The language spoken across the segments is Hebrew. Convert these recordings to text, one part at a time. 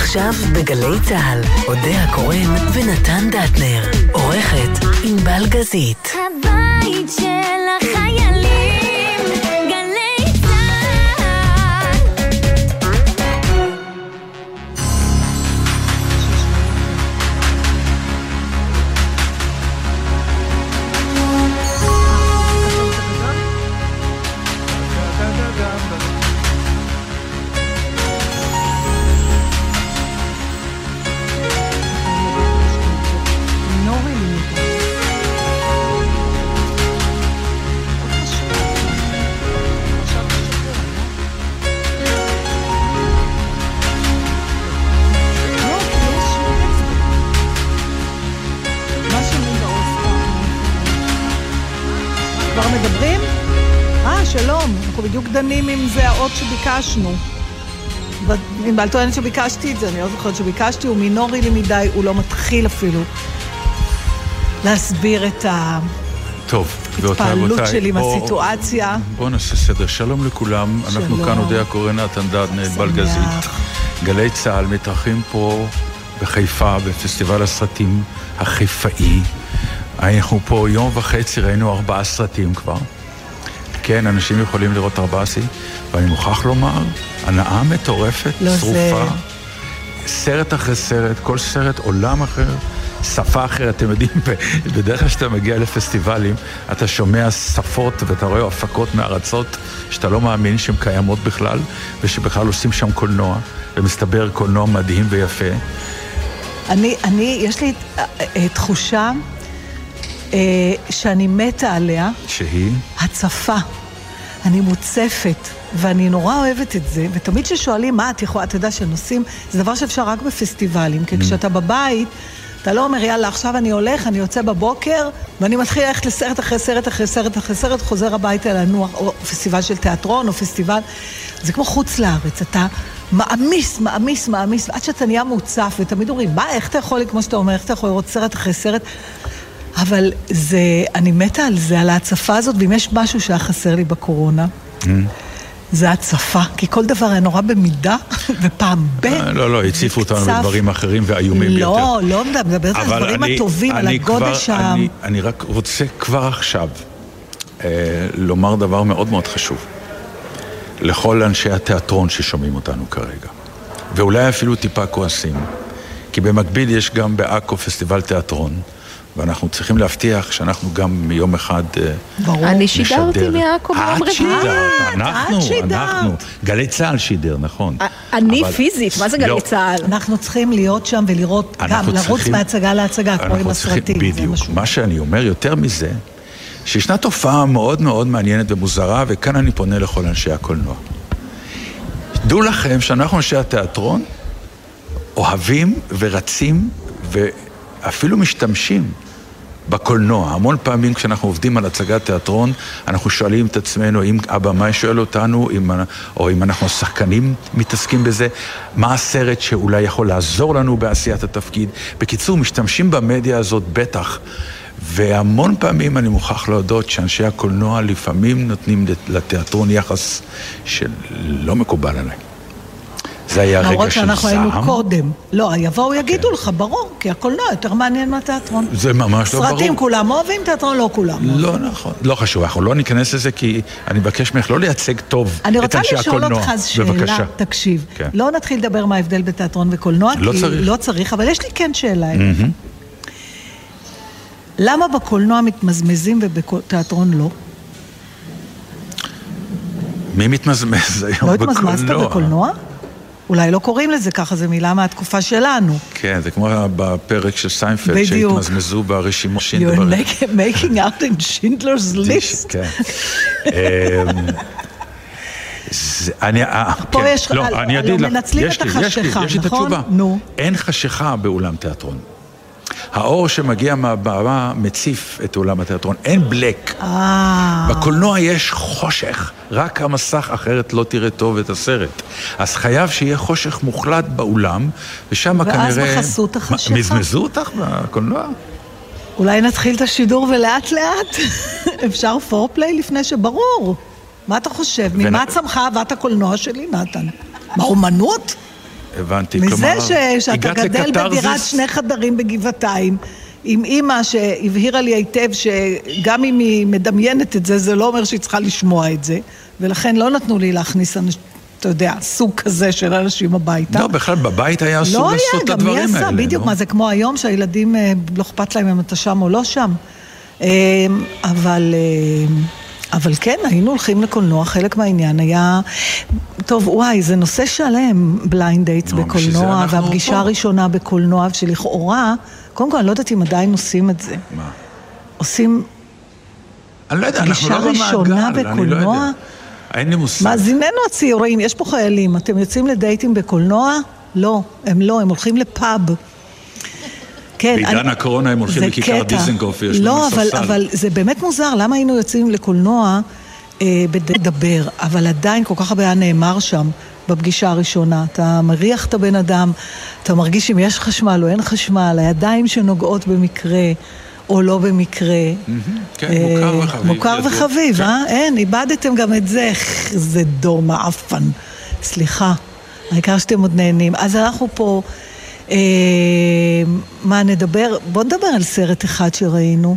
עכשיו בגלי צהל, אודיה קורן ונתן דטנר, עורכת ענבל גזית. הבית של החיילים, גלי צהל. מדברים? שלום, אנחנו בדיוק דנים עם זה האות שביקשנו. אם בעלתו שביקשתי את זה, אני לא זוכרת שביקשתי, הוא מינורי לי מדי, הוא לא מתחיל אפילו להסביר את ההתפעלות שלי מהסיטואציה. בואו נעשה סדר. שלום לכולם, אנחנו כאן אודיה קורן, נתן דטנר, ענבל גזית. גלי צהל מתארחים פה בחיפה, בפסטיבל הסרטים החיפאי. אנחנו פה יום וחצי, ראינו 4 סרטים כבר. כן, אנשים יכולים לראות 4 סרטים, ואני מוכרח לומר, הנאה מטורפת, שרופה, סרט אחרי סרט, כל סרט עולם אחר, שפה אחרת. אתם יודעים, בדרך כלל שאתה מגיע לפסטיבלים, אתה שומע שפות ואתה רואה הפקות מארצות שאתה לא מאמין שהן קיימות בכלל, ושבכלל עושים שם קולנוע, ומסתבר קולנוע מדהים ויפה. יש לי תחושה שאני מתה עליה, שהיא? הצפה. אני מוצפת, ואני נורא אוהבת את זה, ותמיד ששואלים מה את יכולה, אתה יודע שנוסעים, זה דבר שאפשר רק בפסטיבלים, כי כשאתה בבית, אתה לא אומר, יאללה, עכשיו אני הולך, אני יוצא בבוקר, ואני מתחיל ללכת לסרט אחרי סרט אחרי סרט אחרי סרט, חוזר הביתה לנוח, או פסטיבל של תיאטרון, או פסטיבל, זה כמו חוץ לארץ, אתה מאמיס, עד שאתה נהיה מוצף, ותמיד אומרים, מה, איך אתה יכול, כמו שאתה אומר, איך אתה יכול לראות סרט אחרי סרט, אבל אני מתה על זה, על ההצפה הזאת, ואם יש משהו שהיה חסר לי בקורונה, זה הצפה, כי כל דבר היה נורא במידה, ופעם לא, הציפו אותנו בדברים אחרים ואיומים ביותר. לא, מדברת על הדברים הטובים, על הגודש. אני רק רוצה כבר עכשיו לומר דבר מאוד מאוד חשוב, לכל אנשי התיאטרון ששומעים אותנו כרגע, ואולי אפילו טיפה כועסים, כי במקביל יש גם בעכו פסטיבל תיאטרון, ואנחנו צריכים להבטיח שאנחנו גם מיום אחד נשדר. אני שידרתי מעכו ביום רביעי. אנחנו. גלי צהל שידר, נכון. אני פיזית, מה זה גלי צהל? אנחנו צריכים להיות שם ולראות, גם לרוץ מהצגה להצגה, כמו עם הסרטים. בדיוק. מה שאני אומר יותר מזה, שישנה תופעה מאוד מאוד מעניינת ומוזרה, וכאן אני פונה לכל אנשי הקולנוע. דעו לכם שאנחנו אנשי התיאטרון אוהבים ורצים אפילו משתמשים בקולנוע. המון פעמים כשאנחנו עובדים על הצגת תיאטרון, אנחנו שואלים את עצמנו, אם הבמאי שואל אותנו, או אם אנחנו שחקנים מתעסקים בזה, מה הסרט שאולי יכול לעזור לנו בעשיית התפקיד. בקיצור, משתמשים במדיה הזאת בטח, והמון פעמים אני מוכרח להודות שאנשי הקולנוע לפעמים נותנים לתיאטרון יחס שלא מקובל עליי. זה היה רגע של זעם. למרות שאנחנו היינו קודם. לא, יבואו יגידו לך, ברור, כי הקולנוע יותר מעניין מהתיאטרון. זה ממש לא ברור. סרטים כולם אוהבים, תיאטרון לא כולם. לא נכון, לא חשוב, אנחנו לא ניכנס לזה, כי אני מבקש ממך לא לייצג טוב את אנשי הקולנוע. אני רוצה לשאול אותך שאלה, תקשיב. לא נתחיל לדבר מה ההבדל בתיאטרון וקולנוע, כי לא צריך, אבל יש לי כן שאלה. למה בקולנוע מתמזמזים ובתיאטרון לא? מי מתמזמז היום בקולנוע? לא התמזמזת בקולנוע? אולי לא קוראים לזה ככה, זה מילה מהתקופה שלנו. כן, זה כמו בפרק של סיינפלד, שהתמזמזו ברשימו שינדלר. You're making out in Schindler's List. כן. פה יש, מנצלים את החשיכה, יש לי את התשובה. אין חשיכה באולם תיאטרון. האור שמגיע מהבמה מציף את עולם התיאטרון. אין בלק. בקולנוע יש חושך. רק המסך, אחרת לא תראה טוב את הסרט. אז חייב שיהיה חושך מוחלט באולם, ושם כנראה... ואז בחסות החשיכה. מזמזו אותך בקולנוע? אולי נתחיל את השידור ולאט לאט. אפשר פורפליי לפני שברור. מה אתה חושב? ממה צמחה אהבת הקולנוע שלי, נתן? מה, אומנות? הבנתי. מזה שאתה גדל בדירת 2 חדרים בגבעתיים, עם אמא שהבהירה לי היטב שגם אם היא מדמיינת את זה, זה לא אומר שהיא צריכה לשמוע את זה, ולכן לא נתנו לי להכניס, אתה יודע, סוג כזה של אנשים הביתה. לא, בכלל בבית היה אסור לעשות את הדברים האלה. לא היה, גם מי עשה, בדיוק, מה זה כמו היום שהילדים לא אכפת להם אם אתה שם או לא שם. אבל כן, היינו הולכים לקולנוע, חלק מהעניין היה, טוב, וואי, זה נושא שלם, בליינד דייטס בקולנוע, והפגישה הראשונה בקולנוע, שלכאורה, קודם כל, אני לא יודעת אם עדיין עושים את זה. מה? עושים פגישה ראשונה בקולנוע? אין לי מושג. מאזיננו הצעירים, יש פה חיילים, אתם יוצאים לדייטים בקולנוע? לא, הם הולכים לפאב. בעידן הקורונה הם הולכים לכיכר דיזנגוף ויש לנו ספסל. לא, אבל זה באמת מוזר, למה היינו יוצאים לקולנוע בדבר, אבל עדיין כל כך הרבה היה נאמר שם בפגישה הראשונה. אתה מריח את הבן אדם, אתה מרגיש אם יש חשמל או אין חשמל, הידיים שנוגעות במקרה או לא במקרה. כן, מוכר וחביב. מוכר וחביב, אין, איבדתם גם את זה, זה דור מעפן. סליחה, העיקר שאתם עוד נהנים. אז אנחנו פה... מה נדבר? בוא נדבר על סרט אחד שראינו.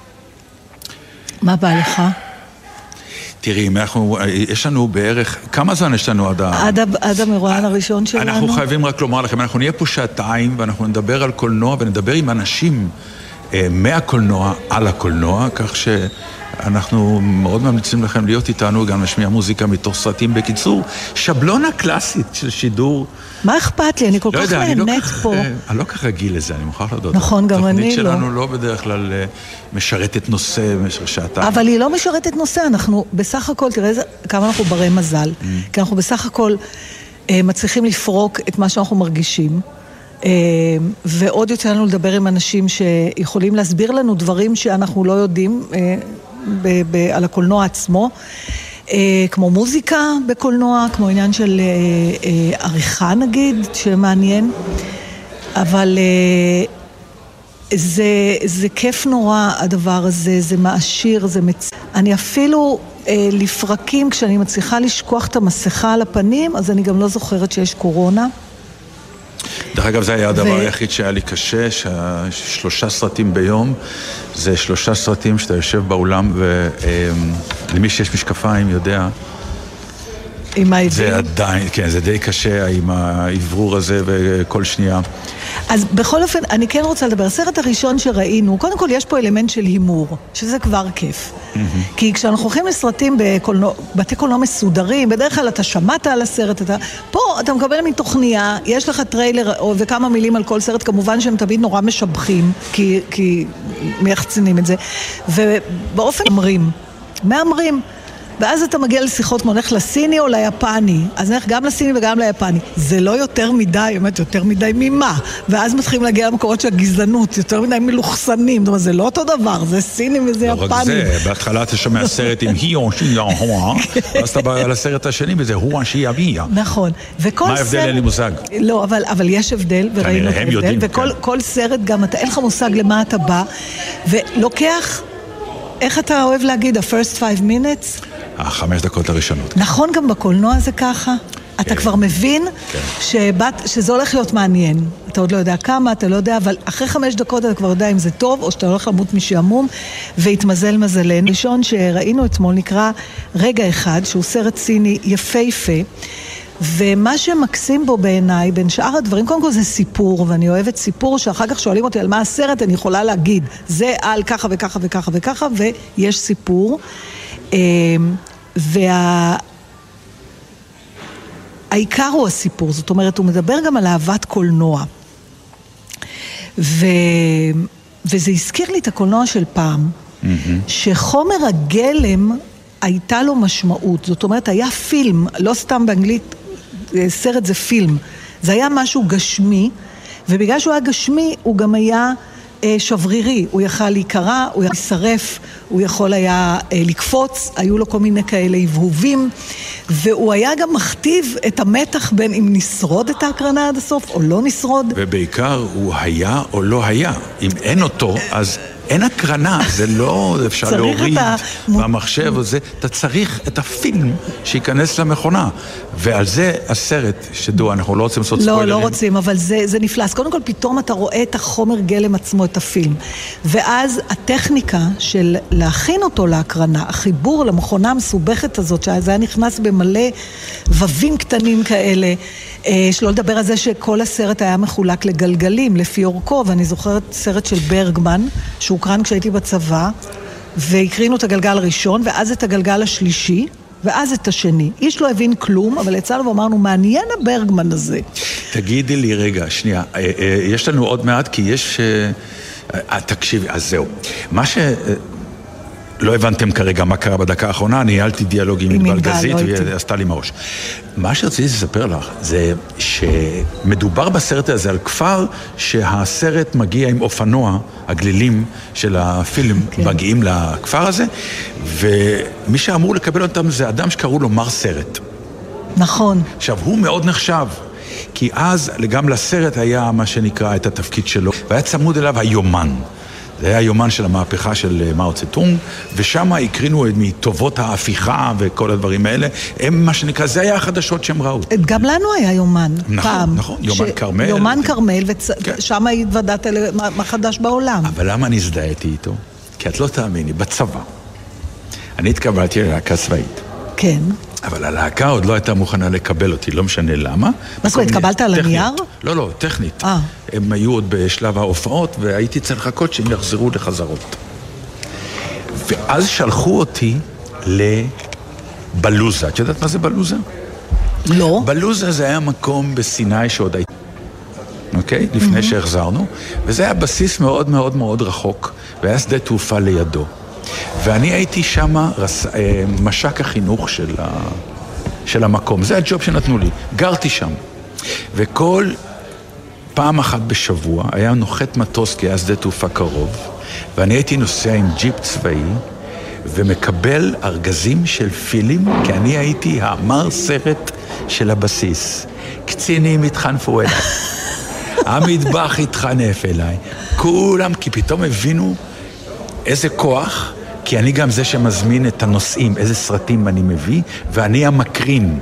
מה בא לך? תראי, יש לנו בערך, כמה זמן יש לנו עד המרואיין הראשון שלנו? אנחנו חייבים רק לומר לכם, אנחנו נהיה פה 2 שעתיים ואנחנו נדבר על קולנוע ונדבר עם אנשים מהקולנוע על הקולנוע, כך שאנחנו מאוד ממליצים לכם להיות איתנו, גם לשמיע מוזיקה מתוך סרטים. בקיצור, שבלונה קלאסית של שידור. מה אכפת לי? אני כל כך נהנית פה. אני לא כך רגיל לזה, אני מוכרח לדעת. נכון, גם אני לא. התוכנית שלנו לא בדרך כלל משרתת נושא במשך 2 שעתיים. אבל היא לא משרתת נושא, אנחנו בסך הכל, תראה כמה אנחנו ברי מזל, כי אנחנו בסך הכל מצליחים לפרוק את מה שאנחנו מרגישים, ועוד יוצא לנו לדבר עם אנשים שיכולים להסביר לנו דברים שאנחנו לא יודעים על הקולנוע עצמו, כמו מוזיקה בקולנוע, כמו עניין של עריכה נגיד, שמעניין, אבל זה כיף נורא הדבר הזה, זה מעשיר, אני אפילו לפרקים, כשאני מצליחה לשכוח את המסכה על הפנים, אז אני גם לא זוכרת שיש קורונה. דרך אגב, זה היה הדבר היחיד שהיה לי קשה, 3 סרטים ביום, זה 3 סרטים שאתה יושב באולם, ולמי שיש משקפיים יודע, זה עדיין, כן, זה די קשה עם העברור הזה וכל שנייה. אז בכל אופן, אני כן רוצה לדבר. הסרט הראשון שראינו, קודם כל יש פה אלמנט של הימור, שזה כבר כיף. כי כשאנחנו הולכים לסרטים בתי קולנוע מסודרים, בדרך כלל אתה שמעת על הסרט, פה אתה מקבל מתוכניה, יש לך טריילר וכמה מילים על כל סרט, כמובן שהם תמיד נורא משבחים, כי מייחצנים את זה, ובאופן מאמרים. ואז אתה מגיע לשיחות מונח לסיני או ליפני, אז נלך גם לסיני וגם ליפני. זה לא יותר מדי, באמת יותר מדי ממה. ואז מתחילים להגיע למקורות של הגזענות, יותר מדי מלוכסנים. זאת אומרת, זה לא אותו דבר, זה סיני וזה יפני. לא רק זה, בהתחלה אתה שומע סרט עם היא או שהיא הואה, ואז אתה בא לסרט השני וזה הואה שהיא אביה. נכון. מה ההבדל? אין לי מושג. לא, אבל יש הבדל, וראינו את ההבדל, וכל סרט גם, אין לך מושג למה אתה בא, ולוקח, איך אתה אוהב להגיד, ה-first 5 minutes? 5 דקות הראשונות. נכון, גם בקולנוע זה ככה. אתה כבר מבין שזה הולך להיות מעניין. אתה עוד לא יודע כמה, אתה לא יודע, אבל אחרי 5 דקות אתה כבר יודע אם זה טוב, או שאתה הולך למות משעמום, והתמזל מזלנו. ראשון שראינו אתמול נקרא רגע אחד, שהוא סרט סיני יפהפה, ומה שמקסים בו בעיניי, בין שאר הדברים, קודם כל זה סיפור, ואני אוהבת סיפור שאחר כך שואלים אותי על מה הסרט, אני יכולה להגיד, זה על ככה וככה וככה וככה, ויש סיפור. העיקר הוא הסיפור, זאת אומרת, הוא מדבר גם על אהבת קולנוע. וזה הזכיר לי את הקולנוע של פעם, שחומר הגלם הייתה לו משמעות. זאת אומרת, היה פילם, לא סתם באנגלית, סרט זה פילם. זה היה משהו גשמי, ובגלל שהוא היה גשמי, הוא גם היה שברירי. הוא יכל להיקרא, הוא היה להישרף, הוא יכול היה לקפוץ, היו לו כל מיני כאלה הבהובים, והוא היה גם מכתיב את המתח בין אם נשרוד את ההקרנה עד הסוף או לא נשרוד. ובעיקר הוא היה או לא היה. אם אין אותו, אז אין הקרנה, זה לא אפשר להוריד במחשב או זה, אתה צריך את הפילם שיכנס למכונה, ועל זה הסרט שדוע, אנחנו לא רוצים לעשות ספוילרים. לא רוצים, אבל זה נפלס. קודם כל, פתאום אתה רואה את החומר גלם עצמו, את הפילם. ואז הטכניקה של להכין אותו להקרנה, החיבור למכונה המסובכת הזאת, שזה היה נכנס במלא ווים קטנים כאלה, שלא לדבר על זה שכל הסרט היה מחולק לגלגלים, לפי אורכו, ואני זוכרת סרט של ברגמן, שהוקרן כשהייתי בצבא, והקרינו את הגלגל הראשון, ואז את הגלגל השלישי, ואז את השני. איש לא הבין כלום, אבל יצאנו ואמרנו, מעניין הברגמן הזה. תגידי לי רגע, שנייה, יש לנו עוד מעט, כי יש... תקשיבי, אז זהו. מה לא הבנתם כרגע מה קרה בדקה האחרונה, ניהלתי דיאלוג עם ענבל גזית, והיא עשתה לי מהראש. מה שרציתי לספר לך, זה שמדובר בסרט הזה על כפר שהסרט מגיע עם אופנוע, הגלילים של הפילם מגיעים לכפר הזה, ומי שאמור לקבל אותם זה אדם שקראו לו מר סרט. נכון. עכשיו, הוא מאוד נחשב. כי אז גם לסרט היה מה שנקרא את התפקיד שלו, והיה צמוד אליו היומן. זה היה היומן של המהפכה של מאו צטונג, ושם הקרינו מטובות ההפיכה וכל הדברים האלה. הם מה שנקרא, זה היה החדשות שהם ראו. גם לנו היה יומן פעם. נכון, יומן קרמל. יומן קרמל, ושם התוודעת מה חדש בעולם. אבל למה אני הזדהיתי איתו? כי את לא תאמיני, בצבא. אני התקבלתי ללהקה צבאית. כן. אבל הלהקה עוד לא הייתה מוכנה לקבל אותי, לא משנה למה. מה זאת, התקבלת על הנייר? לא, טכנית. הם היו עוד בשלב ההופעות, והייתי צריך לחכות שהם יחזרו לחזרות. ואז שלחו אותי לבלוזה. את יודעת מה זה בלוזה? לא. בלוזה זה היה מקום בסיני שעוד הייתי. אוקיי? לפני שהחזרנו. וזה היה בסיס מאוד מאוד מאוד רחוק, והיה שדה תעופה לידו. ואני הייתי שם משק החינוך של המקום. זה הג'וב שנתנו לי. גרתי שם. וכל פעם אחת בשבוע היה נוחת מטוס, כי היה שדה תעופה קרוב, ואני הייתי נוסע עם ג'יפ צבאי, ומקבל ארגזים של פילים, כי אני הייתי המר סרט של הבסיס. קצינים התחנפו אליי. המטבח התחנף אליי. כולם, כי פתאום הבינו איזה כוח, כי אני גם זה שמזמין את הנושאים, איזה סרטים אני מביא, ואני המקרין.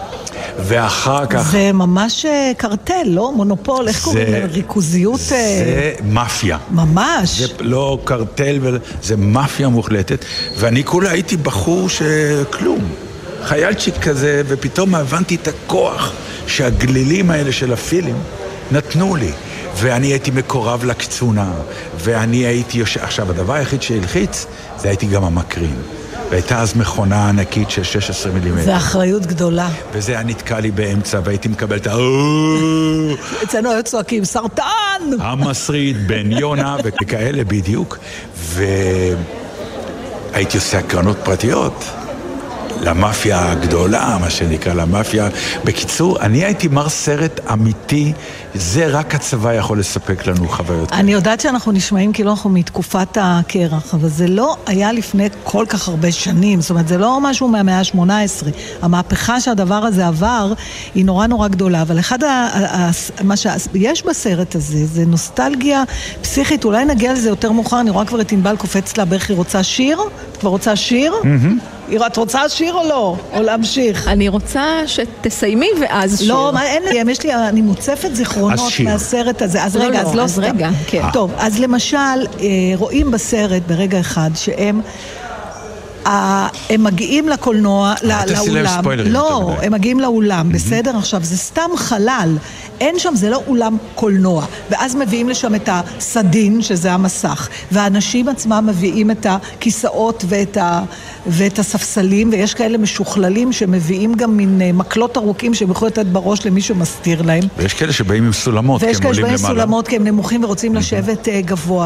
ואחר כך... זה ממש קרטל, לא? מונופול, איך קוראים? ריכוזיות... זה מאפיה. ממש. זה לא קרטל, זה מאפיה מוחלטת, ואני כולה הייתי בחור שכלום. חיילצ'יק כזה, ופתאום הבנתי את הכוח שהגלילים האלה של הפילים נתנו לי. ואני הייתי מקורב לקצונה, ואני הייתי עכשיו, הדבר היחיד שהלחיץ, זה הייתי גם המקרין. והייתה אז מכונה ענקית של 16 מילימטר. זה אחריות גדולה. וזה היה נתקע לי באמצע, והייתי מקבל את אצלנו היו צועקים, סרטן! המסריד, בן יונה, וכאלה בדיוק. והייתי עושה הקרנות פרטיות. למאפיה הגדולה, מה שנקרא, למאפיה. בקיצור, אני הייתי מר סרט אמיתי, זה רק הצבא יכול לספק לנו חוויות. אני יודעת שאנחנו נשמעים כאילו אנחנו מתקופת הקרח, אבל זה לא היה לפני כל כך הרבה שנים, זאת אומרת, זה לא משהו מהמאה ה-18. המהפכה שהדבר הזה עבר היא נורא נורא גדולה, אבל אחד מה שיש בסרט הזה, זה נוסטלגיה פסיכית, אולי נגיע לזה יותר מאוחר, אני רואה כבר את ענבל קופץ לה בערך, היא רוצה שיר? את כבר רוצה שיר? את רוצה שיר או לא? או להמשיך? אני רוצה שתסיימי ואז שיר. לא, אין לי, יש לי, אני מוצפת זיכרונות מהסרט הזה. אז רגע, אז לא סתם. טוב, אז למשל, רואים בסרט ברגע אחד שהם הם מגיעים לקולנוע, לאולם. לא, הם מגיעים לאולם, בסדר? עכשיו, זה סתם חלל. אין שם, זה לא אולם קולנוע. ואז מביאים לשם את הסדין, שזה המסך. והאנשים עצמם מביאים את הכיסאות ואת הספסלים, ויש כאלה משוכללים שמביאים גם מין מקלות ארוכים שהם יכולים לתת בראש למי שמסתיר להם. ויש כאלה שבאים עם סולמות, כי הם עולים למעלה. ויש כאלה שבאים עם סולמות, כי הם נמוכים ורוצים לשבת גבוה.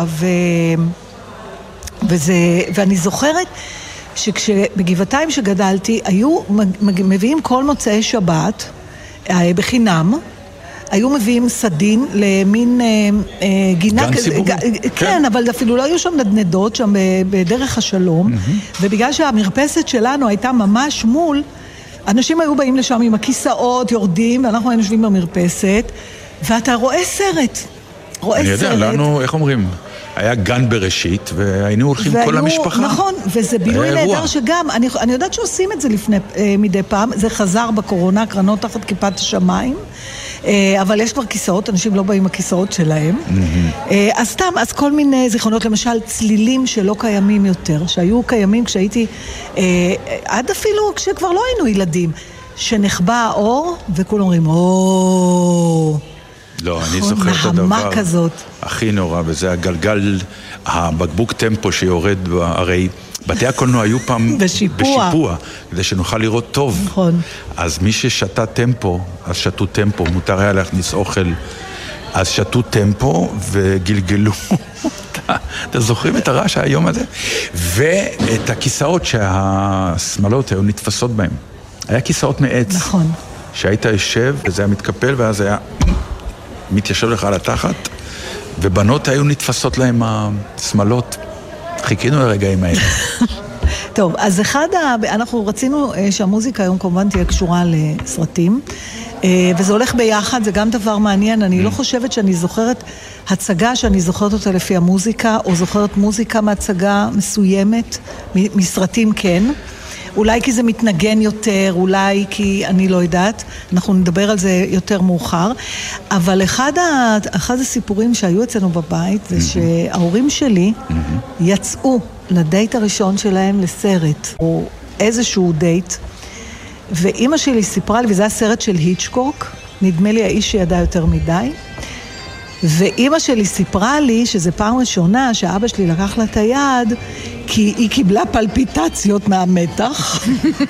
ואני זוכרת שכשבגבעתיים שגדלתי, היו מביאים כל מוצאי שבת בחינם, היו מביאים סדין למין גינה... גן ציבורי. כן, אבל אפילו לא היו שם נדנדות, שם בדרך השלום, ובגלל שהמרפסת שלנו הייתה ממש מול, אנשים היו באים לשם עם הכיסאות, יורדים, ואנחנו היינו יושבים במרפסת, ואתה רואה סרט. רואה אני יודע, סרט. לנו, איך אומרים? היה גן בראשית, והיינו הולכים כל המשפחה. נכון, וזה בילוי נהדר שגם, אני יודעת שעושים את זה לפני, מדי פעם, זה חזר בקורונה, קרנות תחת כיפת השמיים, אבל יש כבר כיסאות, אנשים לא באים הכיסאות שלהם. אז סתם, אז כל מיני זיכרונות, למשל צלילים שלא קיימים יותר, שהיו קיימים כשהייתי, עד אפילו כשכבר לא היינו ילדים, שנחבא האור, וכולם אומרים, לא, אני זוכר את הדבר נהמה כזאת. הכי נורא, וזה הגלגל, הבקבוק טמפו שיורד, הרי בתי הקולנוע היו פעם בשיפוע, כדי שנוכל לראות טוב. נכון. אז מי ששתה טמפו, אז שתו טמפו, מותר היה להכניס אוכל, אז שתו טמפו וגלגלו. אתם זוכרים את הרעש היום הזה? ואת הכיסאות שהשמלות היו נתפסות בהם. היה כיסאות מעץ. נכון. שהיית יושב, וזה היה מתקפל, ואז היה מתיישב לך על התחת, ובנות היו נתפסות להם השמלות. חיכינו לרגעים האלה. טוב, אז אנחנו רצינו שהמוזיקה היום כמובן תהיה קשורה לסרטים, וזה הולך ביחד, זה גם דבר מעניין. אני לא חושבת שאני זוכרת הצגה שאני זוכרת אותה לפי המוזיקה, או זוכרת מוזיקה מהצגה מסוימת, מסרטים כן. אולי כי זה מתנגן יותר, אולי כי אני לא יודעת, אנחנו נדבר על זה יותר מאוחר, אבל אחד הסיפורים שהיו אצלנו בבית זה שההורים שלי יצאו לדייט הראשון שלהם לסרט, או איזשהו דייט, ואימא שלי סיפרה לי, וזה הסרט של היצ'קוק, נדמה לי האיש שידע יותר מדי, ואימא שלי סיפרה לי שזה פעם ראשונה שאבא שלי לקח לה את היד, כי היא קיבלה פלפיטציות מהמתח,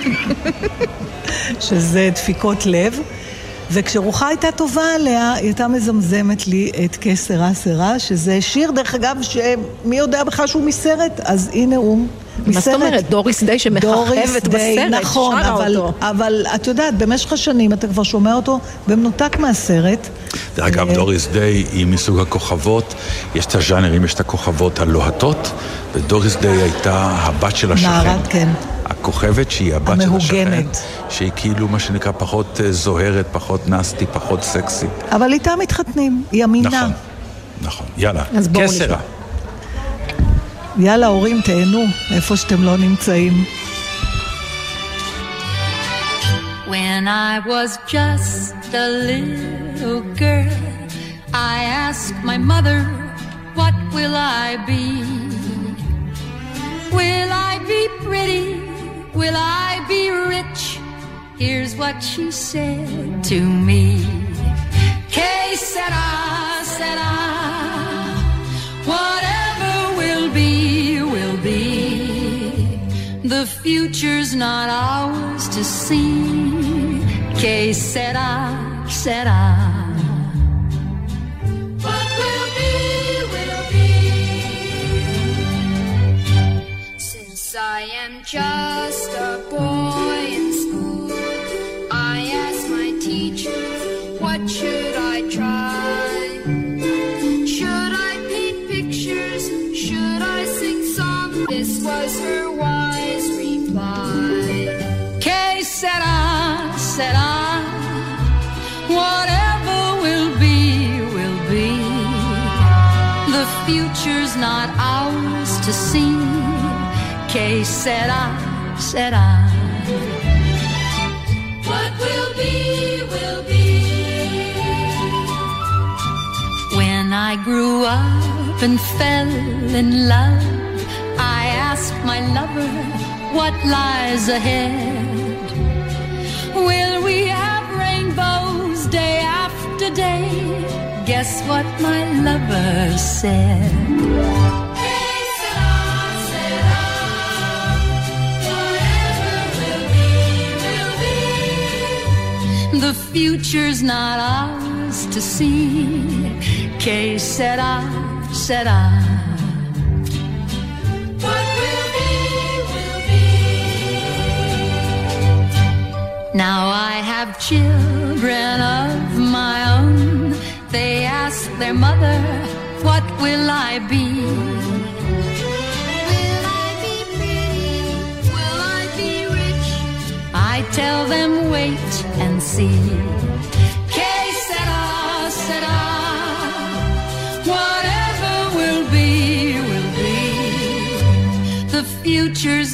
שזה דפיקות לב, וכשרוחה הייתה טובה עליה, היא הייתה מזמזמת לי את כסרה סרה, שזה שיר דרך אגב שמי יודע בכלל שהוא מסרט, אז הנה הוא מסרט. מה זאת אומרת? דוריס דיי שמחרבת בסרט, נכון, אבל את יודעת, במשך השנים אתה כבר שומע אותו במנותק מהסרט. דרך אגב, דוריס דיי היא מסוג הכוכבות, יש את הז'אנרים, יש את הכוכבות הלוהטות, ודוריס דיי הייתה הבת של השכן. נערת, כן. הכוכבת שהיא הבת של השכן. המהוגנת. שהיא כאילו מה שנקרא פחות זוהרת, פחות נסטי, פחות סקסית. אבל איתה מתחתנים, היא אמינה. נכון, נכון. יאללה, כסרה. יאללה, הורים, תהנו איפה שאתם לא נמצאים. When I was just a little girl, I asked my mother, what will I be? Will I be pretty? Will I be rich? Here's what she said to me. Que sera, sera, whatever will be, will be. The future's not ours to see. Que sera, sera. What will be, will be. Since I am just a boy in school, I asked my teacher, what should I try? Should I paint pictures? Should I sing songs? This was her wise reply. Que sera, sera. Whatever will be, will be. The future's not ours to see. Que sera, sera. What will be, will be. When I grew up and fell in love, I asked my lover, what lies ahead? Will we have rainbows day after day? Guess what my lover said? Que sera, sera. Whatever will be, will be. The future's not ours to see. Que sera, sera. What will be, will be. Now I have children of my own. They ask their mother, what will I be? Will I be pretty? Will I be rich? I tell them wait and see. Que sera, sera.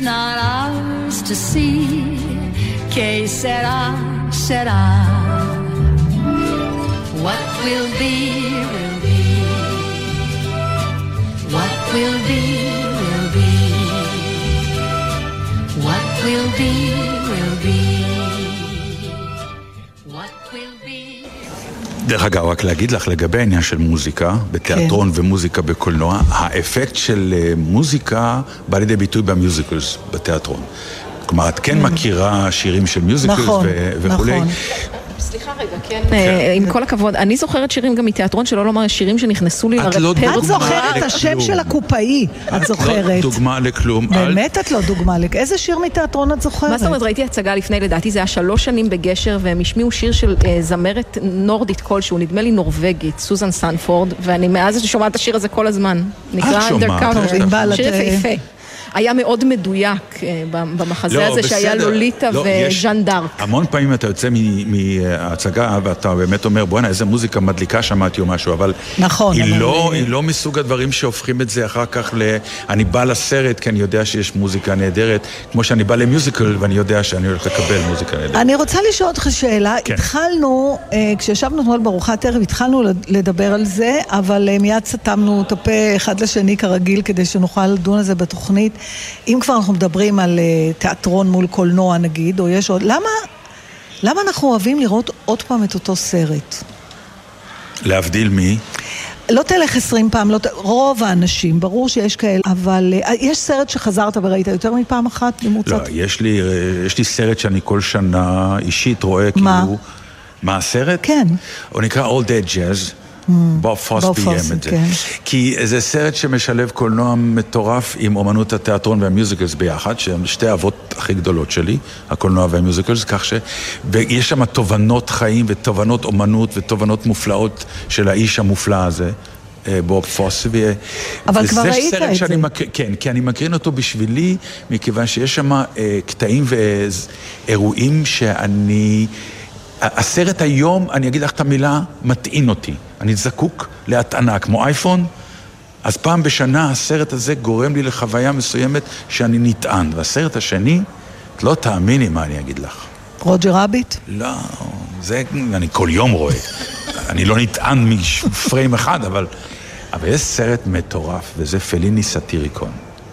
not ours to see. Que sera, sera. What will be, will be. What will be, will be. What will be, will be. What will be. דרך אגב, רק להגיד לך לגבי העניין של מוזיקה בתיאטרון ומוזיקה בקולנוע, האפקט של מוזיקה בא לידי ביטוי במיוזיקלס בתיאטרון. כלומר, את כן מכירה שירים של מיוזיקלס וכולי. סליחה רגע, כן, עם כל הכבוד, אני זוכרת שירים גם מתיאטרון, שלא לומר שירים שנכנסו לי לרפרטואר. את זוכרת את השם של הקופאי, את זוכרת. את לא דוגמה לכלום. באמת את לא דוגמה לכלום. איזה שיר מתיאטרון את זוכרת? מה זאת אומרת, ראיתי הצגה לפני, לדעתי זה היה 3 שנים בגשר, והם השמיעו שיר של זמרת נורדית כלשהו, נדמה לי נורווגית, סוזן סנפורד, ואני מאז שומעת את השיר הזה כל הזמן. נקרא Undercover, שיר יפה. היה מאוד מדויק במחזה הזה שהיה לוליטה וז'אן דארק. המון פעמים אתה יוצא מההצגה ואתה באמת אומר, בוא'נה, איזה מוזיקה מדליקה שמעתי או משהו, אבל היא לא מסוג הדברים שהופכים את זה אחר כך אני בא לסרט כי אני יודע שיש מוזיקה נהדרת, כמו שאני בא למיוזיקל ואני יודע שאני הולך לקבל מוזיקה נהדרת. אני רוצה לשאול אותך שאלה, התחלנו, כשישבנו אתמול בארוחת ערב, התחלנו לדבר על זה, אבל מיד סתמנו את הפה אחד לשני כרגיל כדי שנוכל לדון על זה בתוכנית. אם כבר אנחנו מדברים על תיאטרון מול קולנוע נגיד, או יש עוד, למה אנחנו אוהבים לראות עוד פעם את אותו סרט? להבדיל מי? לא תלך 20 פעם, רוב האנשים, ברור שיש כאלה, אבל יש סרט שחזרת וראית יותר מפעם אחת במוצאת? לא, יש לי סרט שאני כל שנה אישית רואה כאילו... מה הסרט? כן. הוא נקרא All Dead Jazz. בוב פוס ביים את זה. כי זה סרט שמשלב קולנוע מטורף עם אומנות התיאטרון והמיוזיקלס ביחד, שהם שתי האבות הכי גדולות שלי, הקולנוע והמיוזיקלס, כך ויש שם תובנות חיים ותובנות אומנות ותובנות מופלאות של האיש המופלא הזה, בוב פוס. אבל כבר ראית את זה. כן, כי אני מקרין אותו בשבילי, מכיוון שיש שם קטעים ואירועים שאני... הסרט היום, אני אגיד לך את המילה, מטעין אותי. אני זקוק להטענה, כמו אייפון, אז פעם בשנה הסרט הזה גורם לי לחוויה מסוימת שאני נטען. והסרט השני, את לא תאמיני מה אני אגיד לך. רוג'ר רביט? לא, זה אני כל יום רואה. אני לא נטען מפריים אחד, אבל יש סרט מטורף, וזה פליני סאטיריקון.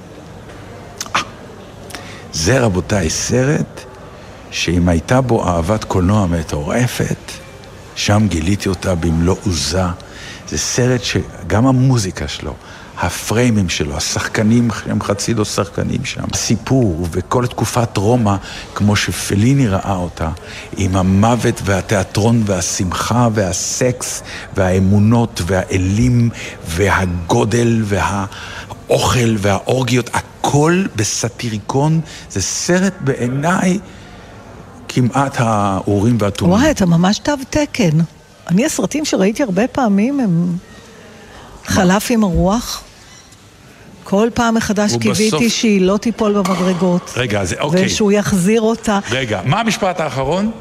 זה רבותיי, סרט... שאם הייתה בו אהבת קולנוע מטורפת, שם גיליתי אותה במלוא עוזה. זה סרט שגם המוזיקה שלו, הפריימים שלו, השחקנים, הם חצי לא שחקנים שם, הסיפור וכל תקופת רומא, כמו שפליני ראה אותה, עם המוות והתיאטרון והשמחה והסקס והאמונות והאלים והגודל והאוכל והאורגיות, הכל בסאטיריקון. זה סרט בעיניי כמעט האורים והתומים. וואי, אתה ממש תו תקן. אני הסרטים שראיתי הרבה פעמים הם חלף עם הרוח. כל פעם מחדש קיוויתי שהיא לא תיפול במדרגות. רגע, זה אוקיי. ושהוא יחזיר אותה. רגע, מה המשפט האחרון?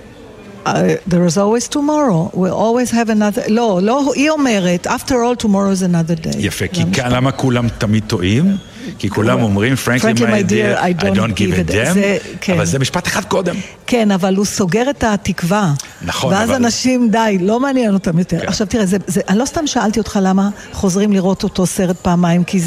There is always tomorrow. We always have another... לא, היא אומרת, after all, tomorrow is another day. יפה, כי כאן למה כולם תמיד טועים? כי כולם אומרים, frankly my dear, I don't give a damn, אבל זה משפט אחד קודם. כן, אבל הוא סוגר את התקווה. נכון, ואז אנשים, די, לא מעניין אותם יותר. עכשיו תראה, אני לא סתם שאלתי אותך למה חוזרים לראות אותו סרט פעמיים, כי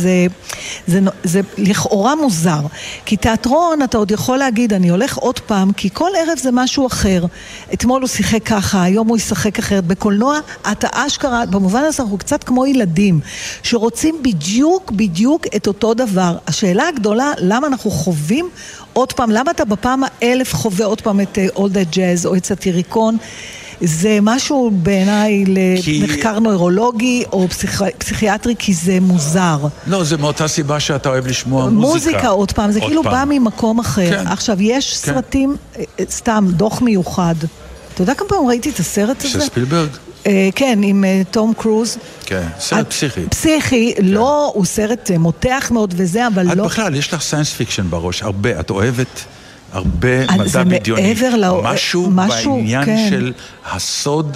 זה לכאורה מוזר. כי תיאטרון, אתה עוד יכול להגיד, אני הולך עוד פעם, כי כל ערב זה משהו אחר. אתמול הוא שיחק ככה, היום הוא ישחק אחרת. בקולנוע, אתה אשכרה, במובן הזה אנחנו קצת כמו ילדים, שרוצים בדיוק את אותו דבר. השאלה הגדולה, למה אנחנו חווים עוד פעם, למה אתה בפעם 1000 חווה עוד פעם את All That Jazz או את סאטיריקון? זה משהו בעיניי למחקר נוירולוגי או פסיכיאטרי, כי זה מוזר. לא, זה מאותה סיבה שאתה אוהב לשמוע מוזיקה. מוזיקה עוד פעם, זה כאילו בא ממקום אחר. כן. עכשיו, יש סרטים, סתם, דוח מיוחד. אתה יודע כמה פעם ראיתי את הסרט הזה? של ספילברג? כן, עם תום קרוז. כן, סרט פסיכי. פסיכי, לא, הוא סרט מותח מאוד וזה, אבל לא... את בכלל, יש לך סיינס פיקשן בראש, הרבה, את אוהבת הרבה מדע בדיוני. משהו בעניין של הסוד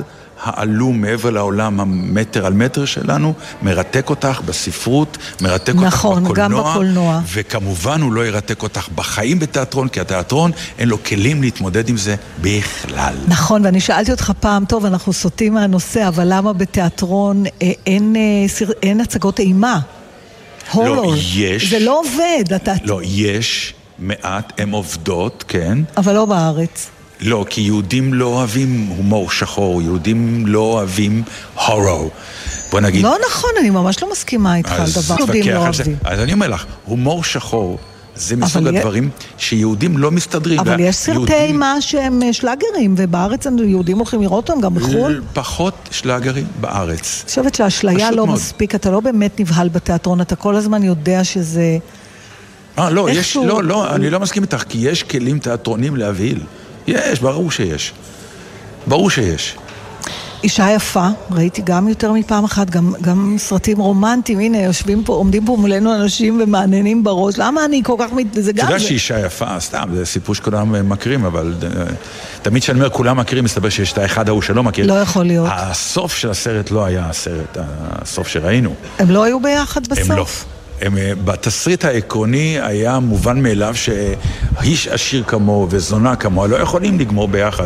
העלום מעבר לעולם המטר על מטר שלנו, מרתק אותך בספרות, מרתק אותך נכון, בקולנוע. גם בקולנוע. וכמובן הוא לא ירתק אותך בחיים בתיאטרון, כי התיאטרון אין לו כלים להתמודד עם זה בכלל. נכון, ואני שאלתי אותך פעם, טוב, אנחנו סוטים מהנושא, אבל למה בתיאטרון אין הצגות אימה? לא, יש. זה לא עובד. לא, יש מעט, הן עובדות, כן. אבל לא בארץ. לא, כי יהודים לא אוהבים הומור שחור, יהודים לא אוהבים הורור. בוא נגיד... לא נכון, אני ממש לא מסכימה איתך על דבר. יהודים לא אוהבים. אז אני אומר לך, הומור שחור זה מסוג הדברים שיהודים לא מסתדרים. אבל יש סרטי אימה שהם שלאגרים, ובארץ יהודים הולכים לראות אותם גם בחול. פחות שלאגרים בארץ. אני חושבת שהאשליה לא מספיק, אתה לא באמת נבהל בתיאטרון, אתה כל הזמן יודע שזה... לא, אני לא מסכים איתך, כי יש כלים תיאטרונים להבהיל. יש, ברור שיש. ברור שיש. אישה יפה, ראיתי גם יותר מפעם אחת, גם סרטים רומנטיים, הנה, יושבים פה, עומדים פה מולנו אנשים ומעננים בראש, למה אני כל כך זה גם... אתה יודע שאישה יפה, סתם, זה סיפור שכולם מכירים, אבל תמיד שאני אומר, כולם מכירים, מסתבר שיש את האחד ההוא שלא מכיר. לא יכול להיות. הסוף של הסרט לא היה הסוף שראינו. הם לא היו ביחד בסוף? הם לא. בתסריט העקרוני היה מובן מאליו שאיש עשיר כמו וזונה כמו לא יכולים לגמור ביחד.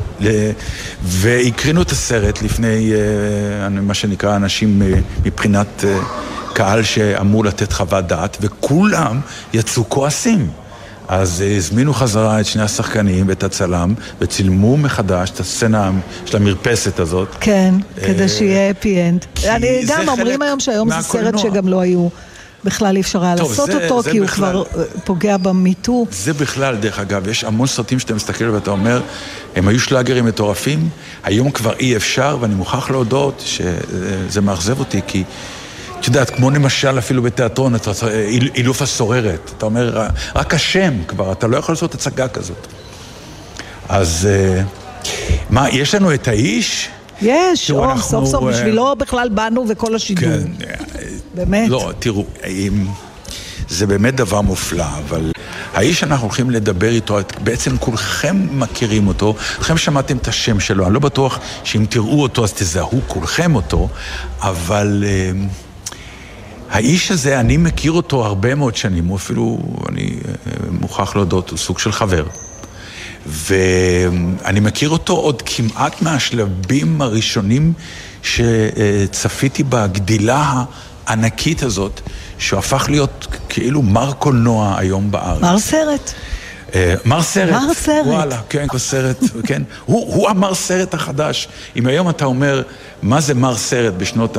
והקרינו את הסרט לפני מה שנקרא אנשים מבחינת קהל שאמור לתת חוות דעת, וכולם יצאו כועסים. אז הזמינו חזרה את שני השחקנים ואת הצלם וצילמו מחדש את הסצנה של המרפסת הזאת. כן, כדי שיהיה אפי אנד. אני גם אומרים היום שהיום זה סרט שגם לא היו בכלל אי אפשר היה לעשות אותו, כי הוא כבר פוגע במיטו. זה בכלל, דרך אגב, יש המון סרטים שאתה מסתכל ואתה אומר, הם היו שלאגרים מטורפים, היום כבר אי אפשר, ואני מוכרח להודות שזה מאכזב אותי, כי את יודעת, כמו למשל אפילו בתיאטרון, אילוף הסוררת, אתה אומר, רק השם כבר, אתה לא יכול לעשות הצגה כזאת. אז מה, יש לנו את האיש? יש, סוף סוף בשבילו בכלל באנו וכל השידור. כן. באמת? לא, תראו, זה באמת דבר מופלא, אבל האיש שאנחנו הולכים לדבר איתו, בעצם כולכם מכירים אותו, כולכם שמעתם את השם שלו, אני לא בטוח שאם תראו אותו אז תזהו כולכם אותו, אבל האיש הזה, אני מכיר אותו הרבה מאוד שנים, הוא אפילו, אני מוכרח להודות, הוא סוג של חבר. ואני מכיר אותו עוד כמעט מהשלבים הראשונים שצפיתי בגדילה הענקית הזאת, שהוא הפך להיות כאילו מר קולנוע היום בארץ. מר סרט. מר סרט. מר סרט. וואלה, כן, סרט, כן. הוא המר סרט החדש. אם היום אתה אומר, מה זה מר סרט בשנות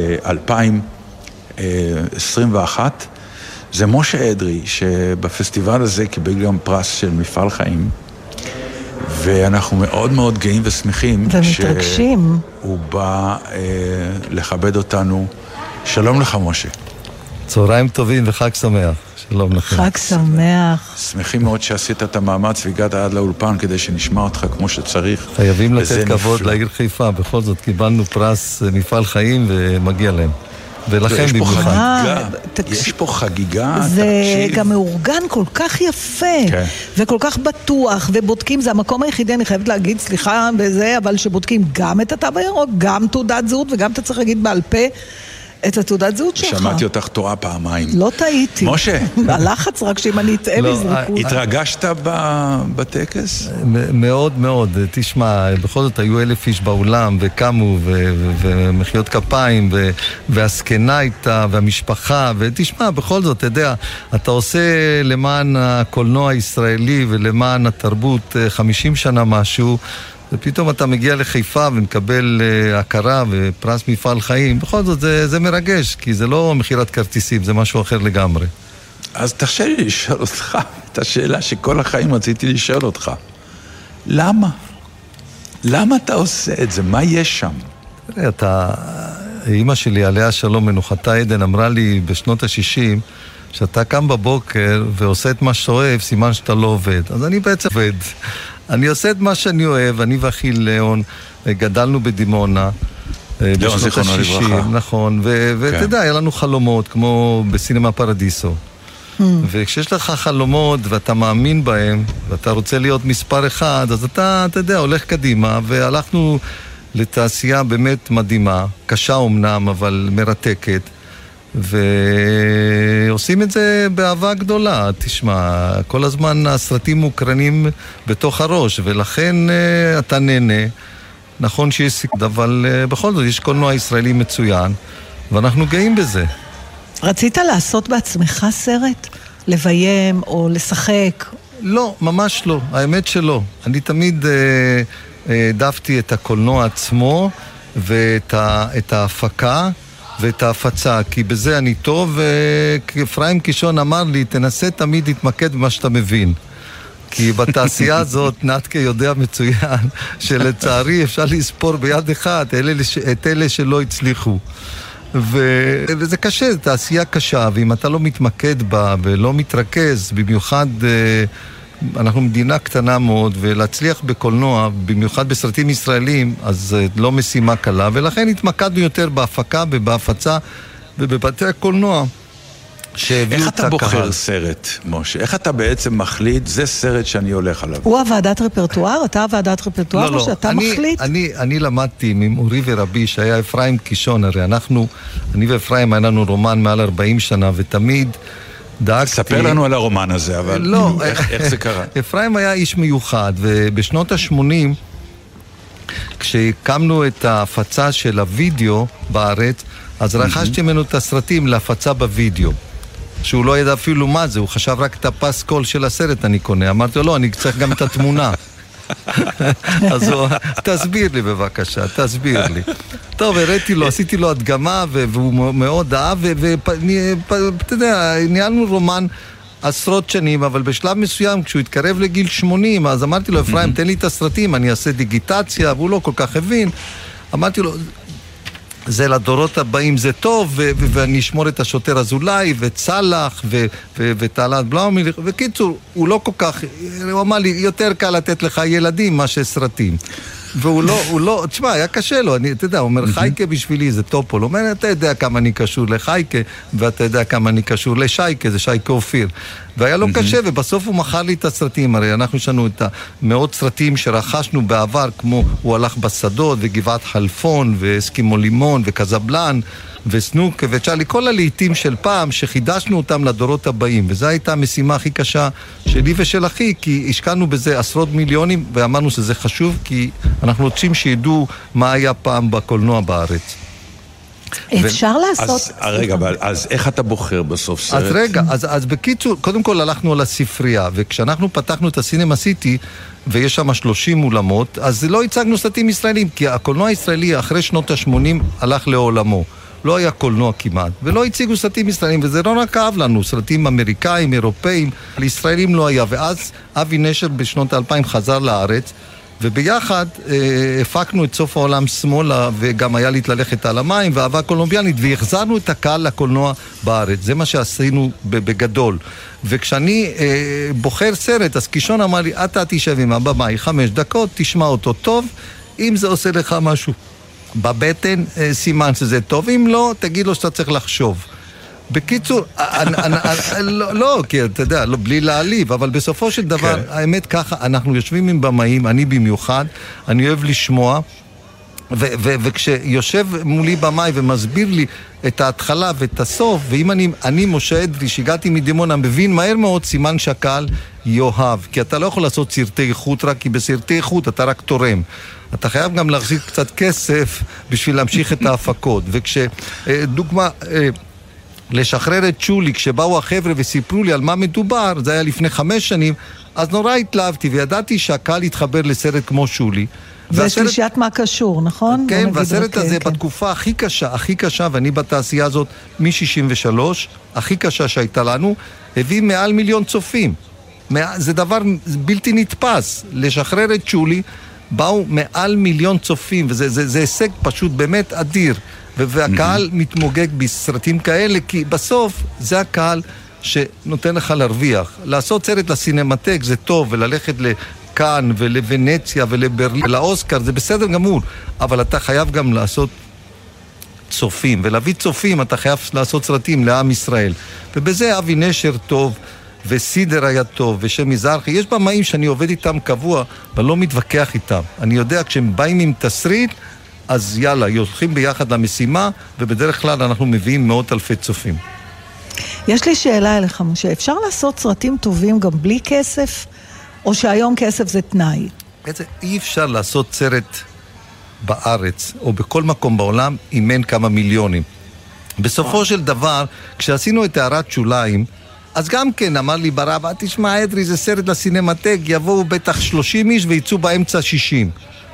ה-2021, זה משה אדרי, שבפסטיבל הזה קיבל גם פרס של מפעל חיים, ואנחנו מאוד מאוד גאים ושמחים ומתרגשים. שהוא בא לכבד אותנו. שלום לך, משה. צהריים טובים וחג שמח. שלום לכם. חג שמח. שמחים מאוד שעשית את המאמץ והגעת עד לאולפן כדי שנשמע אותך כמו שצריך. חייבים לתת כבוד לעיר חיפה. בכל זאת קיבלנו פרס מפעל חיים ומגיע להם. ולכם במיוחד. יש פה חגיגה, זה גם מאורגן כל כך יפה, וכל כך בטוח, ובודקים, זה המקום היחידי, אני חייבת להגיד, סליחה בזה, אבל שבודקים גם את התו הירוק, גם תעודת זהות, וגם אתה צריך להגיד בעל פה את התעודת זהות שלך. שמעתי אותך טועה פעמיים. לא טעיתי. משה. הלחץ רק שאם אני אטעה מזרקו. התרגשת בטקס? מאוד מאוד. תשמע, בכל זאת היו 1,000 איש באולם, וקמו, ומחיות כפיים, והסקנה איתה, והמשפחה, ותשמע, בכל זאת, אתה יודע, אתה עושה למען הקולנוע הישראלי, ולמען התרבות 50 שנה משהו, ופתאום אתה מגיע לחיפה ומקבל הכרה ופרס מפעל חיים. בכל זאת זה מרגש, כי זה לא מחירת כרטיסים, זה משהו אחר לגמרי. אז תרשה לי לשאול אותך את השאלה שכל החיים רציתי לשאול אותך. למה? למה אתה עושה את זה? מה יש שם? תראה, אמא שלי, עליה שלום מנוחתה עדן, אמרה לי בשנות ה-60, שאתה קם בבוקר ועושה את מה שאוהב, סימן שאתה לא עובד. אז אני בעצם עובד. אני עושה את מה שאני אוהב, אני ואחי ליאון גדלנו בדימונה בשנות ה-60, נכון, ואתה יודע, היה לנו חלומות כמו בסינמה פרדיסו, וכשיש לך חלומות ואתה מאמין בהם ואתה רוצה להיות מספר אחד, אז אתה יודע, הולך קדימה, והלכנו לתעשייה באמת מדהימה, קשה אומנם, אבל מרתקת, ועושים את זה באהבה גדולה. תשמע, כל הזמן הסרטים מוקרנים בתוך הראש, ולכן אתה נהנה. נכון שיש סיכוד, אבל בכל זאת יש קולנוע ישראלי מצוין, ואנחנו גאים בזה. רצית לעשות בעצמך סרט? לביים או לשחק? לא, ממש לא. האמת שלא. אני תמיד העדפתי את הקולנוע עצמו, ואת ההפקה, ואת ההפצה, כי בזה אני טוב, ואפרים קישון אמר לי, תנסה תמיד להתמקד במה שאתה מבין. כי בתעשייה הזאת נתקה יודע מצוין שלצערי אפשר לספור ביד אחד את אלה שלא הצליחו. וזה קשה, זה תעשייה קשה, ואם אתה לא מתמקד בה ולא מתרכז, במיוחד אנחנו מדינה קטנה מאוד, ולהצליח בקולנוע, במיוחד בסרטים ישראלים, אז לא משימה קלה, ולכן התמקדנו יותר בהפקה ובהפצה ובבתי הקולנוע. איך אתה בוחר סרט, משה? איך אתה בעצם מחליט, זה סרט שאני הולך עליו? הוא הוועדת רפרטואר? אתה הוועדת רפרטואר או שאתה מחליט? אני למדתי ממורי ורבי שהיה אפרים קישון, הרי אני ואפרים היה לנו רומן מעל 40 שנה, ותמיד דאגתי... ספר לנו על הרומן הזה, אבל לא, איך זה קרה? אפרים היה איש מיוחד, ובשנות ה-80, כשהקמנו את ההפצה של הוידאו בארץ, אז רכשתי ממנו את הסרטים להפצה בוידאו. שהוא לא ידע אפילו מה זה, הוא חשב רק את הפסקול של הסרט אני קונה. אמרתי לו, לא, אני צריך גם את התמונה. אז הוא, תסביר לי בבקשה, תסביר לי. טוב, הראיתי לו, עשיתי לו הדגמה, והוא מאוד אהב, ואתה יודע, ניהלנו רומן עשרות שנים, אבל בשלב מסוים, כשהוא התקרב לגיל 80, אז אמרתי לו, אפרים, תן לי את הסרטים, אני אעשה דיגיטציה, והוא לא כל כך הבין. אמרתי לו, זה לדורות הבאים זה טוב, ואני אשמור את השוטר אזולאי, וצלח, וטלת בלאומיר, וקיצור, הוא לא כל כך, הוא אמר לי, יותר קל לתת לך ילדים מה שסרטים. והוא לא, תשמע, היה קשה לו, אתה יודע, הוא אומר, חייקה בשבילי זה טופול, הוא אומר, אתה יודע כמה אני קשור לחייקה, ואתה יודע כמה אני קשור לשייקה, זה שייקה אופיר. והיה לו קשה, ובסוף הוא מכר לי את הסרטים, הרי אנחנו יש לנו את המאות סרטים שרכשנו בעבר, כמו הוא הלך בשדות, וגבעת חלפון, ואסקימו לימון, וקזבלן, וסנוק וצ'אלי, כל הלעיתים של פעם שחידשנו אותם לדורות הבאים, וזו הייתה המשימה הכי קשה שלי ושל אחי, כי השקענו בזה עשרות מיליונים, ואמרנו שזה חשוב, כי אנחנו רוצים שידעו מה היה פעם בקולנוע בארץ. אפשר לעשות... רגע, אז איך אתה בוחר בסוף סרט? אז רגע, אז בקיצור, קודם כל הלכנו על הספרייה, וכשאנחנו פתחנו את הסינמה סיטי, ויש שם 30 אולמות, אז לא הצגנו סרטים ישראלים, כי הקולנוע הישראלי אחרי שנות ה-80 הלך לעולמו. לא היה קולנוע כמעט, ולא הציגו סרטים ישראלים, וזה לא רק אהב לנו, סרטים אמריקאים, אירופאים, לישראלים לא היה, ואז אבי נשר בשנות ה-2000 חזר לארץ, וביחד הפקנו את סוף העולם שמאלה, וגם היה להתללכת על המים, ואהבה קולומביאנית, והחזרנו את הקהל לקולנוע בארץ. זה מה שעשינו בגדול. וכשאני בוחר סרט, אז קישון אמר לי, אתה תשב עם הבמאי 5 דקות, תשמע אותו טוב, אם זה עושה לך משהו בבטן, סימן שזה טוב, אם לא, תגיד לו שאתה צריך לחשוב. בקיצור, לא, כי אתה יודע, בלי להעליב, אבל בסופו של דבר, האמת ככה, אנחנו יושבים עם במאים, אני במיוחד, אני אוהב לשמוע, וכשיושב מולי במאי ומסביר לי את ההתחלה ואת הסוף, ואם אני משה אדרי שהגעתי מדימונה, מבין מהר מאוד סימן שהקהל יאהב, כי אתה לא יכול לעשות סרטי איכות רק, כי בסרטי איכות אתה רק תורם. אתה חייב גם להחזיק קצת כסף בשביל להמשיך את ההפקות. וכשדוגמה, לשחרר את שולי, כשבאו החבר'ה וסיפרו לי על מה מדובר, זה היה לפני 5 שנים, אז נורא התלהבתי, וידעתי שהקהל יתחבר לסרט כמו שולי. ושלישיית מה קשור, נכון? כן, והסרט הזה בתקופה הכי קשה, ואני בתעשייה הזאת מ-63, הכי קשה שהייתה לנו, הביא מעל 1,000,000 צופים. זה דבר בלתי נתפס. לשחרר את שולי, באו מעל 1,000,000 צופים, וזה הישג פשוט באמת אדיר. והקהל מתמוגג בסרטים כאלה, כי בסוף זה הקהל שנותן לך להרוויח. לעשות סרט לסינמטק זה טוב, וללכת לכאן ולוונציה ולברלין ולאוסקר, זה בסדר גמור, אבל אתה חייב גם לעשות צופים, ולהביא צופים אתה חייב לעשות סרטים לעם ישראל. ובזה אבי נשר טוב, וסידר היה טוב, ושם מזרחי. יש במאים שאני עובד איתם קבוע, אבל לא מתווכח איתם. אני יודע, כשהם באים עם תסריט, אז יאללה, הולכים ביחד למשימה, ובדרך כלל אנחנו מביאים מאות אלפי צופים. יש לי שאלה אליך, משה, אפשר לעשות סרטים טובים גם בלי כסף, או שהיום כסף זה תנאי? אי אפשר לעשות סרט בארץ, או בכל מקום בעולם, אם אין כמה מיליונים. בסופו של דבר, כשעשינו את הערת שוליים, אז גם כן אמר לי ברב, תשמע אדרי, זה סרט לסינמטק, יבואו בטח 30 איש ויצאו באמצע 60.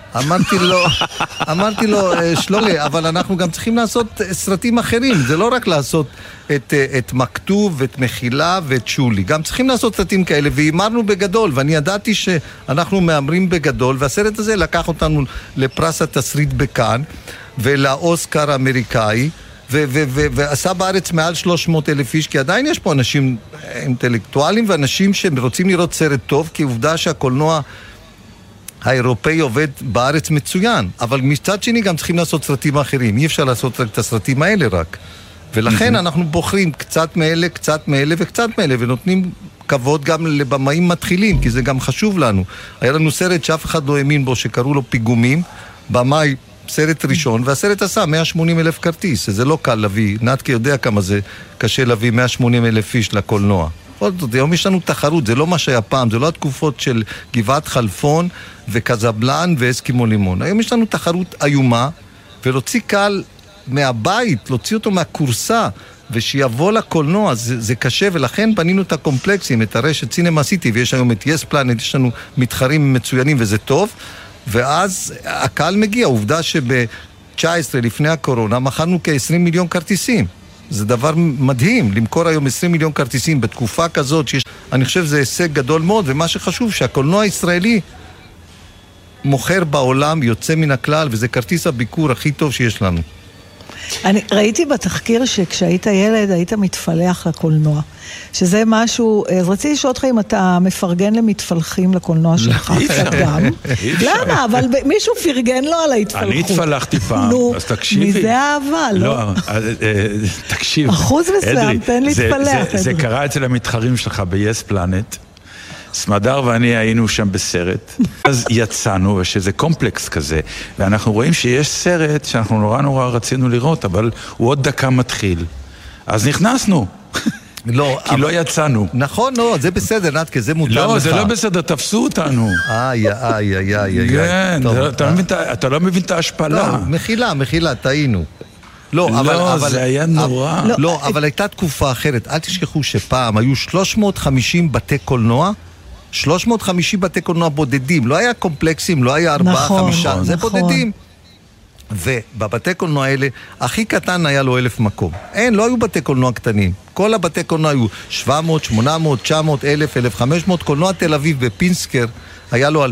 אמרתי לו, שלולה, אבל אנחנו גם צריכים לעשות סרטים אחרים, זה לא רק לעשות את מכתוב ואת מחילה ואת שולי, גם צריכים לעשות סרטים כאלה, ואמרנו בגדול, ואני ידעתי שאנחנו מאמרים בגדול, והסרט הזה לקח אותנו לפרס התסריט בכאן, ולאוסקר האמריקאי, ועשה בארץ מעל 300,000 איש, כי עדיין יש פה אנשים אינטלקטואלים, ואנשים שרוצים לראות סרט טוב, כי עובדה שהקולנוע האירופאי עובד בארץ מצוין, אבל מצד שני גם צריכים לעשות סרטים אחרים, אי אפשר לעשות רק את הסרטים האלה רק. ולכן אנחנו בוחרים קצת מאלה, קצת מאלה וקצת מאלה, ונותנים כבוד גם לבמאים מתחילים, כי זה גם חשוב לנו. היה לנו סרט שאף אחד לא האמין בו, שקראו לו פיגומים, במאי סרט ראשון, והסרט עשה 180,000 כרטיס, זה לא קל להביא, נתקי יודע כמה זה קשה להביא 180,000 איש לקולנוע. היום יש לנו תחרות, זה לא מה שהיה פעם, זה לא התקופות של גבעת חלפון וקזבלן ואסקימו לימון. היום יש לנו תחרות איומה, ולהוציא קהל מהבית, להוציא אותו מהקורסה, ושיבוא לקולנוע, זה קשה, ולכן בנינו את הקומפלקסים, את הרשת סינמה סיטי, ויש היום את יס פלנט, יש לנו מתחרים מצוינים, וזה טוב, ואז הקהל מגיע, עובדה שב-19 לפני הקורונה, מכרנו כ-20 מיליון כרטיסים. זה דבר מדהים, למכור היום 20 מיליון כרטיסים בתקופה כזאת, אני חושב זה הישג גדול מאוד, ומה שחשוב שהקולנוע הישראלי מוכר בעולם, יוצא מן הכלל, וזה כרטיס הביקור הכי טוב שיש לנו. אני ראיתי בתחקיר שכשהיית ילד היית מתפלח לקולנוע, שזה משהו, אז רציתי לשאול אותך אם אתה מפרגן למתפלחים לקולנוע שלך, גם. למה? אבל מישהו פרגן לו על ההתפלחות. אני התפלחתי פעם, אז תקשיבי. מזה אהבה, לא? תקשיב. אחוז מסוים, תן להתפלח. זה קרה אצל המתחרים שלך ב-Yes Planet. סמדר ואני היינו שם בסרט, אז יצאנו, שזה קומפלקס כזה, ואנחנו רואים שיש סרט שאנחנו נורא רצינו לראות, אבל הוא עוד דקה מתחיל. אז נכנסנו. כי לא יצאנו. נכון, לא, זה בסדר, נתקה, זה מותר לך. לא, זה לא בסדר, תפסו אותנו. כן, אתה לא מבין את ההשפלה. מחילה, טעינו. לא, זה היה נורא. לא, אבל הייתה תקופה אחרת. אל תשכחו שפעם היו 350 בתי קולנוע, 350 בתי קולנוע בודדים, לא היה קומפלקסים, לא היה 4-5, זה בודדים. ובבתי קולנוע האלה, הכי קטן היה לו 1,000 מקום. לא היו בתי קולנוע קטנים. כל הבתי קולנוע היו 700, 800, 900, 1,000, 1,500. קולנוע תל אביב בפינסקר היה לו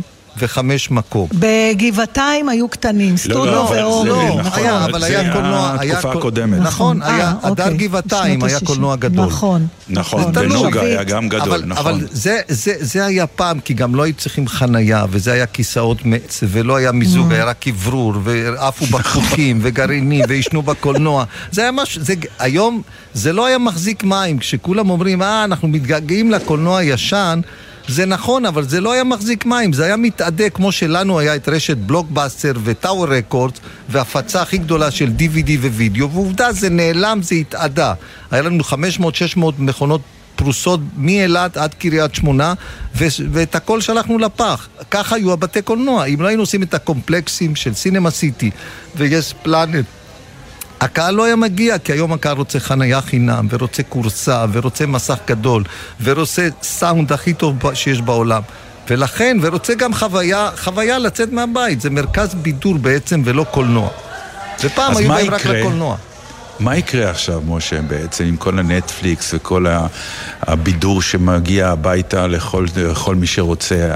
2,005 מקום. בגבעתיים היו קטנים, סטודיו ואור. לא, אבל היה קולנוע... זה התקופה הקודמת. נכון, הדר גבעתיים היה קולנוע גדול. נכון, ונוגה היה גם גדול, נכון. אבל זה היה פעם, כי גם לא היו צריכים חנייה, וזה היה כיסאות מעץ, ולא היה מיזוג, היה רק כברור, ועפו בחוקים, וגרעינים, וישנו בקולנוע. זה היה משהו, היום זה לא היה מחזיק מים, כשכולם אומרים, אנחנו מתגעגעים לקולנוע הישן, זה נכון, אבל זה לא היה מחזיק מים, זה היה מתעדה, כמו שלנו היה את רשת בלוקבאסטר וטאוור רקורדס, והפצה הכי גדולה של DVD ווידאו, ועובדה, זה נעלם, זה התעדה. היה לנו 500-600 מכונות פרוסות מאילת עד קריית שמונה, ואת הכל שלחנו לפח. ככה היו הבתי קולנוע. אם לא היינו עושים את הקומפלקסים של סינמה סיטי ויס פלנט, הקהל לא היה מגיע, כי היום הקהל רוצה חנייה חינם, ורוצה קורסה, ורוצה מסך גדול, ורוצה סאונד הכי טוב שיש בעולם. ולכן, ורוצה גם חוויה לצאת מהבית. זה מרכז בידור בעצם ולא קולנוע. ופעם היו בהם רק לקולנוע. מה יקרה עכשיו, משה, בעצם, עם כל הנטפליקס וכל הבידור שמגיע הביתה לכל מי שרוצה?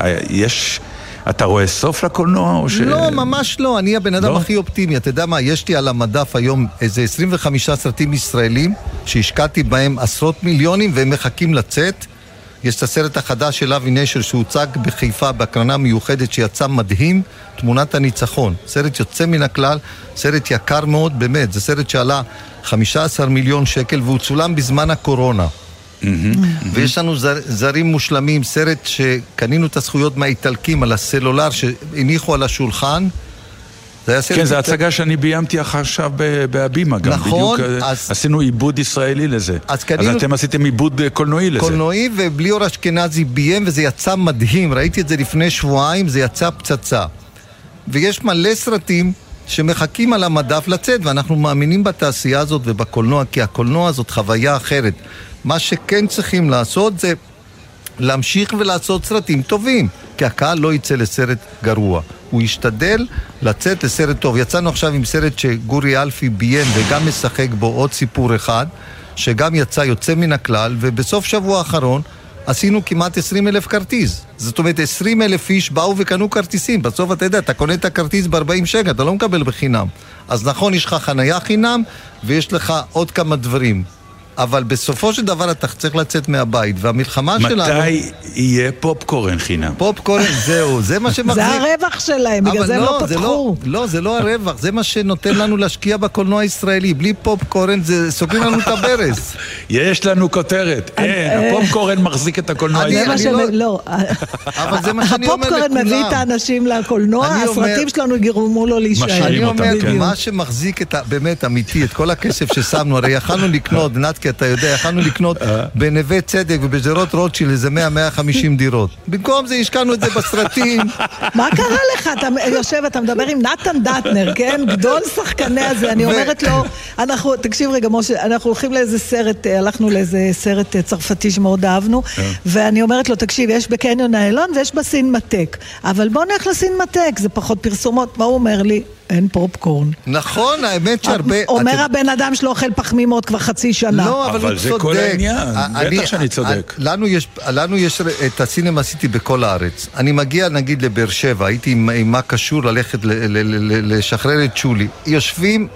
אתה רואה סוף לקולנוע או ש... לא, ממש לא. אני הבן אדם הכי אופטימי. אתה יודע מה? יש לי על המדף היום איזה 25 סרטים ישראלים שהשקעתי בהם עשרות מיליונים והם מחכים לצאת. יש את הסרט החדש של אבי נשר שהוצג בחיפה בהקרנה מיוחדת שיצא מדהים, תמונת הניצחון. סרט יוצא מן הכלל, סרט יקר מאוד באמת. זה סרט שעלה 15 מיליון שקל והוא צולם בזמן הקורונה. ויש לנו זרים מושלמים, סרט שקנינו את הזכויות מהאיטלקים על הסלולר שהניחו על השולחן, כן, זו הצגה שאני ביימתי עכשיו בהבימה גם. נכון. עשינו עיבוד ישראלי לזה. אז אתם עשיתם עיבוד קולנועי לזה. קולנועי, ובלי אור אשכנזי ביים, וזה יצא מדהים. ראיתי את זה לפני שבועיים, זה יצא פצצה. ויש מלא סרטים שמחכים על המדף לצאת, ואנחנו מאמינים בתעשייה הזאת ובקולנוע, כי הקולנוע זאת חוויה אחרת. מה שכן צריכים לעשות זה להמשיך ולעשות סרטים טובים, כי הקהל לא יצא לסרט גרוע. הוא ישתדל לצאת לסרט טוב. יצאנו עכשיו עם סרט שגורי אלפי ביים וגם משחק בו עוד סיפור אחד, שגם יוצא מן הכלל, ובסוף שבוע האחרון עשינו כמעט 20,000 כרטיס. זאת אומרת, 20,000 איש באו וקנו כרטיסים. בסוף אתה יודע, אתה קונה את הכרטיס ב-40 שקל, אתה לא מקבל בחינם. אז נכון, יש לך חנייה חינם, ויש לך עוד כמה דברים. אבל בסופו של דבר אתה צריך לצאת מהבית, והמלחמה שלנו... מתי יהיה פופקורן חינם? פופקורן, זהו, זה מה שמחזיק... זה הרווח שלהם, בגלל זה הם לא פתחו. לא, זה לא הרווח, זה מה שנותן לנו להשקיע בקולנוע הישראלי. בלי פופקורן, זה סוגרים לנו את הברז. יש לנו כותרת, הפופקורן מחזיק את הקולנוע הישראלי. לא, אבל זה מה שאני אומר לכולם. הפופקורן מביא את האנשים לקולנוע, הסרטים שלנו יגרמו לו להישאר. אני אומר, מה שמחזיק את, באמת אמיתי, את כל הכסף ששמנו, הרי יכלנו לקנות, כי אתה יודע, יכלנו לקנות בנווה צדק ובשדרות רוטשילד איזה 100-150 דירות. במקום זה השקענו את זה בסרטים. מה קרה לך? אתה יושב, אתה מדבר עם נתן דטנר, כן? גדול שחקני הזה. אני אומרת לו, תקשיב רגע משה, אנחנו הולכים לאיזה סרט, הלכנו לאיזה סרט צרפתי שמאוד אהבנו, ואני אומרת לו, תקשיב, יש בקניון האילון ויש בסינמטק, אבל בוא נלך לסינמטק, זה פחות פרסומות. מה הוא אומר לי? אין פופקורן. נכון, האמת שהרבה... אומר הבן אדם שלא אוכל פחמימות כבר חצי שנה. לא, אבל זה כל העניין. בטח שאני צודק. לנו יש את הסינמה סיטי בכל הארץ. אני מגיע נגיד לבאר שבע, הייתי עם מה קשור ללכת לשחרר את שולי. יושבים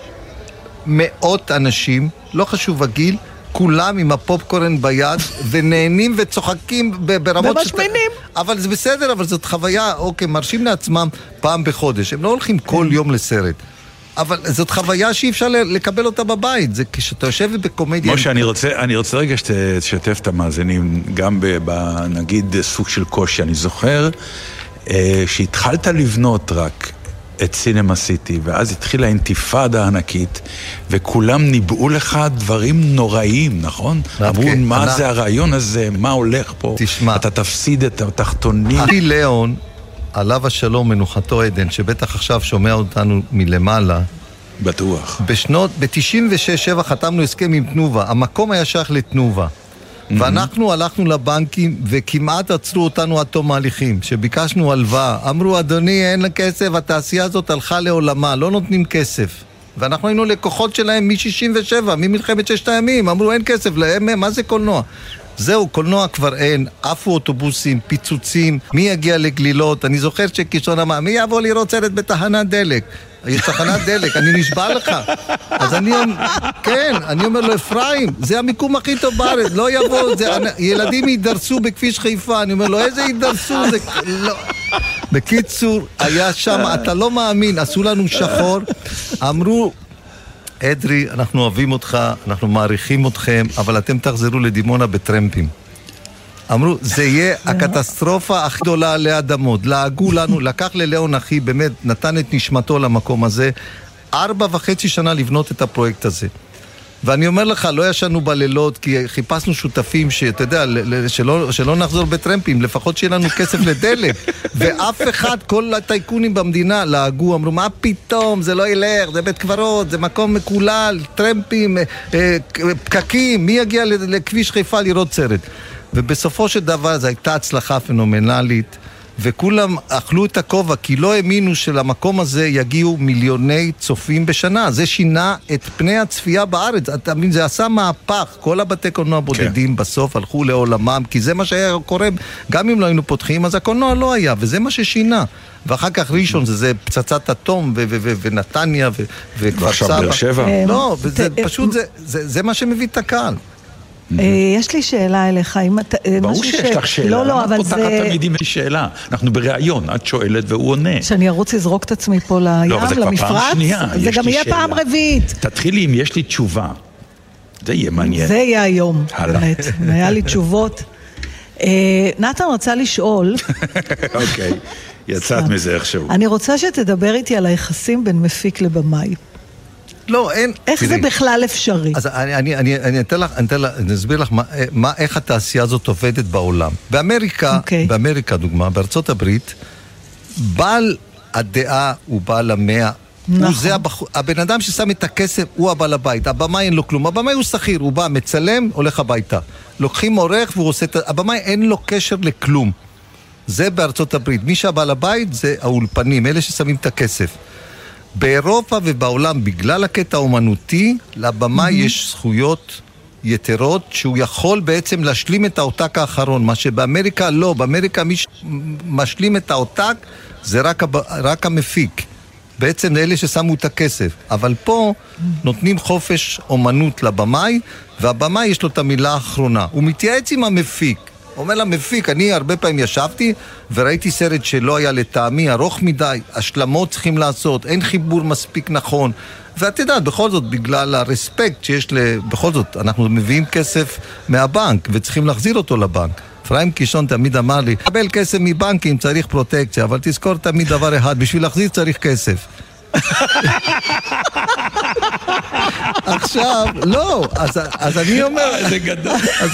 מאות אנשים, לא חשוב הגיל, כולם עם הפופקורן ביד, ונהנים וצוחקים ברמות... ומשמינים. אבל זה בסדר, אבל זאת חוויה, אוקיי, מרשים לעצמם פעם בחודש. הם לא הולכים כל יום לסרט. אבל זאת חוויה שאי אפשר לקבל אותה בבית. זה כשאתה יושב בקומדיה... משה, אני רוצה רגע שתשתף את המאזינים, גם נגיד סוג של קושי. אני זוכר שהתחלת לבנות רק את סינמה סיטי, ואז התחילה אינתיפאדה ענקית, וכולם ניבאו לך דברים נוראיים, נכון? אמרו, מה זה הרעיון הזה, מה הולך פה? תשמע. אתה תפסיד את התחתונים. אבי ליאון, עליו השלום, מנוחתו עדן, שבטח עכשיו שומע אותנו מלמעלה. בטוח. ב-96-7 חתמנו הסכם עם תנובה. המקום היה שייך לתנובה. ואנחנו הלכנו לבנקים וכמעט עצרו אותנו עד תום ההליכים, שביקשנו הלוואה. אמרו, אדוני, אין לה כסף, התעשייה הזאת הלכה לעולמה, לא נותנים כסף. ואנחנו היינו לקוחות שלהם מ-67, ממלחמת 6 הימים. אמרו, אין כסף להם, מה זה קולנוע? זהו, קולנוע כבר אין, עפו אוטובוסים, פיצוצים, מי יגיע לגלילות? אני זוכר שקישון אמר, מי יבוא לראות סרט בתחנת דלק? יש תחנת דלק, אני נשבע לך. אז אני אומר לו, אפרים, זה המיקום הכי טוב בארץ, לא יבוא, ילדים יידרסו בכביש חיפה. אני אומר לו, איזה יידרסו? זה לא... בקיצור, היה שם, אתה לא מאמין, עשו לנו שחור, אמרו, אדרי, אנחנו אוהבים אותך, אנחנו מעריכים אתכם, אבל אתם תחזרו לדימונה בטרמפים. אמרו, זה יהיה הקטסטרופה הכי גדולה עלי אדמות. לעגו לנו, לקח לליאון אחי, באמת נתן את נשמתו למקום הזה, 4.5 שנה לבנות את הפרויקט הזה. ואני אומר לך, לא ישנו בלילות, כי חיפשנו שותפים שאתה יודע, שלא נחזור בטרמפים, לפחות שיהיה לנו כסף לדלק. ואף אחד, כל הטייקונים במדינה, לעגו, אמרו, מה פתאום, זה לא ילך, זה בית קברות, זה מקום מקולל, טרמפים, פקקים, מי יגיע לכביש חיפה לראות סרט? ובסופו של דבר זו הייתה הצלחה פנומנלית, וכולם אכלו את הכובע, כי לא האמינו שלמקום הזה יגיעו מיליוני צופים בשנה. זה שינה את פני הצפייה בארץ. אתה מבין, זה עשה מהפך. כל הבתי קולנוע בודדים בסוף הלכו לעולמם, כי זה מה שהיה קורה. גם אם לא היינו פותחים, אז הקולנוע לא היה, וזה מה ששינה. ואחר כך ראשון, זה פצצת אטום, ונתניה, וכפר סבא. ועכשיו באר שבע. לא, פשוט זה מה שמביא את הקהל. יש לי שאלה אליך. ברור שיש לך שאלה. לא, אבל זה... פותחת תמיד עם שאלה. אנחנו בראיון, את שואלת והוא עונה. שאני ארוץ לזרוק את עצמי פה לים, למפרץ. זה גם יהיה פעם רביעית. תתחילי אם יש לי תשובה. זה יהיה מעניין. זה יהיה היום, באמת. היה לי תשובות. נתן רצה לשאול. אוקיי. יצאת מזה איכשהו. אני רוצה שתדבר איתי על היחסים בין מפיק לבמאי. לא, אין... איך זה בכלל אפשרי? אז אני אסביר לך איך התעשייה הזאת עובדת בעולם. באמריקה, דוגמה, בארצות הברית, בעל הדעה הוא בעל המאה. זה הבן אדם ששם את הכסף, הוא הבעל הבית. הבמאי אין לו כלום. הבמאי הוא שכיר, הוא בא, מצלם, הולך הביתה. לוקחים עורך והוא עושה... הבמאי אין לו קשר לכלום. זה בארצות הברית. מי שהבעל הבית זה האולפנים, אלה ששמים את הכסף. באירופה ובעולם, בגלל הקטע האומנותי, לבמאי יש זכויות יתרות, שהוא יכול בעצם להשלים את העותק האחרון, מה שבאמריקה לא. באמריקה מי שמשלים את העותק זה רק המפיק. בעצם אלה ששמו את הכסף. אבל פה נותנים חופש אומנות לבמאי, והבמאי יש לו את המילה האחרונה. הוא מתייעץ עם המפיק. אומר למפיק, אני הרבה פעמים ישבתי וראיתי סרט שלא היה לטעמי, ארוך מדי, השלמות צריכים לעשות, אין חיבור מספיק נכון. ואת יודעת, בכל זאת, בגלל הרספקט שיש בכל זאת, אנחנו מביאים כסף מהבנק וצריכים להחזיר אותו לבנק. אפרים קישון תמיד אמר לי, קבל כסף מבנקים, צריך פרוטקציה, אבל תזכור תמיד דבר אחד, בשביל להחזיר צריך כסף. עכשיו, לא, אז אני אומר, זה גדול.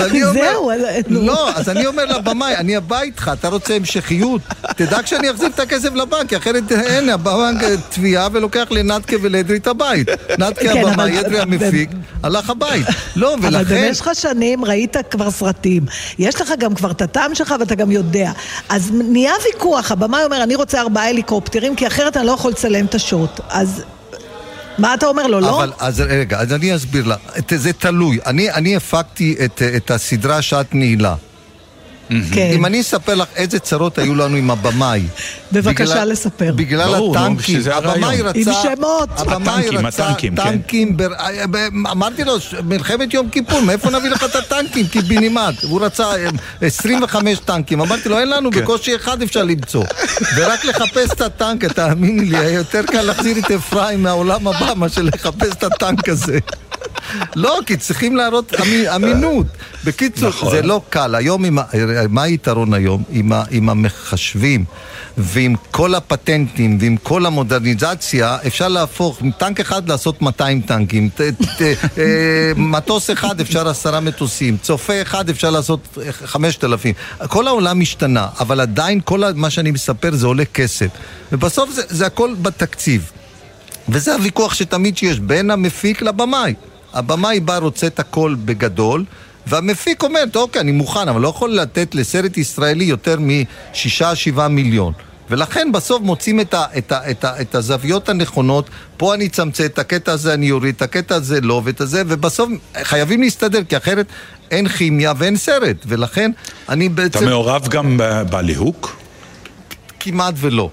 אז אני אומר לבמאי, אני הבא איתך, אתה רוצה המשכיות? תדע כשאני אחזיר את הכסף לבנק, אחרת אין, הבנק תביעה ולוקח לנתקה ולדרי את הבית. נתקה הבמאי, ידרי המפיק, הלך הבית. לא, ולכן... אבל במשך שנים ראית כבר סרטים. יש לך גם כבר את הטעם שלך ואתה גם יודע. אז נהיה ויכוח, הבמאי אומר, אני רוצה 4 הליקופטרים, כי אחרת אני לא יכול לצלם את השוט. אז מה אתה אומר לו, לא? אז רגע, אז אני אסביר לה. זה תלוי. אני הפקתי את הסדרה שעת נעילה. אם אני אספר לך איזה צרות היו לנו עם הבמאי. בבקשה לספר. בגלל הטנקים. הבמאי רצה... עם שמות. הטנקים. אמרתי לו, מלחמת יום כיפור, מאיפה נביא לך את הטנקים? קיבינימט. הוא רצה 25 טנקים. אמרתי לו, אין לנו, בקושי אחד אפשר למצוא. ורק לחפש את הטנק, תאמיני לי, יותר קל להחזיר את אפרים מהעולם הבא, מה שלחפש את הטנק הזה. לא, כי צריכים להראות אמינות. בקיצור, זה לא קל. היום, מה היתרון היום? עם המחשבים ועם כל הפטנטים ועם כל המודרניזציה, אפשר להפוך טנק אחד לעשות 200 טנקים, מטוס אחד אפשר 10 מטוסים, צופה אחד אפשר לעשות 5,000. כל העולם משתנה, אבל עדיין כל מה שאני מספר זה עולה כסף. ובסוף זה הכל בתקציב. וזה הוויכוח שתמיד שיש בין המפיק לבמאי. הבמאי בא רוצה את הכל בגדול, והמפיק אומר, אוקיי, אני מוכן, אבל לא יכול לתת לסרט ישראלי יותר מ6-7 מיליון. ולכן בסוף מוצאים את הזוויות הנכונות, פה אני צמצא, את הקטע הזה אני יוריד, את הקטע הזה לא, ואת הזה, ובסוף חייבים להסתדר, כי אחרת אין כימיה ואין סרט, ולכן אני בעצם... אתה מעורב גם בליהוק? כמעט ולא.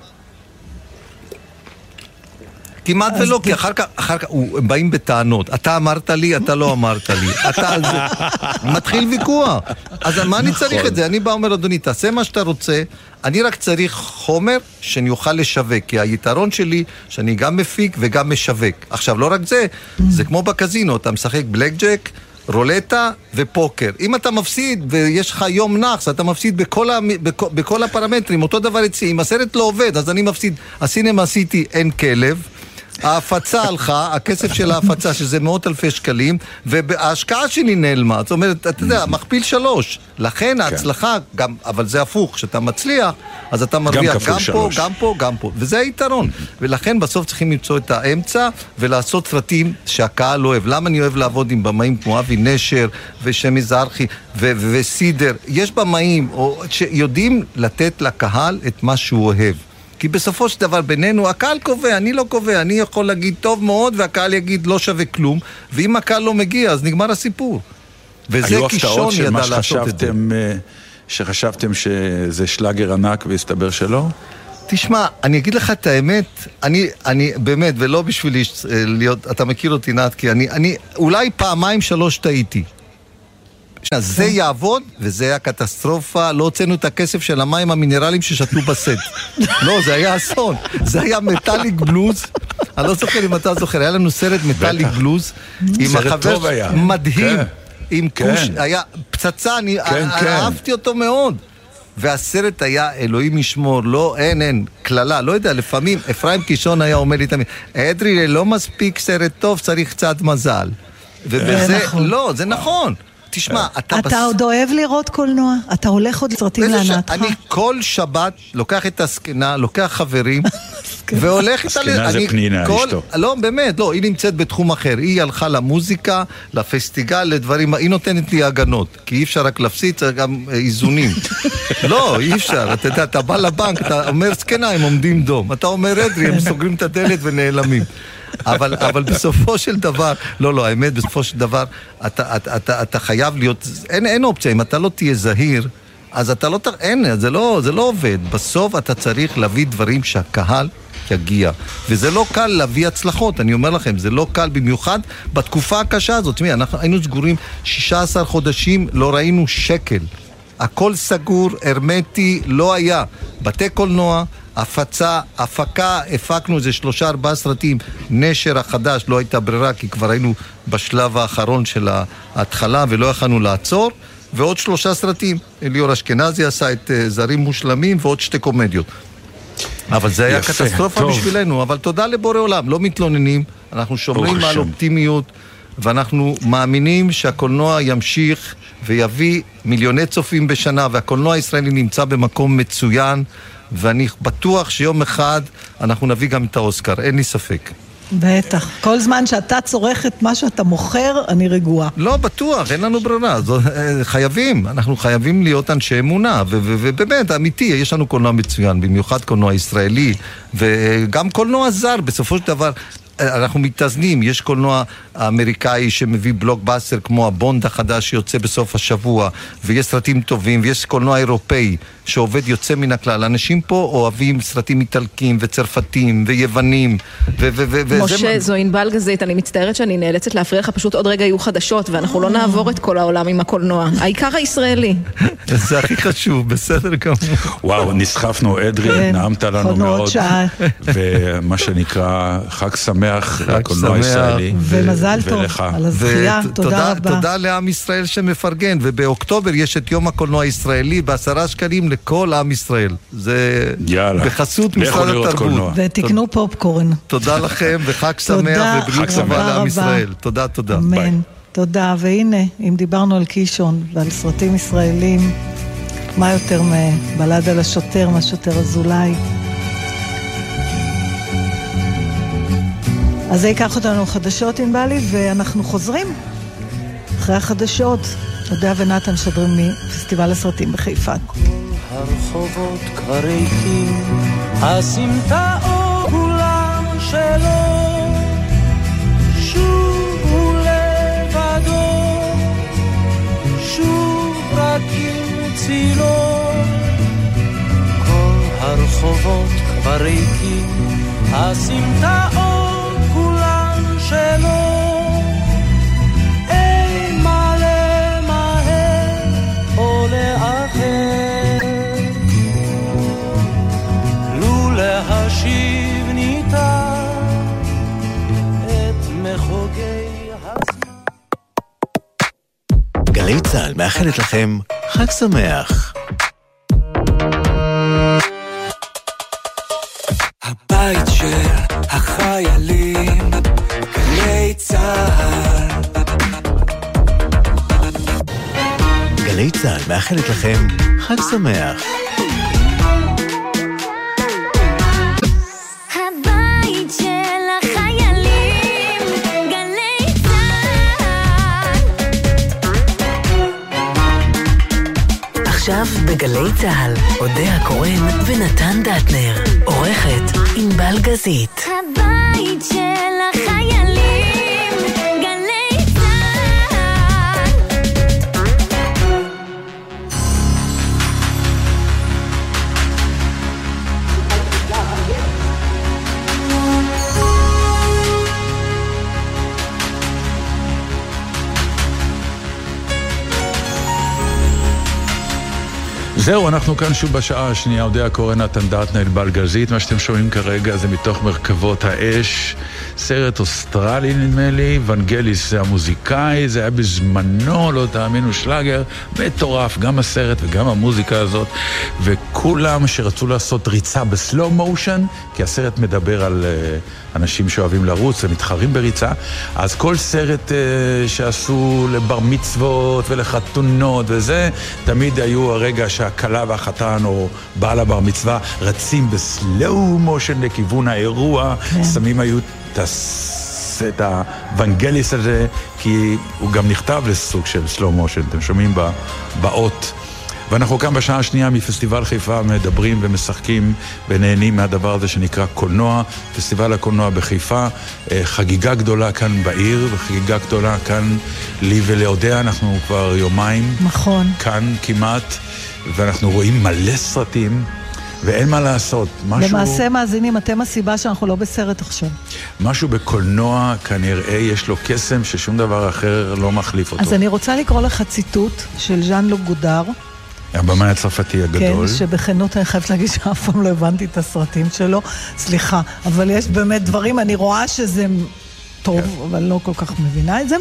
כמעט ולא, כי אחר כך הם באים בטענות. אתה אמרת לי, אתה לא אמרת לי. אתה על זה. מתחיל ויכוח. אז מה אני צריך את זה? אני בא אומר, אדוני, תעשה מה שאתה רוצה, אני רק צריך חומר שאני אוכל לשווק, כי היתרון שלי, שאני גם מפיק וגם משווק. עכשיו, לא רק זה, זה כמו בקזינו, אתה משחק בלק ג'ק, רולטה ופוקר. אם אתה מפסיד ויש לך יום נחס, אתה מפסיד בכל הפרמטרים. אותו דבר אצלי, אם הסרט לא עובד, אז אני מפסיד. הסינמה עשיתי אין כלב, ההפצה הלכה, הכסף של ההפצה, שזה 100,000 שקלים, וההשקעה שלי נעלמה. זאת אומרת, אתה יודע, מכפיל 3. לכן ההצלחה, גם, אבל זה הפוך, כשאתה מצליח, אז אתה מרוויח גם פה, גם פה, גם פה. וזה היתרון. ולכן בסוף צריכים למצוא את האמצע, ולעשות סרטים שהקהל לא אוהב. למה אני אוהב לעבוד עם במאים כמו אבי נשר, ושמי זרחי, וסידר? יש במאים שיודעים לתת לקהל את מה שהוא אוהב. כי בסופו של דבר בינינו, הקהל קובע, אני לא קובע, אני יכול להגיד טוב מאוד, והקהל יגיד לא שווה כלום, ואם הקהל לא מגיע, אז נגמר הסיפור. וזה קישון ידע לעשות את זה. שחשבתם שזה שלאגר ענק והסתבר שלא? תשמע, אני אגיד לך את האמת, אני באמת, ולא בשביל להיות, אתה מכיר אותי נתקי, אני אולי 2-3 טעיתי. זה יעבוד, וזה היה קטסטרופה, לא הוצאנו את הכסף של המים המינרליים ששתו בסט. לא, זה היה אסון. זה היה מטאליק בלוז. אני לא זוכר אם אתה זוכר, היה לנו סרט מטאליק בלוז, עם החבר מדהים, עם קוש, היה פצצה, אני אהבתי אותו מאוד. והסרט היה אלוהים ישמור, לא, אין, כללה, לא יודע, לפעמים אפרים קישון היה אומר לי תמיד, אדרי, לא מספיק סרט טוב, צריך קצת מזל. ובזה, לא, זה נכון. תשמע, אתה עוד אוהב לראות קולנוע? אתה הולך עוד לסרטים לענתך? אני כל שבת לוקח את הסקנה, לוקח חברים, והולך איתה... סקנה זה פנינה, אשתו. לא, באמת, לא, היא נמצאת בתחום אחר. היא הלכה למוזיקה, לפסטיגל, לדברים, היא נותנת לי הגנות, כי אי אפשר רק להפסיד, צריך גם איזונים. לא, אי אפשר. אתה יודע, אתה בא לבנק, אתה אומר סקנה, הם עומדים דום. אתה אומר אדרי, הם סוגרים את הדלת ונעלמים. אבל בסופו של דבר, לא, האמת, בסופו של דבר, אתה חייב להיות, אין אופציה, אם אתה לא תהיה זהיר, אז אתה לא, זה לא עובד. בסוף אתה צריך להביא דברים שהקהל יגיע. וזה לא קל להביא הצלחות, אני אומר לכם, זה לא קל במיוחד בתקופה הקשה הזאת. אנחנו היינו סגורים 16 חודשים, לא ראינו שקל. הכל סגור, הרמטי, לא היה. בתי קולנוע, הפקה, הפקנו איזה 3-4 סרטים. נשר החדש, לא הייתה ברירה, כי כבר היינו בשלב האחרון של ההתחלה ולא יכלנו לעצור. ועוד 3 סרטים. אליאור אשכנזי עשה את זרים מושלמים ועוד 2 קומדיות. אבל זה היה קטסטרופה בשבילנו. אבל תודה לבורא עולם, לא מתלוננים. אנחנו שומרים על אופטימיות, ואנחנו מאמינים שהקולנוע ימשיך ויביא מיליוני צופים בשנה, והקולנוע הישראלי נמצא במקום מצוין, ואני בטוח שיום אחד אנחנו נביא גם את האוסקר, אין לי ספק. בטח. כל זמן שאתה צורך את מה שאתה מוכר, אני רגועה. לא, בטוח, אין לנו ברירה. אנחנו חייבים להיות אנשי אמונה, ובאמת, אמיתי, יש לנו קולנוע מצוין, במיוחד קולנוע ישראלי, וגם קולנוע זר, בסופו של דבר, אנחנו מתאזנים, יש קולנוע האמריקאי שמביא בלוקבאסטר כמו הבונד החדש שיוצא בסוף השבוע, ויש סרטים טובים, ויש קולנוע אירופאי שעובד יוצא מן הכלל. אנשים פה אוהבים סרטים איטלקים וצרפתים ויוונים משה, זו ענבל גזית, אני מצטערת שאני נאלצת להפריע לך, פשוט עוד רגע יהיו חדשות ואנחנו לא נעבור את כל העולם עם הקולנוע, העיקר הישראלי. זה הכי חשוב, בסדר כמובן. וואו, נסחפנו, אדרי, נעמת לנו מאוד, ומה שנקרא חג שמח לקולנוע הישראלי. ומזל טוב על הזכייה, תודה רבה. תודה לעם ישראל שמפרגן, ובאוקטובר יש את יום הקולנוע הישראלי ב10 שקלים לכל עם ישראל. זה בחסות משרד התרבות. ותקנו פופקורן. תודה לכם, וחג שמח ובריאות טובה לעם ישראל. תודה. אמן. תודה, והנה, אם דיברנו על קישון ועל סרטים ישראלים, מה יותר מבלד על השוטר, מהשוטר אזולאי? אז זה ייקח אותנו חדשות עם בלי, ואנחנו חוזרים אחרי החדשות. הודיה ונתן שדרים מפסטיבל הסרטים בחיפה. הרחובות כבר ריקים, הסמטאות כולם שלו, שוב הוא לבדו, שוב רק עם צילו. כל הרחובות כבר ריקים, הסמטאות כולם שלו, אין מה למהר או לאחר, לו להשיב ניתן את מחוגי הזמן. גלי צהל מאחלת לכם חג שמח. הבית של החיילים, גלי צהל. גלי צהל מאחלת לכם חג שמח. הבית של החיילים, גלי צהל. עכשיו בגלי צהל, הודיה קורן ונתן דטנר. עורכת ענבל גזית. הבית של החיילים, גלי צהל. זהו, אנחנו כאן שוב בשעה השנייה, הודיה קורן, נתן דטנר, ענבל גזית. מה שאתם שומעים כרגע זה מתוך מרכבות האש, סרט אוסטרלי נדמה לי, ונגליס זה המוזיקאי, זה היה בזמנו, לא תאמינו, שלאגר, מטורף, גם הסרט וגם המוזיקה הזאת, וכולם שרצו לעשות ריצה בסלו מושן, כי הסרט מדבר על אנשים שאוהבים לרוץ ומתחרים בריצה, אז כל סרט שעשו לבר מצוות ולחתונות וזה, תמיד היו הרגע שהכלה והחתן או בעל הבר מצווה רצים בסלו מושן לכיוון האירוע, שמים היו את הוונגליס הזה, כי הוא גם נכתב לסוג של סלו מושן, אתם שומעים באות. ואנחנו כאן בשעה השנייה מפסטיבל חיפה מדברים ומשחקים ונהנים מהדבר הזה שנקרא קולנוע, פסטיבל הקולנוע בחיפה, חגיגה גדולה כאן בעיר וחגיגה גדולה כאן לי ולעודיה, אנחנו כבר יומיים כאן כמעט, ואנחנו רואים מלא סרטים ואין מה לעשות. למעשה מאזינים, אתם הסיבה שאנחנו לא בסרט עכשיו. משהו בקולנוע כנראה יש לו קסם ששום דבר אחר לא מחליף אותו. אז אני רוצה לקרוא לך ציטוט של ז'אן לוק גודר, הבמאי הצרפתי הגדול. כן, שבכנות אני חייבת להגיד שאף פעם לא הבנתי את הסרטים שלו. סליחה, אבל יש באמת דברים, אני רואה שזה טוב, אבל לא כל כך מבינה את זה.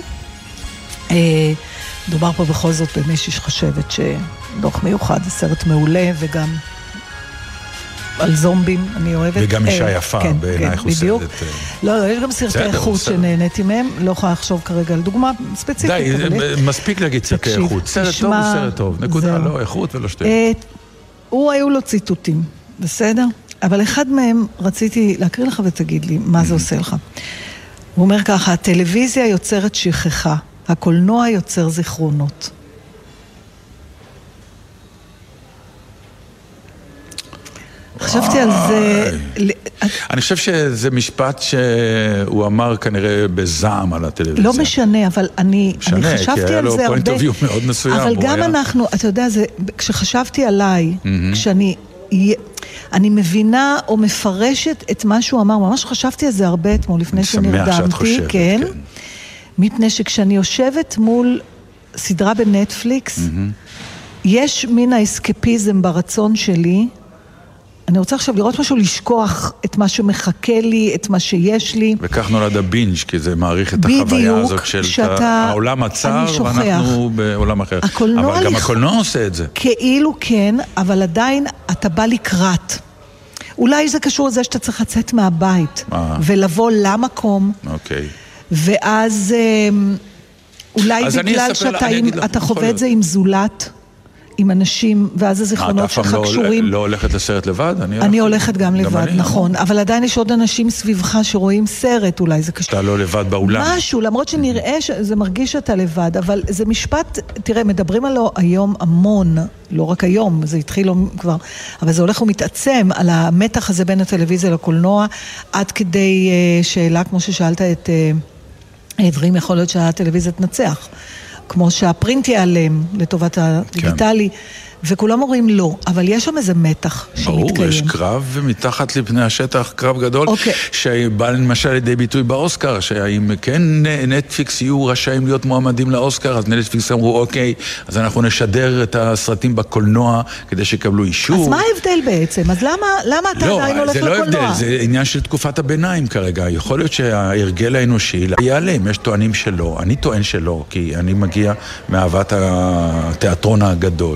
דובר פה בכל זאת במישהי שחשבת שדוח מיוחד זה סרט מעולה, וגם על זומבים, אני אוהבת. וגם אישה יפה, בעינייך הוא סרט. לא, יש גם סרטי איכות שנהניתי מהם, לא יכולה לחשוב כרגע על דוגמה ספציפית. די, מספיק להגיד סרטי איכות. סרט טוב הוא סרט טוב, נקודה, לא איכות ולא שתי. הוא היו לו ציטוטים, בסדר? אבל אחד מהם רציתי להקריא לך ותגיד לי מה זה עושה לך. הוא אומר ככה, הטלוויזיה יוצרת שכחה, הקולנוע יוצר זיכרונות. חשבתי על זה. אני חושב שזה משפט שהוא אמר כנראה בזעם על הטלוויזיה. לא משנה, אבל אני חשבתי על זה הרבה. מאוד מסוים. אבל גם אנחנו, אתה יודע, כשחשבתי עליי, אני מבינה או מפרשת את מה שהוא אמר, ממש חשבתי על זה הרבה אתמול, לפני שנרדמתי, כן. מפני שכשאני יושבת מול סדרה בנטפליקס, יש מין האסקפיזם ברצון שלי, אני רוצה עכשיו לראות משהו, לשכוח את מה שמחכה לי, את מה שיש לי. וכך נולד הבינג', כי זה מעריך את החוויה הזאת של העולם הצער, ואנחנו בעולם אחר. אבל גם הקולנוע עושה את זה. כאילו כן, אבל עדיין אתה בא לקראת. אולי זה קשור לזה שאתה צריך לצאת מהבית, ולבוא למקום. אוקיי. ואז אולי בגלל שאתה חווה את זה עם זולת, עם אנשים, ואז הזיכרונות שלך קשורים. לא הולכת לסרט לבד? אני הולכת גם לבד, נכון. אבל עדיין יש עוד אנשים סביבך שרואים סרט, אולי זה קשור. אתה לא לבד באולם. משהו, למרות שנראה שזה מרגיש שאתה לבד, אבל זה משפט, תראה, מדברים עליו היום המון, לא רק היום, זה התחיל כבר, אבל זה הולך ומתעצם על המתח הזה בין הטלוויזיה לקולנוע, עד כדי שאלה, כמו ששאלת את העברים, יכול להיות שהטלוויזיה תנצח. כמו שהפרינט ייעלם לטובת הדיגיטלי, וכולם אומרים לא, אבל יש שם איזה מתח שמתקיים. ברור, יש קרב, ומתחת לפני השטח קרב גדול, שבא למשל לידי ביטוי באוסקר, שהאם כן נטפליקס יהיו רשאים להיות מועמדים לאוסקר, אז נטפליקס אמרו אוקיי, אז אנחנו נשדר את הסרטים בקולנוע, כדי שיקבלו אישור. אז מה ההבדל בעצם? אז למה אתה עדיין הולך לקולנוע? לא, זה לא הבדל, זה עניין של תקופת הביניים כרגע. יכול להיות שההרגל האנושי ייעלם, יש טוענים שלא, אני טוען שלא, כי אני מגיע מאהבת התיאטרון הגדול.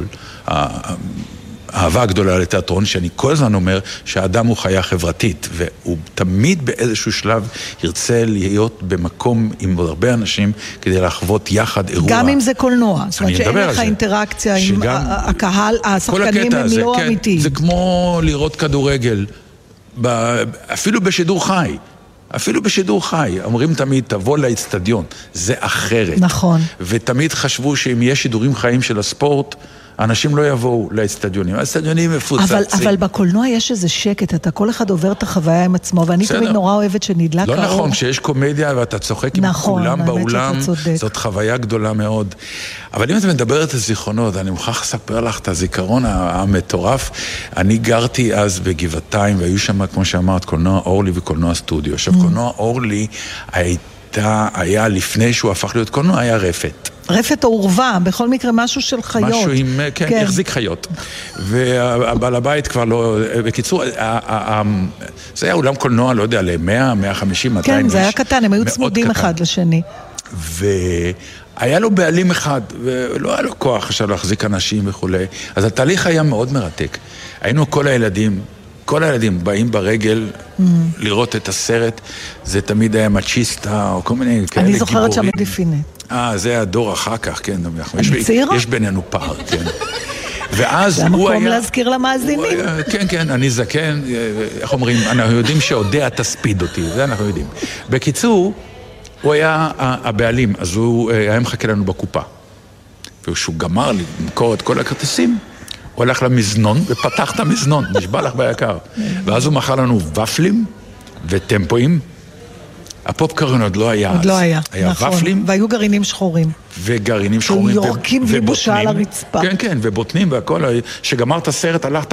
האהבה הגדולה לתיאטרון, שאני כל הזמן אומר שהאדם הוא חיה חברתית, והוא תמיד באיזשהו שלב ירצה להיות במקום עם הרבה אנשים כדי לחוות יחד אירוע. גם אם זה קולנוע, זאת אומרת שאין לך אינטראקציה עם הקהל, השחקנים הם לא אמיתיים. זה כמו לראות כדורגל, אפילו בשידור חי. אפילו בשידור חי, אומרים תמיד, תבוא לאצטדיון, זה אחרת. נכון. ותמיד חשבו שאם יש שידורים חיים של הספורט, אנשים לא יבואו לאצטדיונים. האצטדיונים מפוצצים. אבל בקולנוע יש איזה שקט, אתה כל אחד עובר את החוויה עם עצמו, ואני תמיד נורא אוהבת שנדלק האור. לא נכון, כשיש קומדיה ואתה צוחק עם כולם באולם, זאת חוויה גדולה מאוד. אבל אם אתה מדברת על זיכרונות, אני מוכרח לספר לך את הזיכרון המטורף. אני גרתי אז בגבעתיים, והיו שם, כמו שאמרת, קולנוע אורלי וקולנוע סטודיו. עכשיו, קולנוע אורלי היה לפני שהוא הפך להיות קולנוע, היה רפת. רפת או עורבה, בכל מקרה משהו של חיות. משהו עם, כן, החזיק חיות. והבעל הבית כבר לא, בקיצור, זה היה אולם קולנוע, לא יודע, ל-100, 150, 200 איש. כן, זה היה קטן, הם היו צמודים אחד לשני. והיה לו בעלים אחד, ולא היה לו כוח עכשיו להחזיק אנשים וכו'. אז התהליך היה מאוד מרתק. היינו כל הילדים באים ברגל לראות את הסרט, זה תמיד היה מצ'יסטה או כל מיני כאלה גיבורים. אני זוכרת שם דיפינת. זה הדור אחר כך, כן. אני צעירה? יש בינינו פער, כן. ואז הוא היה... זה המקום להזכיר למאזינים. כן, כן, אני זקן, איך אומרים, אנחנו יודעים שעודיה תספיד אותי, זה אנחנו יודעים. בקיצור, הוא היה הבעלים, אז הוא היה מחכה לנו בקופה. וכשהוא גמר למכור את כל הכרטיסים, הוא הלך למזנון ופתח את המזנון, נשבע לך ביקר. ואז הוא מכר לנו ופלים וטמפואים. הפופקורן עוד לא היה אז. עוד לא היה, נכון. ופלים. והיו גרעינים שחורים. וגרעינים שחורים. יורקים בלי בושה על הרצפה. כן, כן, ובוטנים והכל. שגמר את הסרט, הלכת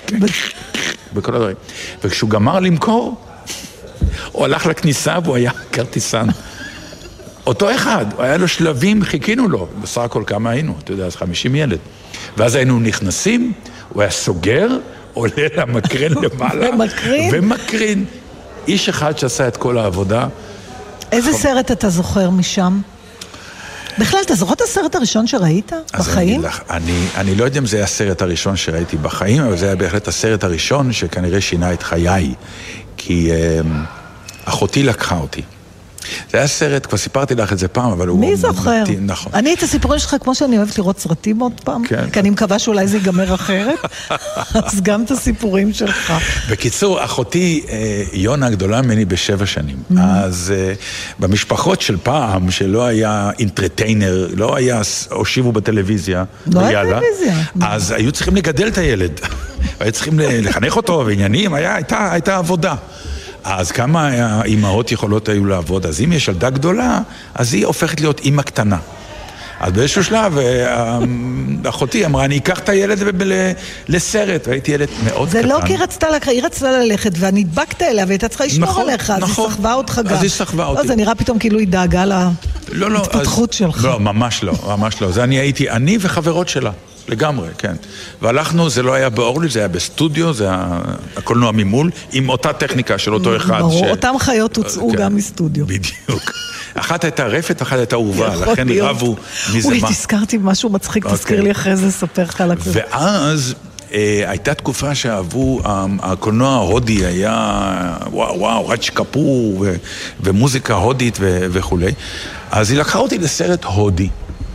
בכל הדברים. וכשהוא גמר למכור, הוא הלך לכניסה והוא היה כרטיסן. אותו אחד, היה לו שלבים, חיכינו לו. בסך הכל כמה היינו, אתה יודע, אז 50 ילד. ואז היינו נכנסים, הוא היה סוגר, עולה למקרן למעלה. ומקרין. איש אחד שעשה את כל העבודה. איזה סרט אתה זוכר משם? בכלל, אתה זוכר את הסרט הראשון שראית בחיים? אני לא יודע אם זה היה הסרט הראשון שראיתי בחיים, אבל זה היה בהחלט הסרט הראשון שכנראה שינה את חיי. כי אחותי לקחה אותי. זה היה סרט, כבר סיפרתי לך את זה פעם, אבל הוא... מי זוכר? נכון. אני את הסיפורים שלך, כמו שאני אוהבת לראות סרטים עוד פעם, כי אני מקווה שאולי זה ייגמר אחרת, אז גם את הסיפורים שלך. בקיצור, אחותי יונה גדולה ממני ב7 שנים. אז במשפחות של פעם, שלא היה אינטרטיינר, לא היה, הושיבו בטלוויזיה, לא היה טלוויזיה. אז היו צריכים לגדל את הילד. היו צריכים לחנך אותו, ועניינים, הייתה עבודה. אז כמה האימהות יכולות היו לעבוד, אז אם יש ילדה גדולה, אז היא הופכת להיות אימא קטנה. אז באיזשהו שלב, אחותי אמרה, אני אקח את הילד לסרט, והייתי ילד מאוד קטן. זה לא כי היא רצתה ללכת, והנדבקת אליה, והייתה צריכה לשמור עליך, אז היא סחבה אותך גם. אז היא סחבה אותי. זה נראה פתאום כאילו היא דאגה להתפתחות שלך. לא, ממש לא, ממש לא. זה אני וחברות שלה. לגמרי, כן. והלכנו, זה לא היה באורלי, זה היה בסטודיו, זה היה הקולנוע ממול, עם אותה טכניקה של אותו אחד. ברור, אותם חיות הוצאו גם מסטודיו. בדיוק. אחת הייתה רפת, אחת הייתה עורבה, לכן רבו מזה מה. תזכרתי משהו מצחיק, תזכיר לי אחרי זה, ספר לך על הכל. ואז הייתה תקופה שאהבו, הקולנוע ההודי היה, וואו, רג' קפור, ומוזיקה הודית וכו'. אז היא לקחה אותי לסרט הודי.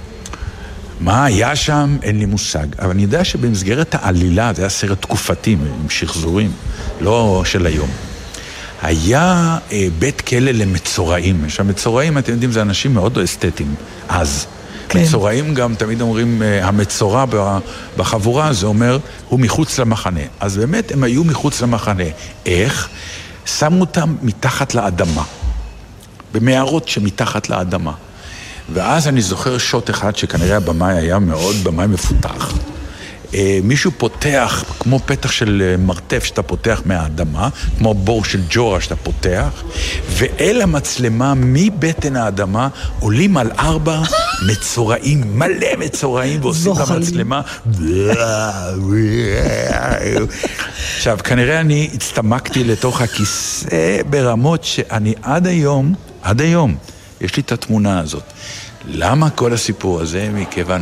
מה היה שם? אין לי מושג. אבל אני יודע שבמסגרת העלילה, זה היה סרט תקופתי, עם שחזורים, לא של היום. היה בית כלא למצורעים. שהמצורעים, אתם יודעים, זה אנשים מאוד אסתטיים. אז. כן. מצורעים גם תמיד אומרים, המצורע בחבורה, זה אומר, הוא מחוץ למחנה. אז באמת הם היו מחוץ למחנה. איך? שמו אותם מתחת לאדמה. במערות שמתחת לאדמה. ואז אני זוכר שוט אחד שכנראה הבמאי היה מאוד במאי מפותח. מישהו פותח, כמו פתח של מרתף שאתה פותח מהאדמה, כמו בור של ג'ורה שאתה פותח, ואל המצלמה מבטן האדמה עולים על 4 מצורעים, מלא מצורעים, ועושים למצלמה. עכשיו, כנראה אני הצטמקתי לתוך הכיסא ברמות שאני עד היום, יש לי את התמונה הזאת. למה כל הסיפור הזה? מכיוון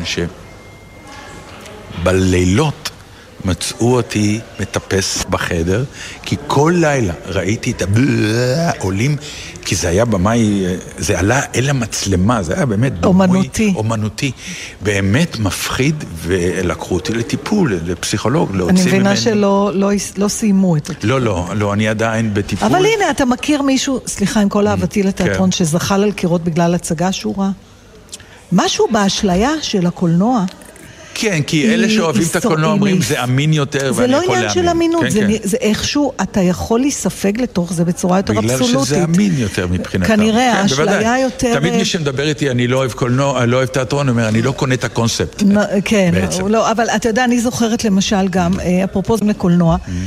שבלילות מצאו אותי מטפס בחדר, כי כל לילה ראיתי את עולים, כי זה היה במאי, זה עלה אל המצלמה, זה היה באמת אומנותי, באמת מפחיד, ולקחו אותי לטיפול, לפסיכולוג, אני מבינה שלא סיימו את הטיפול. לא, אני עדיין בטיפול. אבל הנה, אתה מכיר מישהו, סליחה, עם כל אהבתי לתיאטרון, שזחל על קירות בגלל הצגה שורה? משהו באשליה של הקולנוע, כן, כי אלה שאוהבים את הקולנוע אומרים, זה אמין יותר ואני יכול להאמין. זה לא עניין של אמינות, זה איכשהו, אתה יכול להיספג לתוך זה בצורה יותר אבסולוטית. בגלל שזה אמין יותר מבחינתם. כנראה, האשליה יותר... תמיד מי שמדבר איתי, אני לא אוהב קולנוע, לא אוהב תיאטרון, אומר, אני לא קונה את הקונספט. כן, אבל אתה יודע, אני זוכרת למשל גם, אפרופו לקולנוע,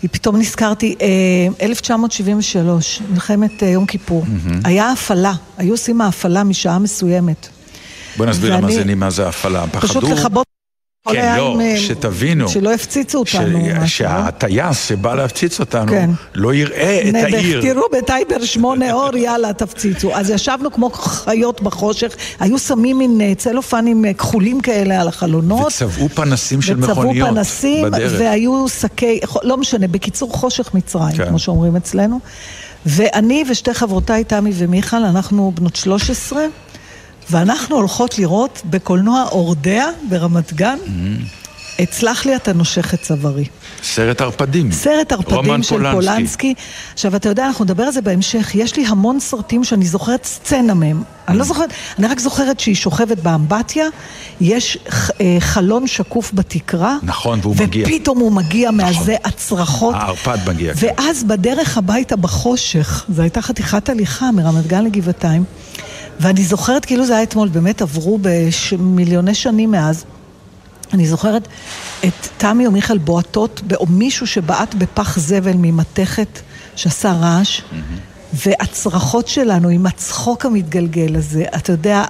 פתאום נזכרתי, 1973, מלחמת יום כיפור, היה הפעלה, היו עושים ההפעלה משעה מסוימת. בוא נסביר למאזינים מה זה הפעלה. פשוט לכבות כן, לא, שתבינו. שלא הפציצו אותנו. שהטייס שבא להפציץ אותנו, לא יראה את העיר. תראו בטייבר 8 אור, יאללה, תפציצו. אז ישבנו כמו חיות בחושך, היו שמים מין צלופנים כחולים כאלה על החלונות. וצבעו פנסים של מכוניות בדרך. וצבעו פנסים, והיו שקי, לא משנה, בקיצור חושך מצרים, כמו שאומרים אצלנו. ואני ושתי חברותיי, תמי ומיכל, אנחנו בנות 13, ואנחנו הולכות לראות בקולנוע אורדע ברמת גן, הצלח לי אתה נושך את צווארי. סרט ערפדים. סרט ערפדים של פולנסקי. עכשיו, אתה יודע, אנחנו נדבר על זה בהמשך. יש לי המון סרטים שאני זוכרת סצנה מהם. אני לא זוכרת, אני רק זוכרת שהיא שוכבת באמבטיה, יש חלון שקוף בתקרה. נכון, והוא מגיע. ופתאום הוא מגיע מהזה הצרחות. הערפד מגיע. ואז בדרך הביתה בחושך, זו הייתה חתיכת הליכה מרמת גן לגבעתיים, ואני זוכרת כאילו זה היה אתמול, באמת עברו במיליוני שנים מאז, אני זוכרת את תמי או מיכל בועטות, או מישהו שבעט בפח זבל ממתכת שעשה רעש, והצרחות שלנו עם הצחוק המתגלגל הזה, אתה יודע,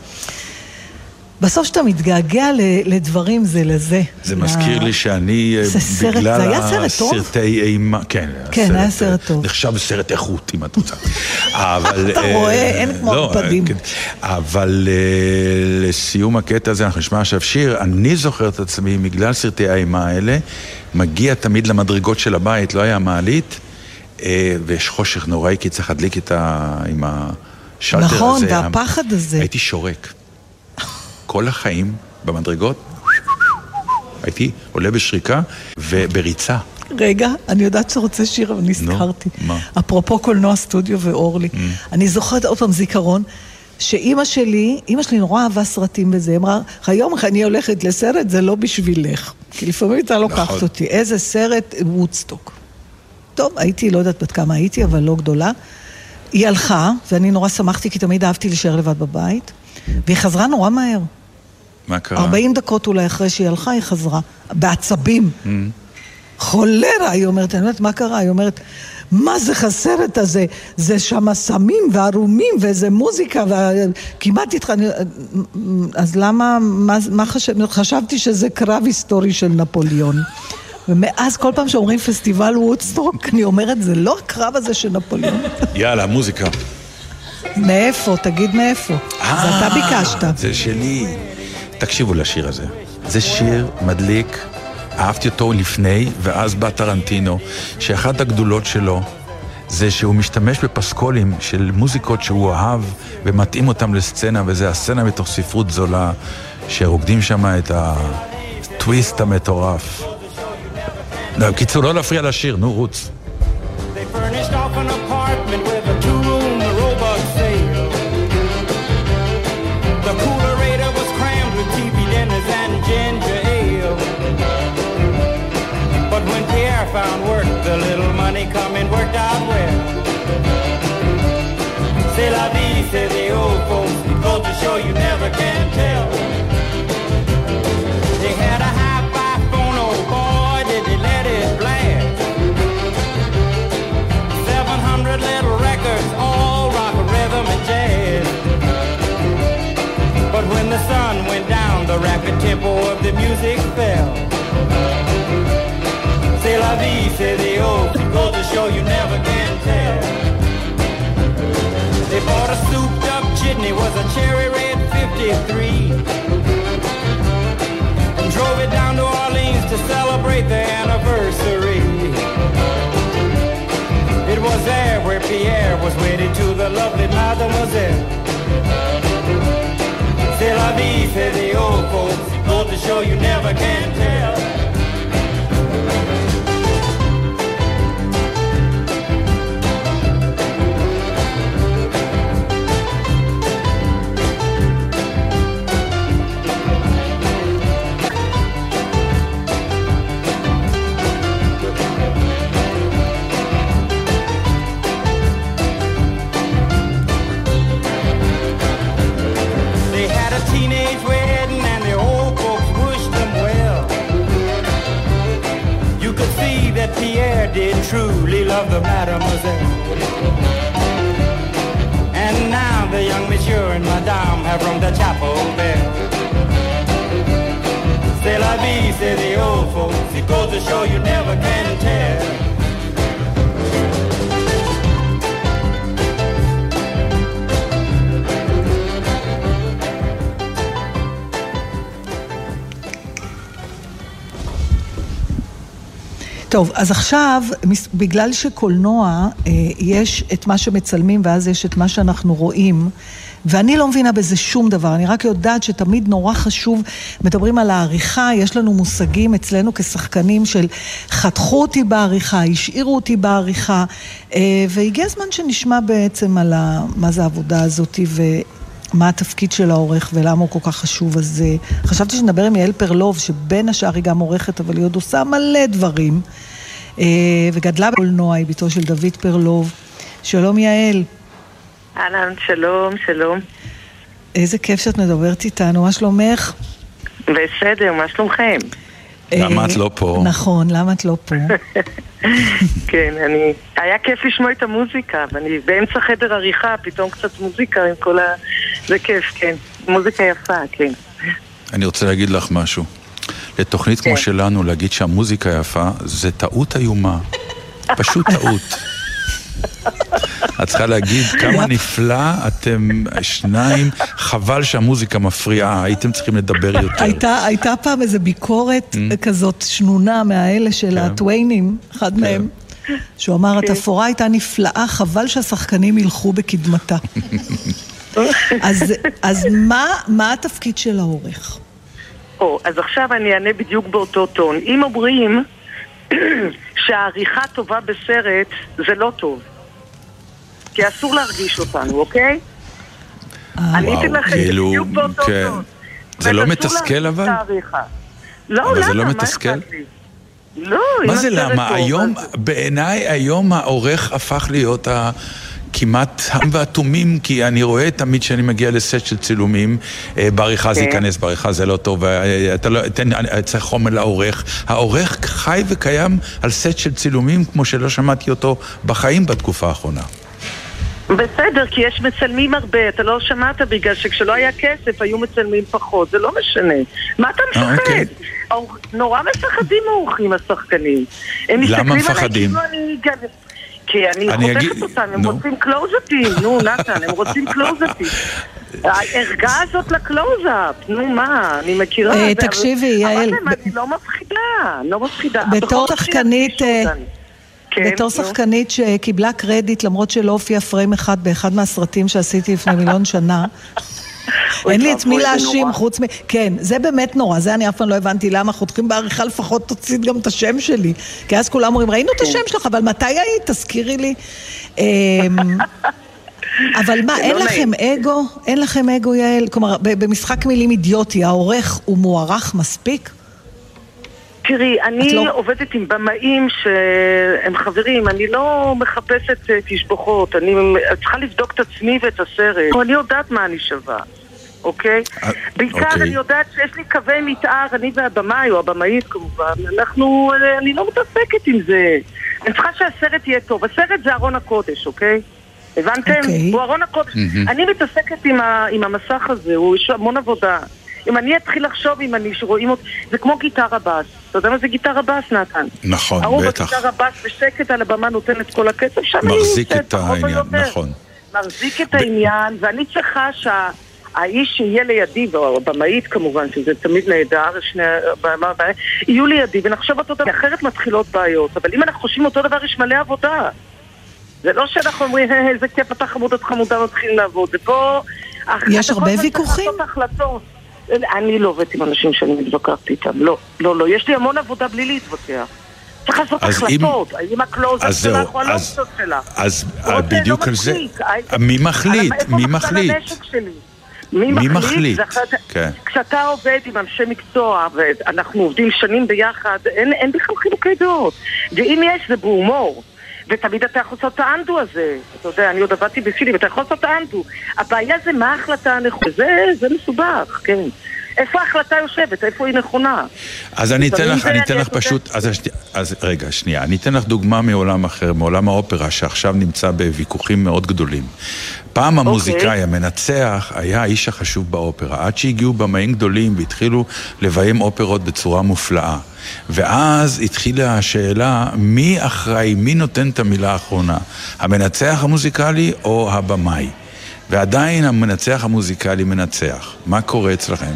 בסוף שאתה מתגעגע לדברים זה לזה. זה מזכיר לי שאני, בגלל הסרטי אימה, כן, היה סרט טוב. נחשב סרט איכות, אם את רוצה. אתה רואה, אין כמו ערפדים. אבל לסיום הקטע הזה, אנחנו נשמע עכשיו שיר, אני זוכר את עצמי, בגלל סרטי האימה האלה, מגיע תמיד למדרגות של הבית, לא היה מעלית, ויש חושך נוראי, כי צריך להדליק עם השלטר הזה. נכון, והפחד הזה. הייתי שורק. כל החיים במדרגות, הייתי עולה בשריקה ובריצה. רגע, אני יודעת שרוצה שיר, אבל נזכרתי. אפרופו קולנוע סטודיו ואורלי. אני זוכרת עוד פעם זיכרון, שאמא שלי נורא אהבה סרטים בזה, אמרה, היום אני הולכת לסרט, זה לא בשבילך. כי לפעמים אתה לוקחת אותי. איזה סרט? וודסטוק. טוב, הייתי, לא יודעת בת כמה הייתי, אבל לא גדולה. היא הלכה, ואני נורא שמחתי, כי תמיד אהבתי להישאר לבד בבית. והיא חזרה נורא מהר. מה קרה? 40 דקות אולי אחרי שהיא הלכה, היא חזרה. בעצבים. חולרה, היא אומרת, אני אומרת, מה קרה? היא אומרת, מה זה הסרט הזה? זה שם סמים וערומים, ואיזה מוזיקה, וכמעט איתך... אז למה, מה חשבתי שזה קרב היסטורי של נפוליאון. ומאז כל פעם שאומרים פסטיבל וודסטוק, אני אומרת, זה לא הקרב הזה של נפוליאון. יאללה, מוזיקה. מאיפה? תגיד מאיפה. זה אתה ביקשת. זה שלי. תקשיבו לשיר הזה. זה שיר מדליק, אהבתי אותו לפני, ואז בא טרנטינו, שאחת הגדולות שלו, זה שהוא משתמש בפסקולים של מוזיקות שהוא אהב, ומתאים אותם לסצנה, וזה הסצנה מתוך ספרות זולה, שרוקדים שם את הטוויסט המטורף. בקיצור, לא להפריע לשיר, נו, רוץ. They furnished off an apartment with a two-room robot sale. The coolerator was crammed with TV dinners and ginger ale. But when Pierre found work, the little money coming worked out well. C'est la vie, say the old folks, goes to show you never can tell. They had a hi-fi phone, oh boy, did they let it blast. 700 little records, all rock, rhythm, and jazz. But when the sun went down, the rapid tempo of the music fell. C'est la vie, say the old, goes to show you never can tell. They bought a souped-up jitney, was a cherry red 53, and drove it down to Orleans to celebrate the anniversary. It was there where Pierre was wedded to the lovely mademoiselle. C'est la vie, say the old folks, goes to show you never can tell. of the mademoiselle. And now the young monsieur and madame have rung the chapel bell. C'est la vie, say the old folks. It goes to show you never can tell. טוב, אז עכשיו, בגלל שקולנוע, יש את מה שמצלמים ואז יש את מה שאנחנו רואים, ואני לא מבינה בזה שום דבר, אני רק יודעת שתמיד נורא חשוב, מדברים על העריכה, יש לנו מושגים אצלנו כשחקנים של חתכו אותי בעריכה, השאירו אותי בעריכה, והגיע הזמן שנשמע בעצם על מה זה העבודה הזאת ומה התפקיד של העורך ולמה הוא כל כך חשוב. אז חשבתי שנדבר עם יעל פרלוב, שבין השאר היא גם עורכת, אבל היא עוד עושה מלא דברים, וגדלה בקולנוע, היא ביתו של דוד פרלוב. שלום יעל. אהלן, שלום, שלום. איזה כיף שאת מדברת איתנו, מה שלומך? בסדר, מה שלומכם? למה את לא פה? נכון, למה את לא פה? כן, היה כיף לשמוע את המוזיקה, ואני באמצע חדר עריכה, פתאום קצת מוזיקה עם כל זה כיף, כן. מוזיקה יפה, כן. אני רוצה להגיד לך משהו. לתוכנית כמו שלנו, להגיד שהמוזיקה יפה, זה טעות איומה. פשוט טעות. את צריכה להגיד כמה נפלא אתם שניים, חבל שהמוזיקה מפריעה, הייתם צריכים לדבר יותר. הייתה פעם איזו ביקורת כזאת שנונה מהאלה של הטוויינים, אחד מהם, שהוא אמר, התפאורה הייתה נפלאה, חבל שהשחקנים ילכו בקדמתה. אז מה התפקיד של העורך? אז עכשיו אני אענה בדיוק באותו טון. אם אומרים שהעריכה טובה בסרט, זה לא טוב. כי אסור להרגיש אותנו, אוקיי? אני אתן לכם בדיוק באותו טון. זה לא מתסכל אבל? לא, למה? זה לא מתסכל? לא, מה זה למה? היום, בעיניי היום העורך הפך להיות כמעט הם ואטומים, כי אני רואה תמיד שאני מגיע לסט של צילומים, בעריכה זה ייכנס, בעריכה זה לא טוב, אתה לא, צריך חומר לעורך. העורך חי וקיים על סט של צילומים, כמו שלא שמעתי אותו בחיים בתקופה האחרונה. בסדר, כי יש מצלמים הרבה, אתה לא שמעת בגלל שכשלא היה כסף היו מצלמים פחות, זה לא משנה. מה אתה מפחד? נורא מפחדים האורחים השחקנים. למה מפחדים? כי אני חותכת אותם, הם רוצים קלוז-אפים, נו נתן, הם רוצים קלוז-אפים. ההרגעה הזאת לקלוז-אפ, נו מה, אני מכירה. תקשיבי, יעל. אבל אני לא מפחידה. בתור שחקנית שקיבלה קרדיט, למרות שלא הופיע פריים אחד באחד מהסרטים שעשיתי לפני 1,000,000 שנה, אין לי את מי להאשים חוץ כן, זה באמת נורא, זה אני אף פעם לא הבנתי למה חותכים בעריכה, לפחות תוציא גם את השם שלי, כי אז כולם אומרים, ראינו את השם שלך, אבל מתי היית? תזכירי לי. אבל מה, אין לכם אגו? אין לכם אגו, יעל? כלומר, במשחק מילים אידיוטי, העורך הוא מוערך מספיק? תראי, אני עובדת עם במאים שהם חברים, אני לא מחפשת תשבוכות, אני צריכה לבדוק את עצמי ואת הסרט, אני יודעת מה אני שווה, אוקיי? בעיקר אני יודעת שיש לי קווי מתאר, אני והבמאי או הבמאית כמובן, אני לא מתעסקת עם זה, אני צריכה שהסרט יהיה טוב, הסרט זה ארון הקודש, אוקיי? הבנתם? הוא ארון הקודש, אני מתעסקת עם המסך הזה, הוא יש המון עבודה. אם אני אתחיל לחשוב, אם אני שרואים אותי, זה כמו גיטרה בס. אתה יודע מה זה גיטרה בס, נתן? נכון, בטח. הגיטרה בס בשקט על הבמה נותן את כל הקצב שם. מחזיק את העניין, נכון. מחזיק את העניין, ואני צריכה שהאיש שיהיה לידי, והבמאית כמובן, שזה תמיד נהדר, יהיו לידי, ונחשוב אותו דבר, אחרת מתחילות בעיות. אבל אם אנחנו חושבים אותו דבר, יש מלא עבודה. זה לא שאנחנו אומרים, איזה כיף, אתה חמודה, מתחילים לעבוד. ופה... יש הרבה ויכוחים? אני לא עובדת עם אנשים שאני מתווכחת איתם, לא, יש לי המון עבודה בלי להתווכח. צריך לעשות החלטות, האם הקלוזת שלך או הלוקסות שלך. אז בדיוק על זה, מי מחליט? מי מחליט? כשאתה עובד עם אנשי מקצוע, ואנחנו עובדים שנים ביחד, אין בכלל חילוקי דעות. ואם יש, זה בהומור. ותמיד אתה יכול לעשות את האנדו הזה. אתה יודע, אני עוד עבדתי בפילים, אתה יכול לעשות את האנדו. הבעיה זה מה ההחלטה הנכונה. זה מסובך, כן. איפה ההחלטה יושבת? איפה היא נכונה? אז אני אתן לך פשוט, אז רגע, שנייה, אני אתן לך דוגמה מעולם אחר, מעולם האופרה, שעכשיו נמצא בוויכוחים מאוד גדולים. פעם המוזיקאי המנצח היה האיש החשוב באופרה, עד שהגיעו במאים גדולים והתחילו לביים אופרות בצורה מופלאה. ואז התחילה השאלה, מי אחראי, מי נותן את המילה האחרונה? המנצח המוזיקלי או הבמאי? ועדיין המנצח המוזיקלי מנצח. מה קורה אצלכם?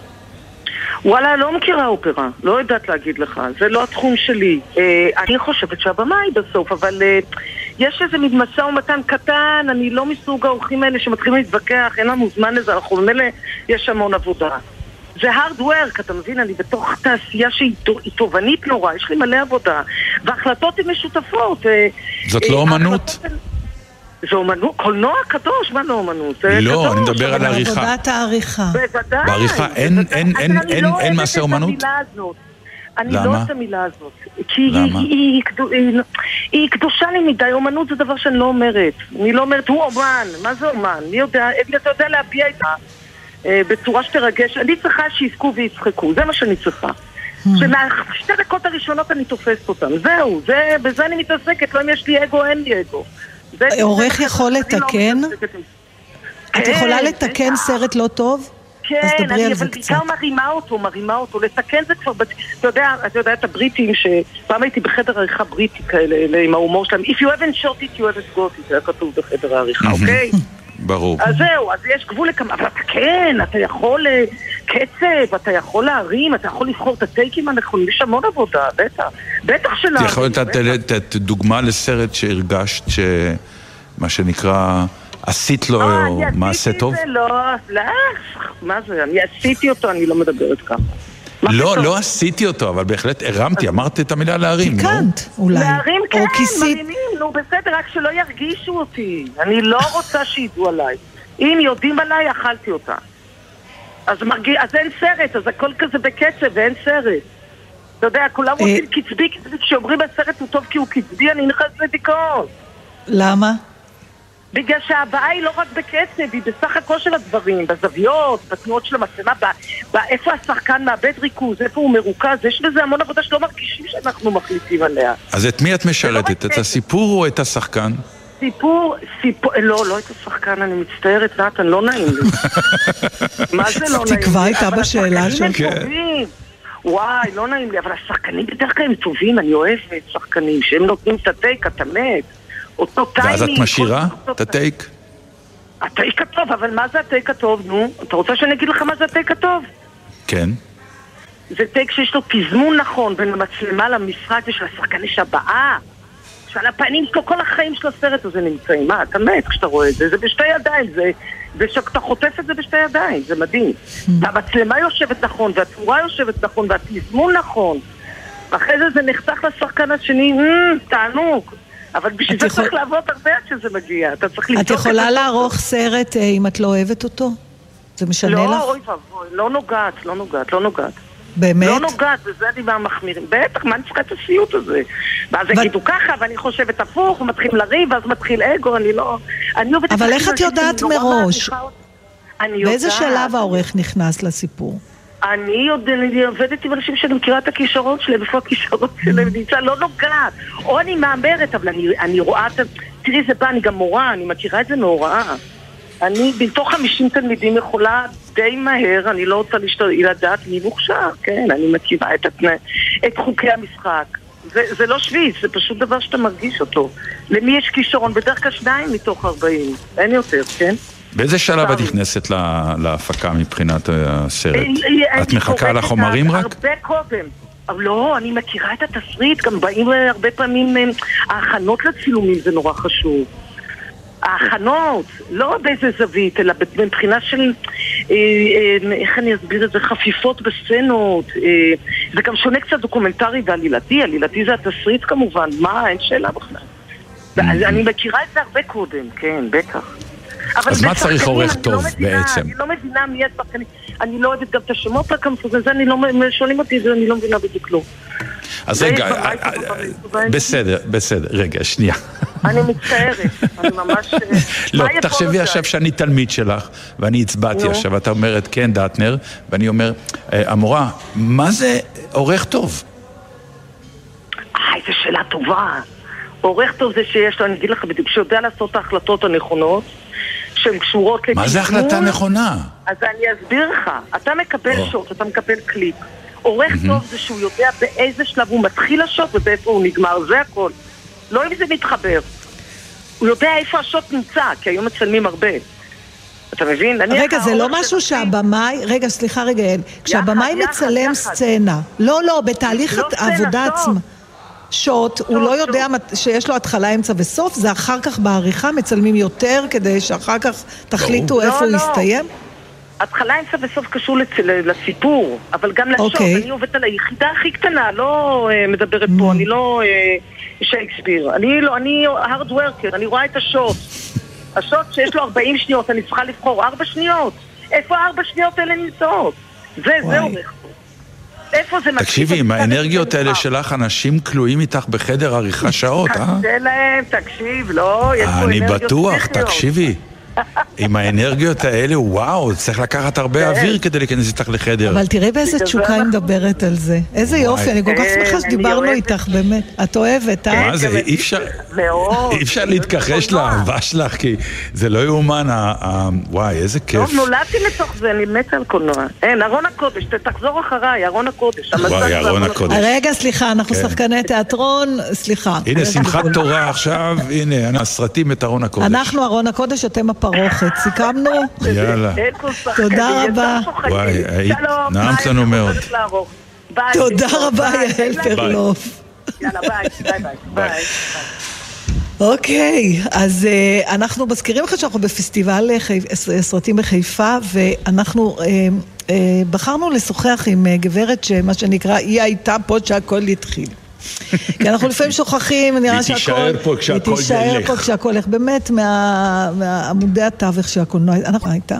וואלה, לא מכירה אופרה, לא יודעת להגיד לך, זה לא התחום שלי. אני חושבת שהבמאי בסוף, אבל יש איזה משא ומתן קטן, אני לא מסוג האורחים האלה שמתחילים להתווכח, אין לנו זמן לזה, אנחנו במילא יש המון עבודה. זה hard work, אתה מבין? אני בתוך תעשייה שהיא תובנית נורא, יש לי מלא עבודה, וההחלטות הן משותפות. זאת לא אומנות? זה אומנות, קולנוע קדוש, מה לא אומנות? לא, אני מדבר על העריכה. עבודת העריכה. בוודאי. בעריכה אין מעשה אומנות? אני לא אוהבת את המילה הזאת. כי היא קדושה לי מדי, אומנות זה דבר שאני לא אומרת. אני לא אומרת, הוא אומן, מה זה אומן? אתה יודע להביע את בצורה שתרגש. אני צריכה שיזכו ויצחקו, זה מה שאני צריכה. שתי דקות הראשונות אני תופסת אותם, זהו, בזה אני מתעסקת, לא אם יש לי אגו, אין לי אגו. עורך יכול לתקן? את יכולה לתקן סרט לא טוב? כן, אני אבל בעיקר מרימה אותו, לתקן זה כבר, אתה יודע את הבריטים, שפעם הייתי בחדר עריכה בריטי כאלה, עם ההומור שלהם, If you haven't shot it, you haven't got it, זה היה כתוב בחדר העריכה, אוקיי? ברור. אז זהו, אז יש גבול לכמה, אבל כן, אתה יכול קצב, אתה יכול להרים, אתה יכול לבחור את הטייקים הנכונים, יש המון עבודה, בטח שלנו. יכול לתת דוגמה לסרט שהרגשת מה שנקרא, עשית לו מעשה טוב? לא, מה זה, אני עשיתי אותו, אני לא מדברת ככה. לא עשיתי אותו, אבל בהחלט הרמתי, אמרת את המילה להרים, נו. תיקנת, אולי. להרים, כן, מרימים, נו, בסדר, רק שלא ירגישו אותי. אני לא רוצה שידעו עליי. אם יודעים עליי, אכלתי אותה. אז אין סרט, אז הכל כזה בקצב, ואין סרט. אתה יודע, כולם רוצים קצבי, כשאומרים הסרט הוא טוב כי הוא קצבי, אני נכנס לדיכאון. למה? בגלל שהבאה היא לא רק בקצב, היא בסך הכל של הדברים, בזוויות, בתנועות של המצלמה, איפה השחקן מאבד ריכוז, איפה הוא מרוכז, יש בזה המון עבודה שלא מרגישים שאנחנו מחליטים עליה. אז את מי את משרתת? את הסיפור או את השחקן? סיפור, לא את השחקן, אני מצטערת, נתן, לא נעים לי. מה זה לא נעים לי? תקווה הייתה בשאלה של... וואי, לא נעים לי, אבל השחקנים בדרך כלל הם טובים, אני אוהבת שחקנים, שהם נותנים את הטייק, אתה מת. ואז את משאירה את הטייק? הטייק הטוב, אבל מה זה הטייק הטוב, נו? אתה רוצה שאני אגיד לך מה זה הטייק הטוב? כן. זה טייק שיש לו פזמון נכון בין המצלמה למשחק ושל השחקן יש הבאה, שעל הפנים שלו, כל החיים של הסרט הזה נמצאים. מה, אתה מת כשאתה רואה את זה, זה בשתי ידיים, ושאתה חוטף את זה בשתי ידיים, זה מדהים. והמצלמה יושבת נכון, והתמורה יושבת נכון, והפזמון נכון. אחרי זה נחתך לשחקן השני, תענוג. אבל בשביל זה צריך לעבוד הרבה עד שזה מגיע. את יכולה לערוך סרט אם את לא אוהבת אותו? זה משנה לך? לא, אוי ואבוי, לא נוגעת. באמת? לא נוגעת, וזה אני מהמחמירים. בטח, מה אני צריכה את הסיוט הזה? ואז יגידו ככה, ואני חושבת הפוך, ומתחיל לריב, ואז מתחיל אגו, אני לא... אבל איך את יודעת מראש? באיזה שלב העורך נכנס לסיפור? אני עובדת עם אנשים שאני מכירה את הכישרות שלהם, איפה הכישרות שלהם נמצא, לא נוגעת. או אני מאמרת, אבל אני רואה את... תראי, זה בא, אני גם מורה, אני מכירה את זה מהוראה. אני בתוך 50 תלמידים יכולה די מהר, אני לא רוצה לדעת מי מוכשר, כן, אני מכירה את חוקי המשחק. זה לא שביץ, זה פשוט דבר שאתה מרגיש אותו. למי יש כישרון? בדרך כלל 2 מתוך 40, אין יותר, כן? באיזה שלב את נכנסת להפקה מבחינת הסרט? את מחכה לחומרים רק? הרבה קודם. לא, אני מכירה את התסריט, גם באים הרבה פעמים, ההכנות לצילומים זה נורא חשוב. ההכנות, לא באיזה זווית, אלא מבחינה של, איך אני אסביר את זה, חפיפות בסצנות. זה גם שונה קצת דוקומנטרי ועלילתי, עלילתי זה התסריט כמובן, מה, אין שאלה בכלל. אני מכירה את זה הרבה קודם, כן, בטח. אז מה צריך עורך טוב בעצם? אני לא מבינה מי השחקנים, אני לא יודעת גם את השמות הקמפוס, זה אני לא, שואלים אותי, זה אני לא מבינה בדיוק לא. אז רגע, בסדר, רגע, שנייה. אני מצטערת, אני ממש... לא, תחשבי עכשיו שאני תלמיד שלך, ואני הצבעתי עכשיו, אתה אומרת, כן, דטנר, ואני אומר, המורה, מה זה עורך טוב? איזו שאלה טובה. עורך טוב זה שיש לו, אני אגיד לך בדיוק, שיודע לעשות את ההחלטות הנכונות, שהן קשורות לתכנון. מה זה החלטה נכונה? אז אני אסביר לך. אתה מקבל שוט, אתה מקבל קליפ. עורך טוב זה שהוא יודע באיזה שלב הוא מתחיל השוט ובאיפה הוא נגמר, זה הכל. לא אם זה מתחבר. הוא יודע איפה השוט נמצא, כי היום מצלמים הרבה. אתה מבין? רגע, זה לא משהו שהבמאי... רגע, סליחה רגע, כשהבמאי מצלם סצנה. לא, בתהליך העבודה עצמה. שוט, הוא לא יודע שיש לו התחלה, אמצע וסוף, זה אחר כך בעריכה מצלמים יותר כדי שאחר כך תחליטו איפה הוא יסתיים? התחלה, אמצע וסוף קשור לסיפור, אבל גם לשוט. אני עובדת על היחידה הכי קטנה, לא מדברת פה, אני לא שייקספיר. אני hard worker, אני רואה את השוט. השוט שיש לו 40 שניות, אני צריכה לבחור 4 שניות. איפה 4 שניות האלה נמצאות? זה עורך. תקשיבי, עם האנרגיות האלה שלך, אנשים כלואים איתך בחדר עריכה שעות, קשה להם, תקשיב, לא, יש פה אנרגיות. אני בטוח, תקשיבי. עם האנרגיות האלה, וואו, צריך לקחת הרבה אוויר כדי להיכנס איתך לחדר. אבל תראי באיזה תשוקה היא מדברת על זה. איזה יופי, אני כל כך שמחה שדיברנו איתך, באמת. את אוהבת, מה זה, אי אפשר להתכחש לאהבה שלך, כי זה לא יאומן, וואי, איזה כיף. טוב, נולדתי לתוך זה, אני מתה על קולנוע. אין, ארון הקודש, תחזור אחריי, ארון הקודש. וואי, ארון הקודש. רגע, סליחה, אנחנו שחקני תיאטרון, סליחה. הנה, שמחת תורה עכשיו, הנה, הסרטים את ארון הקודש. אנחנו ארון הקודש, אתם הפרוכת. סיכמנו? יאללה. תודה רבה. וואי, נעמת לנו מאוד. תודה רבה, יעל פרלוף. יאללה, ביי. אוקיי, אז אנחנו מזכירים לך שאנחנו בפסטיבל סרטים בחיפה, ואנחנו בחרנו לשוחח עם גברת שמה שנקרא, היא הייתה פה שהכל התחיל. כי אנחנו לפעמים שוכחים, נראה שהכל... היא תישאר פה כשהכל הולך. באמת מהעמודי התווך שהקולנוע הייתה.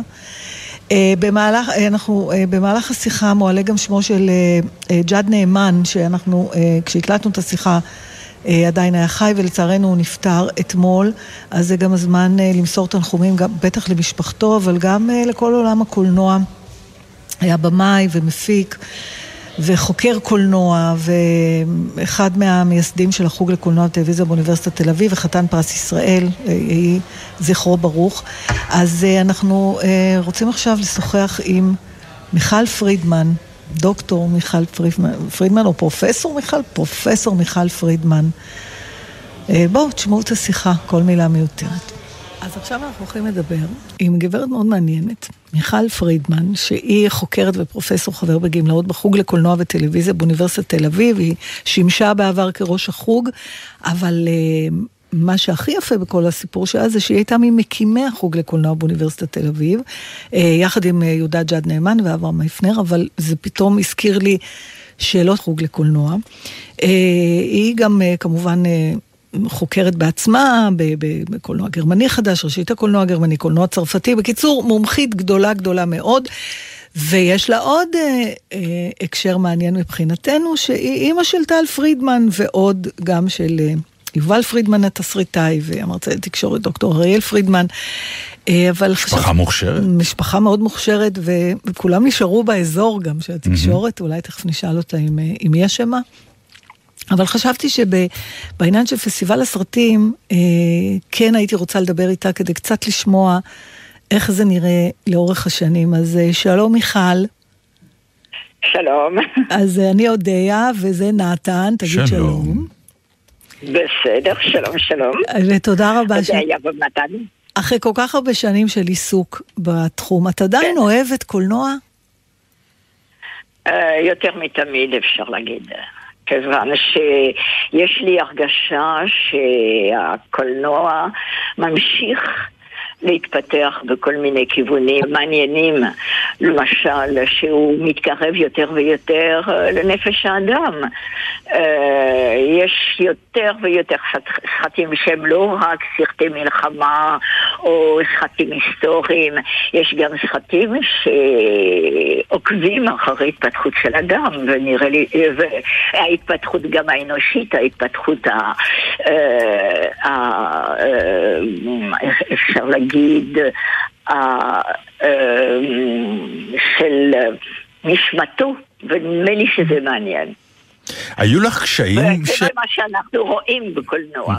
במהלך השיחה מועלה גם שמו של ג'אד נאמן, שאנחנו, כשהקלטנו את השיחה, עדיין היה חי, ולצערנו הוא נפטר אתמול, אז זה גם הזמן למסור תנחומים, בטח למשפחתו, אבל גם לכל עולם הקולנוע. היה במאי ומפיק, וחוקר קולנוע, ואחד מהמייסדים של החוג לקולנוע וטלוויזיה באוניברסיטת תל אביב, וחתן פרס ישראל, זכרו ברוך. אז אנחנו רוצים עכשיו לשוחח עם מיכל פרידמן, דוקטור מיכל פרידמן, או פרופסור מיכל פרידמן. בואו, תשמעו את השיחה, כל מילה מיותרת. אז עכשיו אנחנו הולכים לדבר עם גברת מאוד מעניינת, מיכל פרידמן, שהיא חוקרת ופרופסור חבר בגמלאות בחוג לקולנוע וטלוויזיה באוניברסיטת תל אביב, היא שימשה בעבר כראש החוג, אבל מה שהכי יפה בכל הסיפור שלה זה שהיא הייתה ממקימי החוג לקולנוע באוניברסיטת תל אביב, יחד עם יהודה ג'אד נאמן ואברהם מייפנר, אבל זה פתאום הזכיר לי שאלות חוג לקולנוע. היא גם כמובן חוקרת בעצמה בקולנוע גרמני חדש, ראשית הקולנוע הגרמני, קולנוע צרפתי, בקיצור מומחית גדולה מאוד, ויש לה עוד הקשר מעניין מבחינתנו, שהיא אימא של טל פרידמן, ועוד גם של יובל פרידמן התסריטאי, והמרצה לתקשורת דוקטור אריאל פרידמן. אבל משפחה מוכשרת. משפחה מאוד מוכשרת, וכולם נשארו באזור גם של התקשורת, אולי תכף נשאל אותה אם יש שמה. אבל חשבתי שבעניין של פסטיבל הסרטים, כן הייתי רוצה לדבר איתה כדי קצת לשמוע איך זה נראה לאורך השנים. אז שלום מיכל. שלום. אז אני אודיה, וזה נתן, תגיד שלום. בסדר, שלום. ותודה רבה. אודיה ונתן. אחרי כל כך הרבה שנים של עיסוק בתחום, את עדיין אוהבת קולנוע? יותר מתמיד אפשר להגיד. כיוון שיש לי הרגשה שהקולנוע ממשיך להתפתח בכל מיני כיוונים מעניינים למשל, שהוא מתקרב יותר ויותר לנפש האדם. יש יותר ויותר סרטים שהם לא רק סרטי מלחמה או סרטים היסטוריים, יש גם סרטים שעוקבים אחרי התפתחות של אדם, ונראה לי, וההתפתחות גם האנושית, ההתפתחות אפשר להגיד של נשמתו, ונדמה לי שזה מעניין. היו לך קשיים? זה מה שאנחנו רואים בקולנוע,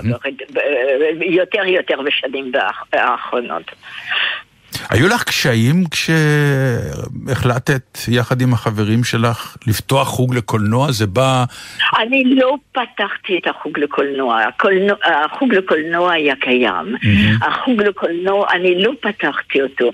יותר בשנים האחרונות. היו לך קשיים כשהחלטת יחד עם החברים שלך לפתוח חוג לקולנוע? זה בא... אני לא פתחתי את החוג לקולנוע. החוג לקולנוע היה קיים. החוג לקולנוע, אני לא פתחתי אותו.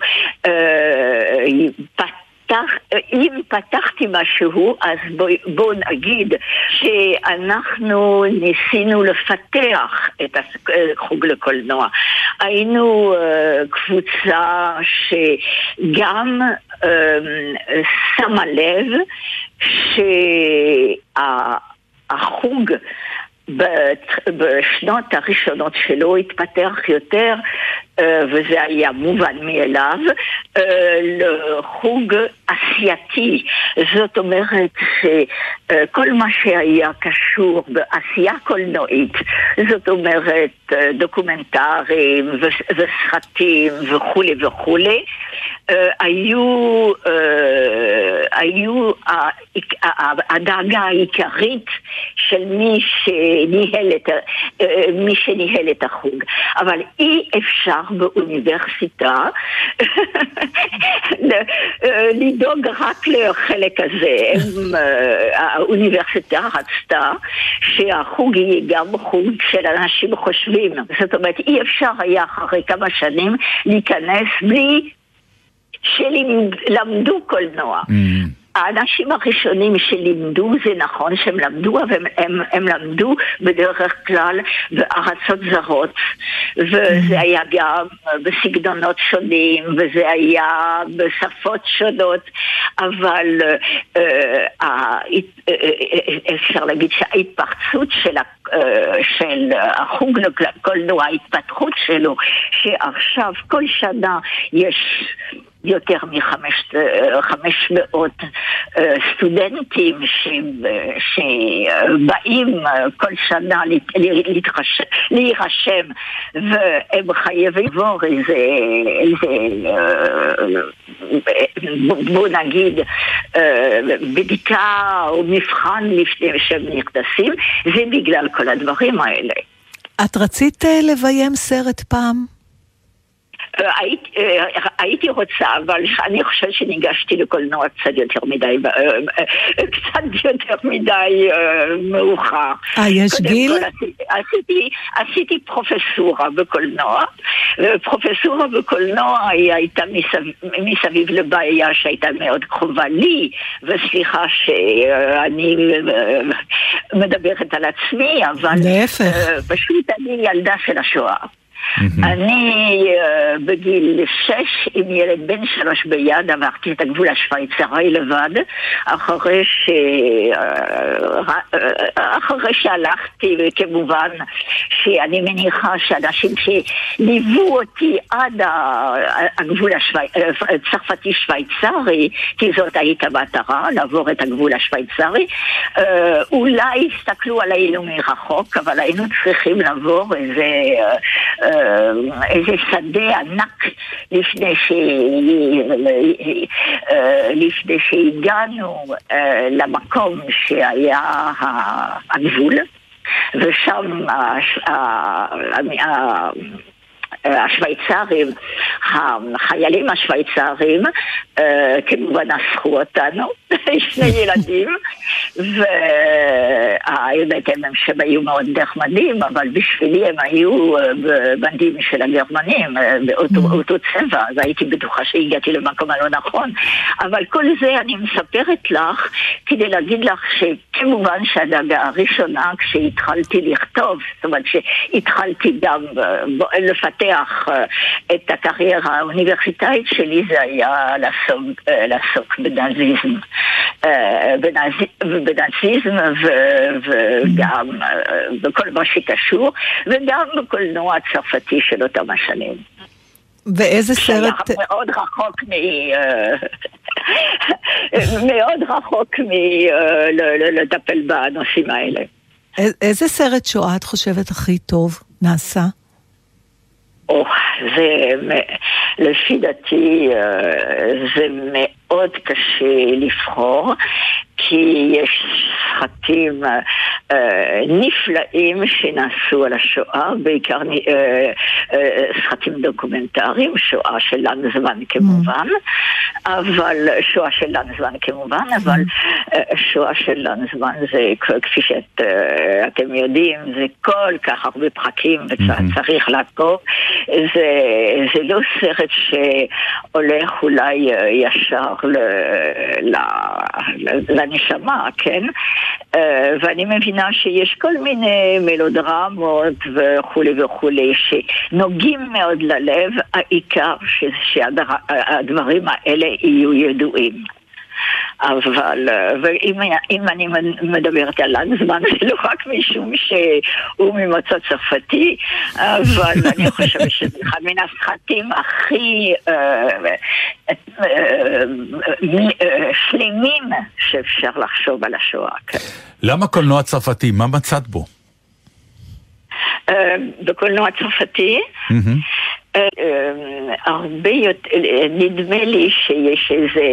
אם פתחתי משהו, אז בואו נגיד שאנחנו ניסינו לפתח את החוג לקולנוע. היינו קבוצה שגם שמה לב שהחוג בשנות הראשונות שלו התפתח יותר, וזה היה מובן מאליו, לחוג עשייתי. זאת אומרת שכל מה שהיה קשור בעשייה קולנועית, זאת אומרת דוקומנטרים וסרטים וכולי וכולי, היו הדאגה העיקרית של מי שניהל את החוג. אבל אי אפשר באוניברסיטה לדאוג רק לחלק הזה. האוניברסיטה רצתה שהחוג יהיה גם חוג של אנשים חושבים. זאת אומרת, אי אפשר היה אחרי כמה שנים להיכנס בלי שלמדו קולנוע. האנשים הראשונים שלימדו, זה נכון שהם למדו, אבל הם למדו בדרך כלל בארצות זרות, וזה היה גם בסגנונות שונים, וזה היה בשפות שונות, אבל אפשר להגיד שההתפרצות של החוג לקולנוע, ההתפתחות שלו, שעכשיו כל שנה יש יותר מ-500 סטודנטים שבאים כל שנה להירשם, והם חייבים לעבור בוא נגיד בדיקה או מבחן לפני שהם נכנסים. זה בגלל כל הדברים האלה. את רצית לביים סרט פעם? הייתי רוצה, אבל אני חושבת שניגשתי לקולנוע קצת יותר מדי מאוחר. יש גיל? עשיתי פרופסורה בקולנוע, ופרופסורה בקולנוע הייתה מסביב לבעיה שהייתה מאוד קרובה לי, וסליחה שאני מדברת על עצמי, אבל פשוט אני ילדה של השואה. אני בגיל 6 עם ילד בן 3 ביד עברתי את הגבול השוויצרי לבד, אחרי שהלכתי, וכמובן שאני מניחה שאנשים שליוו אותי עד הגבול הצרפתי שוויצרי, כי זאת הייתה מטרה לעבור את הגבול השוויצרי, אולי הסתכלו עלינו מרחוק, אבל היינו צריכים לעבור איזה שדה ענק לפני שהגענו למקום שהיה הגבול, ושם השוויצרים, החיילים השוויצרים כמובן אסחו אותנו, שני ילדים, והאמת הם היו מאוד נחמדים, אבל בשבילי הם היו בנדים של הגרמנים, באותו צבע, אז הייתי בטוחה שהגעתי למקום הלא נכון. אבל כל זה אני מספרת לך כדי להגיד לך כמובן שהדאגה הראשונה כשהתחלתי לכתוב, זאת אומרת שהתחלתי גם לפתח את הקריירה האוניברסיטאית שלי, זה היה לעסוק בנאציזם. בנאציזם וגם בכל מה שקשור, וגם בקולנוע הצרפתי של אותם השנים. ואיזה סרט... שהיה מאוד רחוק מאוד רחוק לטפל בנושאים האלה. איזה סרט שואה את חושבת הכי טוב נעשה? זה, לפי דעתי, זה מאוד קשה לבחור, כי יש סרטים נפלאים שנעשו על השואה, בעיקר סרטים דוקומנטריים, שואה של לנזמן כמובן, אבל שואה של לנזמן כמובן, אבל שואה של לנזמן זה, כפי שאתם יודעים, זה כל כך הרבה פרקים וצריך לעקוב, זה לא סרט שהולך אולי ישר לנשמה, כן? ואני מבינה שיש כל מיני מלודרמות וכולי וכולי שנוגעים מאוד ללב, העיקר שהדברים האלה יהיו ידועים. אבל, אם אני מדברת על לנזמן, זה לא רק משום שהוא ממוצא צרפתי, אבל אני חושבת שזה אחד מן הסרטים הכי שלמים שאפשר לחשוב על השואה. למה קולנוע צרפתי? מה מצאת בו? בקולנוע צרפתי? הרבה יותר, נדמה לי שיש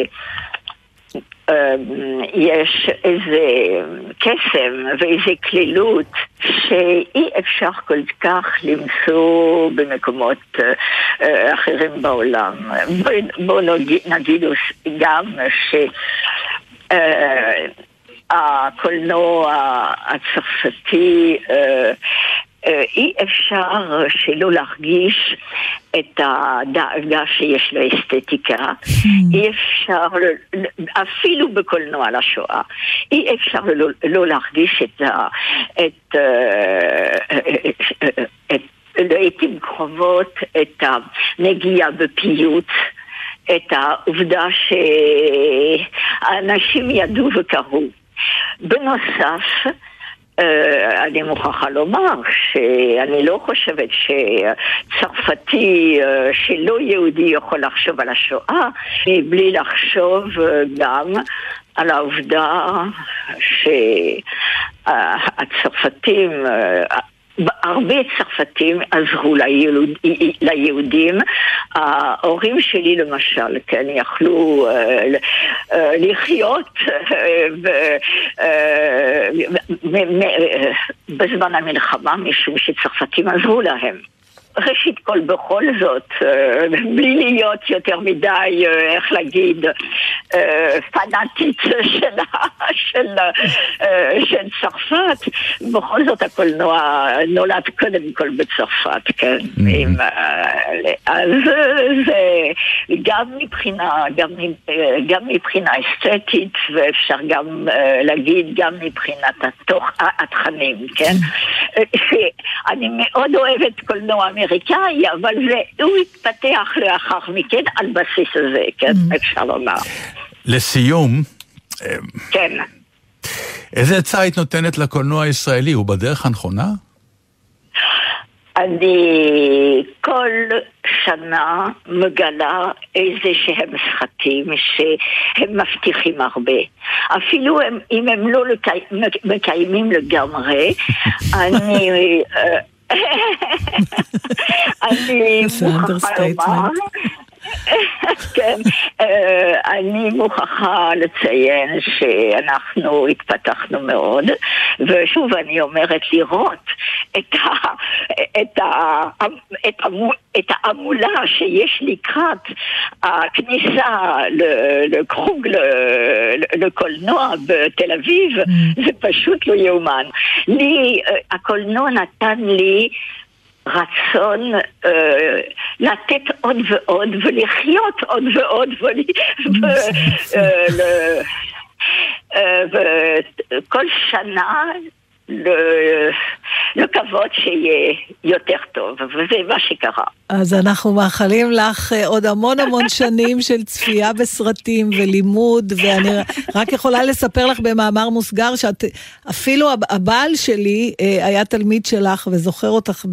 יש איזה קסם ואיזה כלילות שאי אפשר כל כך למצוא במקומות אחרים בעולם. בואו נגיד גם שהקולנוע הצרפתי אי אפשר שלא להרגיש את הדאגה שיש לאסתטיקה, אי אפשר, אפילו בקולנוע על השואה, אי אפשר לא להרגיש את לעתים קרובות את הנגיעה בפיוט, את העובדה שאנשים ידעו וקראו. בנוסף, אני מוכרחה לומר שאני לא חושבת שצרפתי שלא יהודי יכול לחשוב על השואה מבלי לחשוב גם על העובדה שהצרפתים, הרבה צרפתים עזרו ליהודים. ההורים שלי למשל, כן, יכלו לחיות בזמן המלחמה משום שצרפתים עזרו להם. ראשית כל בכל זאת, בלי להיות יותר מדי, איך להגיד, פנאטית של צרפת, בכל זאת הקולנוע נולד קודם כל בצרפת, כן? אז זה גם מבחינה אסתטית, ואפשר גם להגיד גם מבחינת התכנים, כן? שאני מאוד אוהבת קולנוע אמריקאי, אבל הוא התפתח לאחר מכן על בסיס הזה, כן, אפשר לומר. לסיום, כן. איזה עצה היית נותנת לקולנוע הישראלי? הוא בדרך הנכונה? אני כל שנה מגלה איזה שהם סרטים שהם מבטיחים הרבה. אפילו אם הם לא מקיימים לגמרי, אני מוכרחה לומר, כן, אני מוכרחה לציין שאנחנו התפתחנו מאוד, ושוב אני אומרת לראות את העמולה שיש לקראת הכניסה לקרוג לקולנוע בתל אביב, זה פשוט לא יאומן. הקולנוע נתן לי רצון לתת עוד ועוד ולחיות עוד ועוד וכל שנה לקוות שיהיה יותר טוב, וזה מה שקרה. אז אנחנו מאחלים לך עוד המון המון שנים של צפייה בסרטים ולימוד, ואני רק יכולה לספר לך במאמר מוסגר, שאפילו הבעל שלי היה תלמיד שלך, וזוכר אותך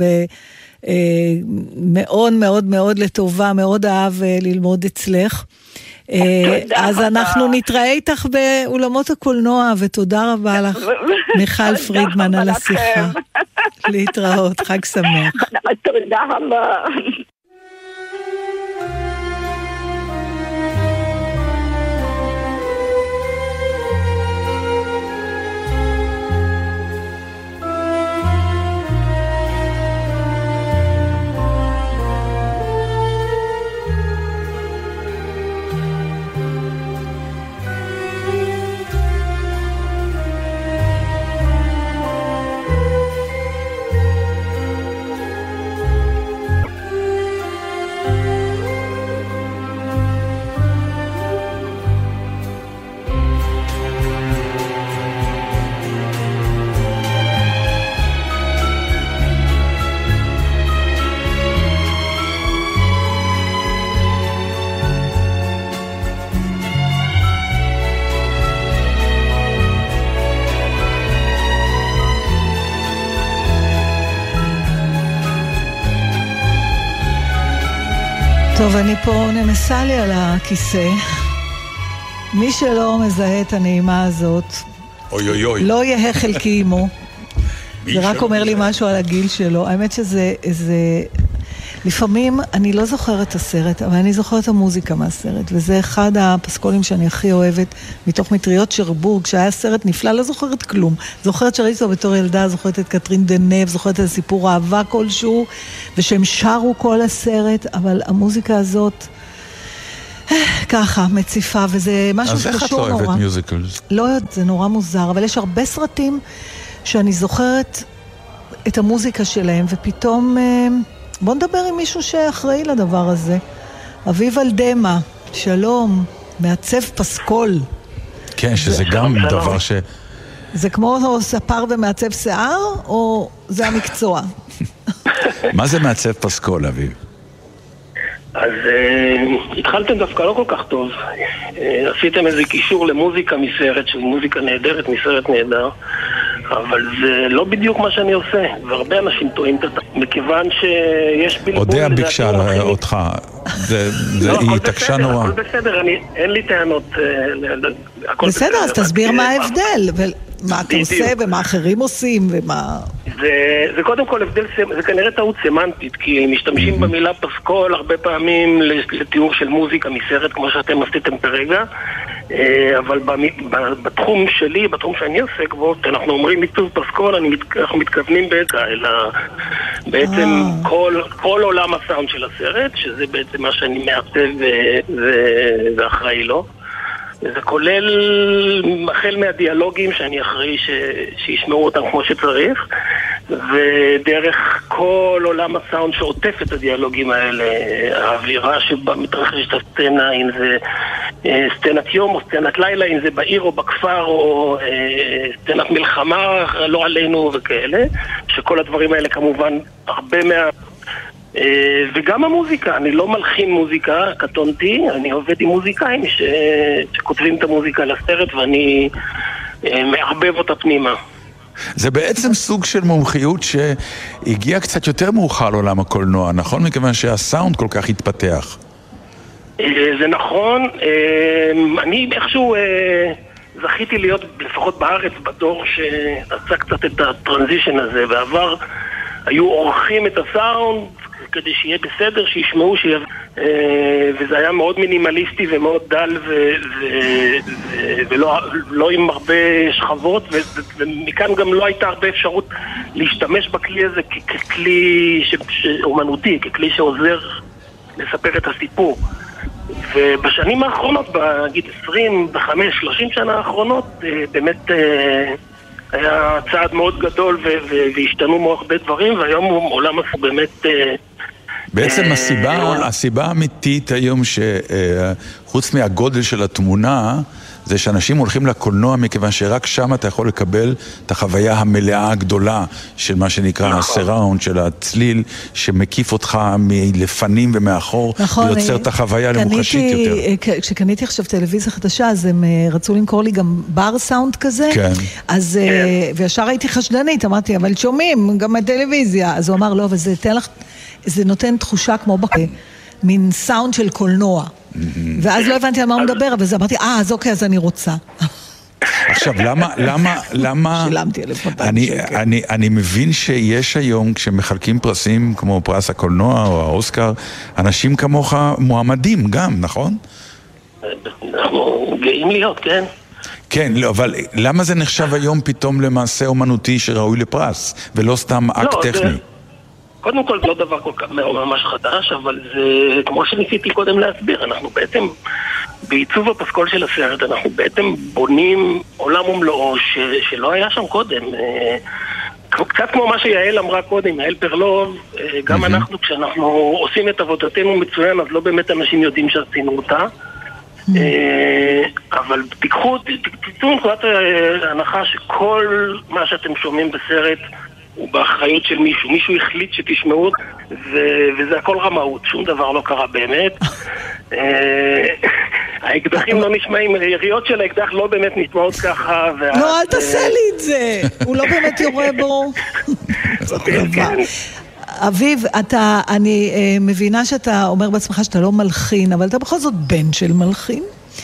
מאוד מאוד מאוד לטובה, מאוד אהב ללמוד אצלך. אז אנחנו נתראה איתך באולמות הקולנוע, ותודה רבה לך, מיכל פרידמן, על השיחה. להתראות, חג שמח. תודה רבה. טוב, אני פה נמסה לי על הכיסא. מי שלא מזהה את הנעימה הזאת, לא יהיה חלקי עמו. זה רק אומר לי משהו על הגיל שלו. האמת שזה לפעמים אני לא זוכרת את הסרט, אבל אני זוכרת את המוזיקה מהסרט, וזה אחד הפסקולים שאני הכי אוהבת, מתוך מטריות שרבורג, שהיה סרט נפלא, לא זוכרת כלום. זוכרת שראיתי אותו בתור ילדה, זוכרת את קטרין דנב, זוכרת את סיפור אהבה כלשהו, ושהם שרו כל הסרט, אבל המוזיקה הזאת ככה, מציפה, וזה משהו שקשור נורא. אז איך את לא אוהבת מיוזיקלס? לא יודעת, זה נורא מוזר, אבל יש הרבה סרטים שאני זוכרת את המוזיקה שלהם, ופתאום בוא נדבר עם מישהו שאחראי לדבר הזה. אביב אלדמה, שלום, מעצב פסקול. כן, שזה גם דבר ש... זה כמו ספר ומעצב שיער, או זה המקצוע? מה זה מעצב פסקול, אביב? אז התחלתם דווקא לא כל כך טוב. עשיתם איזה קישור למוזיקה מסרט, של מוזיקה נהדרת, מסרט נהדר, אבל זה לא בדיוק מה שאני עושה, והרבה אנשים טועים את זה, מכיוון שיש בלבול... אודיה ביקשה אותך, היא התעקשה נורא. הכל בסדר, אין לי טענות. בסדר, אז תסביר מה ההבדל, ומה אתה עושה, ומה אחרים עושים, ומה... זה קודם כל הבדל, זה כנראה טעות סמנטית, כי משתמשים במילה פסקול הרבה פעמים לתיאור של מוזיקה מסרט, כמו שאתם עשיתם ברגע, אבל בתחום שלי, בתחום שאני עוסק בו, אנחנו אומרים עיצוב פסקול, אנחנו מתכוונים בעצם כל עולם הסאונד של הסרט, שזה בעצם מה שאני מעצב ואחראי לו. זה כולל החל מהדיאלוגים שאני אחראי שישמעו אותם כמו שצריך, ודרך כל עולם הסאונד שעוטף את הדיאלוגים האלה, האווירה שבה מתרחשת הסצנה, אם זה סצנת יום או סצנת לילה, אם זה בעיר או בכפר או סצנת מלחמה, לא עלינו וכאלה, שכל הדברים האלה כמובן הרבה וגם המוזיקה, אני לא מלחין מוזיקה, קטונתי, אני עובד עם מוזיקאים שכותבים את המוזיקה לסרט ואני מערבב אותה פנימה. זה בעצם סוג של מומחיות שהגיע קצת יותר מאוחר לעולם הקולנוע, נכון? מכיוון שהסאונד כל כך התפתח. זה נכון, אני איכשהו זכיתי להיות לפחות בארץ בדור שעשה קצת את הטרנזישן הזה, בעבר היו עורכים את הסאונד כדי שיהיה בסדר, שישמעו, וזה היה מאוד מינימליסטי ומאוד דל ולא עם הרבה שכבות, ומכאן גם לא הייתה הרבה אפשרות להשתמש בכלי הזה ככלי אומנותי, ככלי שעוזר לספר את הסיפור. ובשנים האחרונות, בגיד 25, 30 שנה האחרונות, באמת היה צעד מאוד גדול והשתנו מאוד הרבה דברים, והיום עולם באמת בעצם הסיבה האמיתית היום שחוץ מהגודל של התמונה, זה שאנשים הולכים לקולנוע מכיוון שרק שם אתה יכול לקבל את החוויה המלאה הגדולה של מה שנקרא הסיראונד, של הצליל שמקיף אותך מלפנים ומאחור, ויוצר את החוויה למוחשית יותר. כשקניתי עכשיו טלוויזיה חדשה, אז הם רצו למכור לי גם בר סאונד כזה, אז וישר הייתי חשדנית, אמרתי, אבל שומעים גם הטלוויזיה, אז הוא אמר, לא, אבל זה נותן תחושה כמו מין סאונד של קולנוע. ואז לא הבנתי על מה הוא מדבר, אבל אמרתי, אז אוקיי, אז אני רוצה. עכשיו, למה... שילמתי 1,200 אני מבין שיש היום, כשמחלקים פרסים כמו פרס הקולנוע או האוסקר, אנשים כמוך מועמדים גם, נכון? אנחנו גאים להיות, כן. כן, לא, אבל למה זה נחשב היום פתאום למעשה אומנותי שראוי לפרס, ולא סתם אקט טכני? קודם כל, לא דבר כל כך ממש חדש, אבל זה, כמו שניסיתי קודם להסביר, אנחנו בעצם, בעיצוב הפסקול של הסרט, אנחנו בעצם בונים עולם ומלואו שלא היה שם קודם. קצת כמו מה שיעל אמרה קודם, יעל פרלוב, גם אנחנו, כשאנחנו עושים את עבודתנו מצוין, אז לא באמת אנשים יודעים שעשינו אותה. אבל תצאו נקודת ההנחה שכל מה שאתם שומעים בסרט הוא באחריות של מישהו החליט שתשמעו, וזה הכל רמאות, שום דבר לא קרה באמת. האקדחים לא נשמעים, היריות של האקדח לא באמת נשמעות ככה. לא, אל תעשה לי את זה, הוא לא באמת יורה בו. אביב, אני מבינה שאתה אומר בעצמך שאתה לא מלחין, אבל אתה בכל זאת בן של מלחין.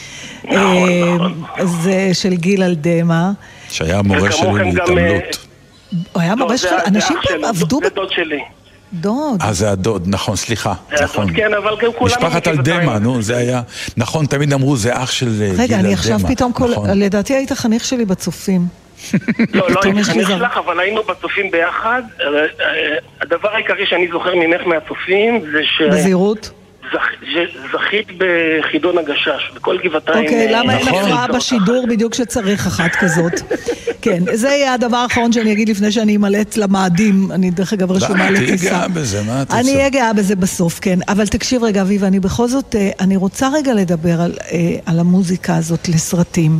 זה של גיל אלדמה. שהיה מורה שלי להתעמלות. הוא היה מורה שלי, אנשים פעם עבדו... זה דוד שלי. דוד. זה הדוד, נכון, סליחה. נכון. כן, אבל גם כולנו... משפחת אלדמה, נו, זה היה... נכון, תמיד אמרו, זה אח של גיל אלדמה. רגע, אני עכשיו פתאום לדעתי היית חניך שלי בצופים. לא הייתי חניך שלך, אבל היינו בצופים ביחד. הדבר העיקרי שאני זוכר ממך מהצופים זה ש... בזהירות? זכית בחידון הגשש, בכל גבעתיים. אוקיי, למה אין הפרעה בשידור בדיוק שצריך אחת כזאת? כן, זה יהיה הדבר האחרון שאני אגיד לפני שאני אמלט למאדים, אני דרך אגב רשומה לטיסה. תהיה גאה בזה, מה את רוצה? אני אהיה גאה בזה בסוף, כן. אבל תקשיב רגע, אביב, אני בכל זאת, אני רוצה רגע לדבר על המוזיקה הזאת לסרטים.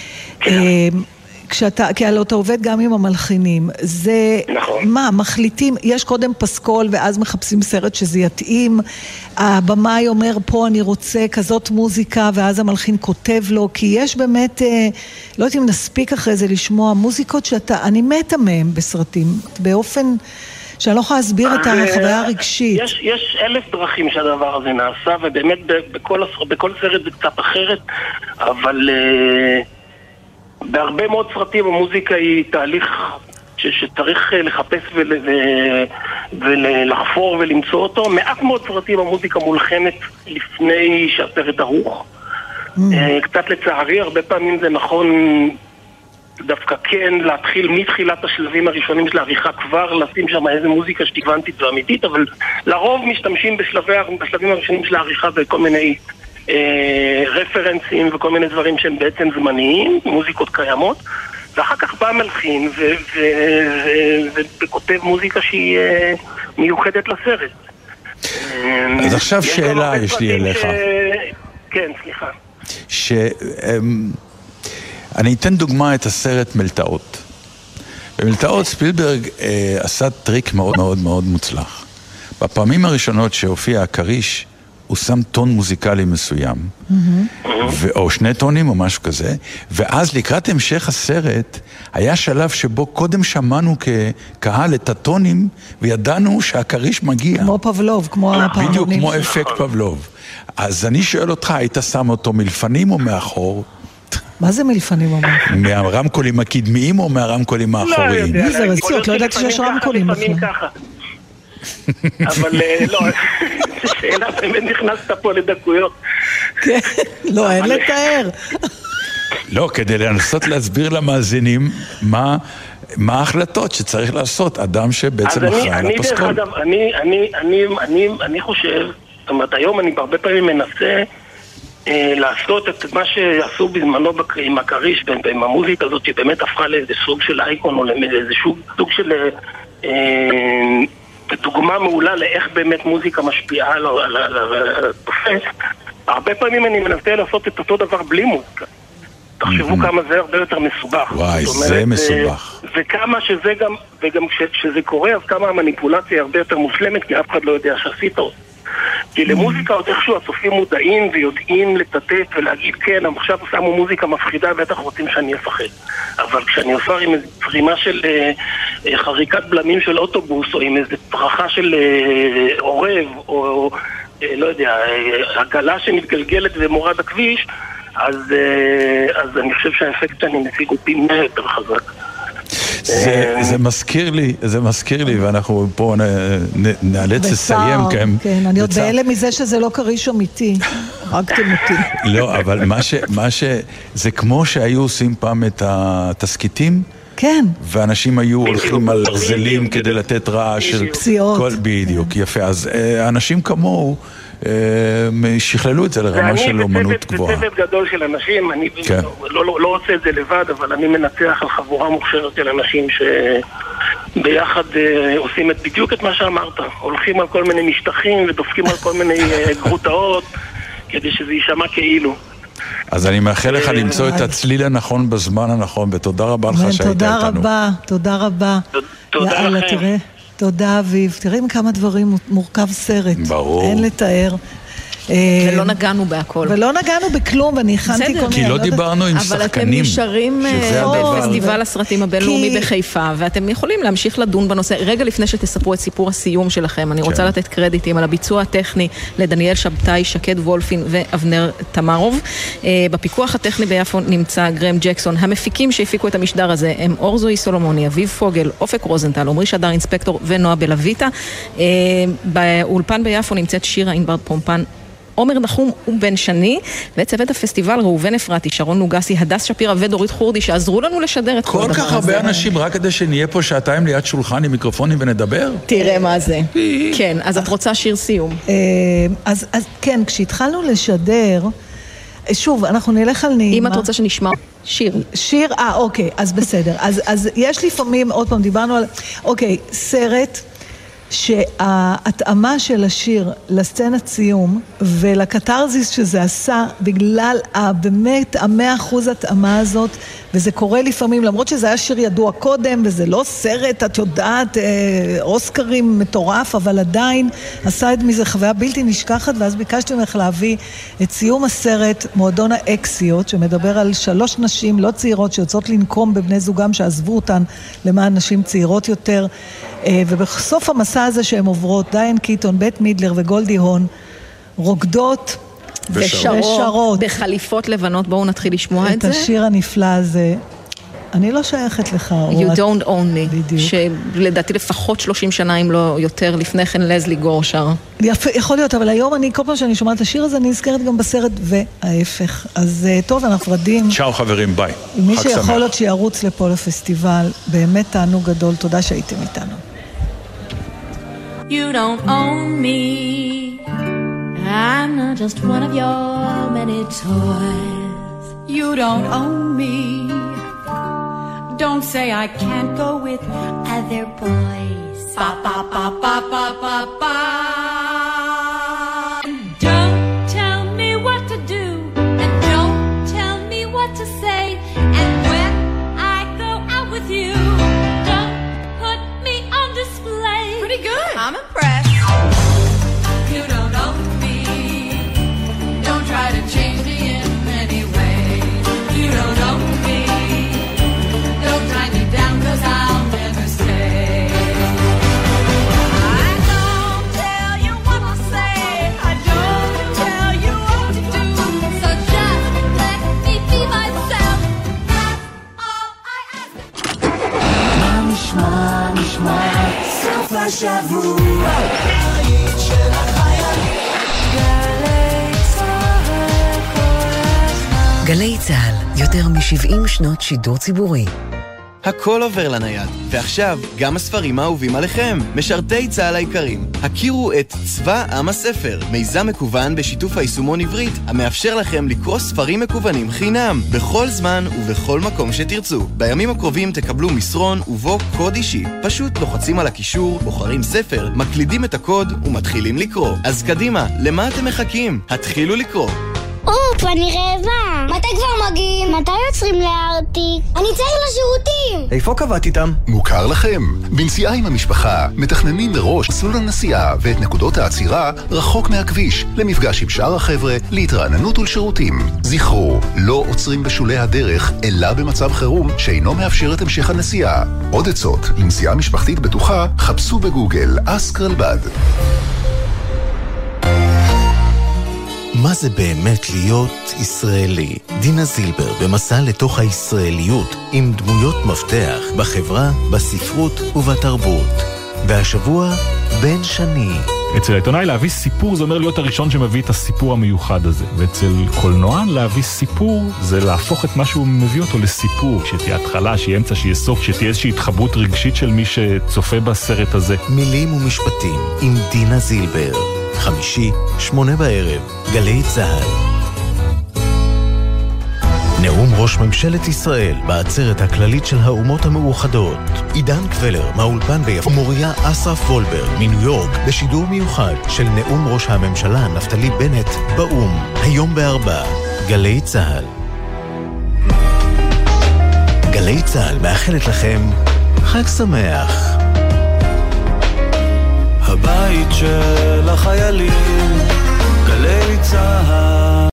כי הלא אתה עובד גם עם המלחינים, זה מה, מחליטים, יש קודם פסקול ואז מחפשים סרט שזה יתאים, הבמאי אומר פה אני רוצה כזאת מוזיקה ואז המלחין כותב לו, כי יש באמת, לא יודעת אם נספיק אחרי זה לשמוע מוזיקות אני מתה מהם בסרטים, באופן שאני לא יכולה להסביר את החוויה הרגשית. יש 1,000 דרכים שהדבר הזה נעשה, ובאמת בכל סרט זה קצת אחרת, אבל... בהרבה מאוד סרטים המוזיקה היא תהליך שצריך לחפש ולחפור ולמצוא אותו. מעט מאוד סרטים המוזיקה מולחנת לפני שהסרט ערוך. קצת לצערי, הרבה פעמים זה נכון דופה כן להתחיל מתחילת השלבים הראשונים של העריכה כבר לשים שם איזה מוזיקה שתגוונתית ואמיתית, אבל לרוב משתמשים בשלבים הראשונים של העריכה בכל מיני רפרנסים וכל מיני דברים שהם בעצם זמניים, מוזיקות קיימות, ואחר כך בא מלחין וכותב מוזיקה שהיא מיוחדת לסרט. אז עכשיו שאלה יש לי אליך. כן, סליחה. אני אתן דוגמה את הסרט מלטעות. במלטעות ספילברג עשה טריק מאוד מאוד מאוד מוצלח. בפעמים הראשונות שהופיע הקריש, הוא שם טון מוזיקלי מסוים, או 2 טונים או משהו כזה, ואז לקראת המשך הסרט, היה שלב שבו קודם שמענו כקהל את הטונים, וידענו שהקריש מגיע. כמו פבלוב, כמו הפעמונים. בדיוק, כמו אפקט פבלוב. אז אני שואל אותך, היית שם אותו מלפנים או מאחור? מה זה מלפנים או מאחור? מהרמקולים הקדמיים או מהרמקולים האחוריים? מי זה רצות? לא ידעתי שיש רמקולים בכלל. אבל לא, שאלה באמת נכנסת פה לדקויות. כן, לא, אין לתאר. לא, כדי לנסות להסביר למאזינים מה ההחלטות שצריך לעשות אדם שבעצם אחראי על הפסקול. אני חושב, זאת אומרת, היום אני הרבה פעמים מנסה לעשות את מה שעשו בזמנו עם הקריש, עם המוזיקה הזאת שבאמת הפכה לאיזה סוג של אייקון או לאיזה סוג של... דוגמה מעולה לאיך באמת מוזיקה משפיעה על התופס. הרבה פעמים אני מנסה לעשות את אותו דבר בלי מוזיקה. תחשבו כמה זה הרבה יותר מסובך. וואי, זה מסובך. וכמה שזה גם, וגם כשזה קורה, אז כמה המניפולציה הרבה יותר מושלמת, כי אף אחד לא יודע שעשית אותה. כי למוזיקה עוד איכשהו הצופים מודעים ויודעים לטטט ולהגיד כן, עכשיו שמו מוזיקה מפחידה, בטח רוצים שאני אפחד. אבל כשאני עושה עם איזו פרימה של חריקת בלמים של אוטובוס, או עם איזו פרחה של עורב, או לא יודע, עגלה שמתגלגלת ומורד הכביש, אז אני חושב שהאפקט שאני משיג הוא פי 100 יותר חזק. זה מזכיר לי, ואנחנו פה נאלץ לסיים. כן, אני עוד בהלם מזה שזה לא קריש אמיתי, הרגתם אותי. לא, אבל זה כמו שהיו עושים פעם את התסקיטים, כן. ואנשים היו הולכים על ארזלים כדי לתת רעש של פציעות. בדיוק, יפה. אז אנשים כמוהו שכללו את זה לרמה של אומנות גבוהה. זה צוות גדול של אנשים, אני לא רוצה את זה לבד, אבל אני מנצח על חבורה מוכשרת של אנשים שביחד עושים בדיוק את מה שאמרת. הולכים על כל מיני משטחים ודופקים על כל מיני גרוטאות כדי שזה יישמע כאילו. אז אני מאחל לך למצוא את הצליל הנכון בזמן הנכון, ותודה רבה לך שהיית איתנו. תודה רבה. תודה לכם. תודה אביב, תראה עם כמה דברים מורכב סרט. ברור. אין לתאר. ולא נגענו בהכל. ולא נגענו בכלום, ואני הכנתי כל מיני... כי לא דיברנו עם שחקנים. אבל אתם נשארים בפסטיבל הסרטים הבינלאומי בחיפה, ואתם יכולים להמשיך לדון בנושא. רגע לפני שתספרו את סיפור הסיום שלכם, אני רוצה לתת קרדיטים על הביצוע הטכני לדניאל שבתאי, שקד וולפין ואבנר תמרוב. בפיקוח הטכני ביפו נמצא גרם ג'קסון. המפיקים שהפיקו את המשדר הזה הם אורזוי סולומוני, אביב פוגל, אופק רוזנטל, עמרי שדר אינספקטור ונועה בלויטה. באולפן ביפו נמצאת שירה אינברד פומפן, עומר נחום ובן שני, וצוות הפסטיבל ראובן אפרתי, שרון נוגסי, הדס שפירה ודורית חורדי, שעזרו לנו לשדר את כל הדבר הזה. כל כך הרבה אנשים, רק כדי שנהיה פה שעתיים ליד שולחן עם מיקרופונים ונדבר? תראה מה זה. כן, אז את רוצה שיר סיום. אז כן, כשהתחלנו לשדר, שוב, אנחנו נלך על נעימה. אם את רוצה שנשמע שיר. שיר, אוקיי, אז בסדר. אז יש לפעמים, עוד פעם, דיברנו על, אוקיי, סרט שההתאמה של השיר לסצנת סיום ולקטרזיס שזה עשה בגלל באמת 100% התאמה הזאת, וזה קורה לפעמים למרות שזה היה שיר ידוע קודם וזה לא סרט, את יודעת, אוסקרים מטורף, אבל עדיין עשה את מזה חוויה בלתי נשכחת. ואז ביקשתי ממך להביא את סיום הסרט מועדון האקסיות, שמדבר על 3 נשים לא צעירות שיוצאות לנקום בבני זוגם שעזבו אותן למען נשים צעירות יותר, ובסוף המסע הזה שהן עוברות, דיין קיטון, בית מידלר וגולדי הון רוקדות ושרות בחליפות לבנות. בואו נתחיל לשמוע את זה. את השיר הנפלא הזה. אני לא שייכת לך. You don't own me. שלדעתי לפחות 30 שנה אם לא יותר לפני כן לזלי גור שר. יכול להיות, אבל היום אני כל פעם שאני שומעת את השיר הזה אני נזכרת גם בסרט וההפך. אז טוב, אנחנו רדים. צ'או חברים, ביי. מי שיכול להיות שירוץ לפה לפסטיבל, באמת תענוג גדול. תודה שהייתם איתנו. You don't own me. I'm not just one of your many toys. You don't own me. Don't say I can't go with other boys. Ba ba ba ba ba ba ba. Don't tell me what to do, and don't tell me what to say. And when I go out with you, don't put me on display. Pretty good. I'm impressed. You don't own me. Don't try to change me in any way. You don't own me. Don't tie me down 'cause I'll never stay. I don't tell you what to say. I don't tell you what to do. So just let me be myself. That's all I ask. נשמע סוף השבוע היית של החיילים. גלי צהל, יותר מ-70 שנות שידור ציבורי. הכל עובר לנייד. ועכשיו, גם הספרים האהובים עליכם. משרתי צה"ל היקרים, הכירו את צבא עם הספר, מיזם מקוון בשיתוף היישומון עברית, המאפשר לכם לקרוא ספרים מקוונים חינם, בכל זמן ובכל מקום שתרצו. בימים הקרובים תקבלו מסרון ובו קוד אישי. פשוט לוחצים על הקישור, בוחרים ספר, מקלידים את הקוד ומתחילים לקרוא. אז קדימה, למה אתם מחכים? התחילו לקרוא. אופ, אני רעבה. מתי כבר מגיעים? מתי יוצרים לארטיק? אני צריך לשירותים. איפה קבעת איתם? מוכר לכם. בנסיעה עם המשפחה, מתכננים מראש מסלול הנסיעה ואת נקודות העצירה רחוק מהכביש, למפגש עם שאר החבר'ה, להתרעננות ולשירותים. זכרו, לא עוצרים בשולי הדרך, אלא במצב חירום שאינו מאפשר את המשך הנסיעה. עוד עצות לנסיעה משפחתית בטוחה, חפשו בגוגל אסקרלבד. מה זה באמת להיות ישראלי? דינה זילבר במסע לתוך הישראליות עם דמויות מפתח בחברה, בספרות ובתרבות. והשבוע בן שני. אצל העיתונאי להביא סיפור זה אומר להיות הראשון שמביא את הסיפור המיוחד הזה. ואצל קולנוען להביא סיפור זה להפוך את מה שהוא מביא אותו לסיפור. שתהיה התחלה, שיהיה אמצע, שיהיה סוף, שתהיה איזושהי התחברות רגשית של מי שצופה בסרט הזה. מילים ומשפטים עם דינה זילבר. חמישי, 8 בערב, גלי צהל. נאום ראש ממשלת ישראל בעצרת הכללית של האומות המאוחדות. עידן קבלר מהאולפן ביפו, מוריה אסרף וולברג מניו יורק, בשידור מיוחד של נאום ראש הממשלה נפתלי בנט באום, היום ב4, גלי צהל. גלי צהל מאחלת לכם חג שמח. הבית של החיילים, גלי צהל.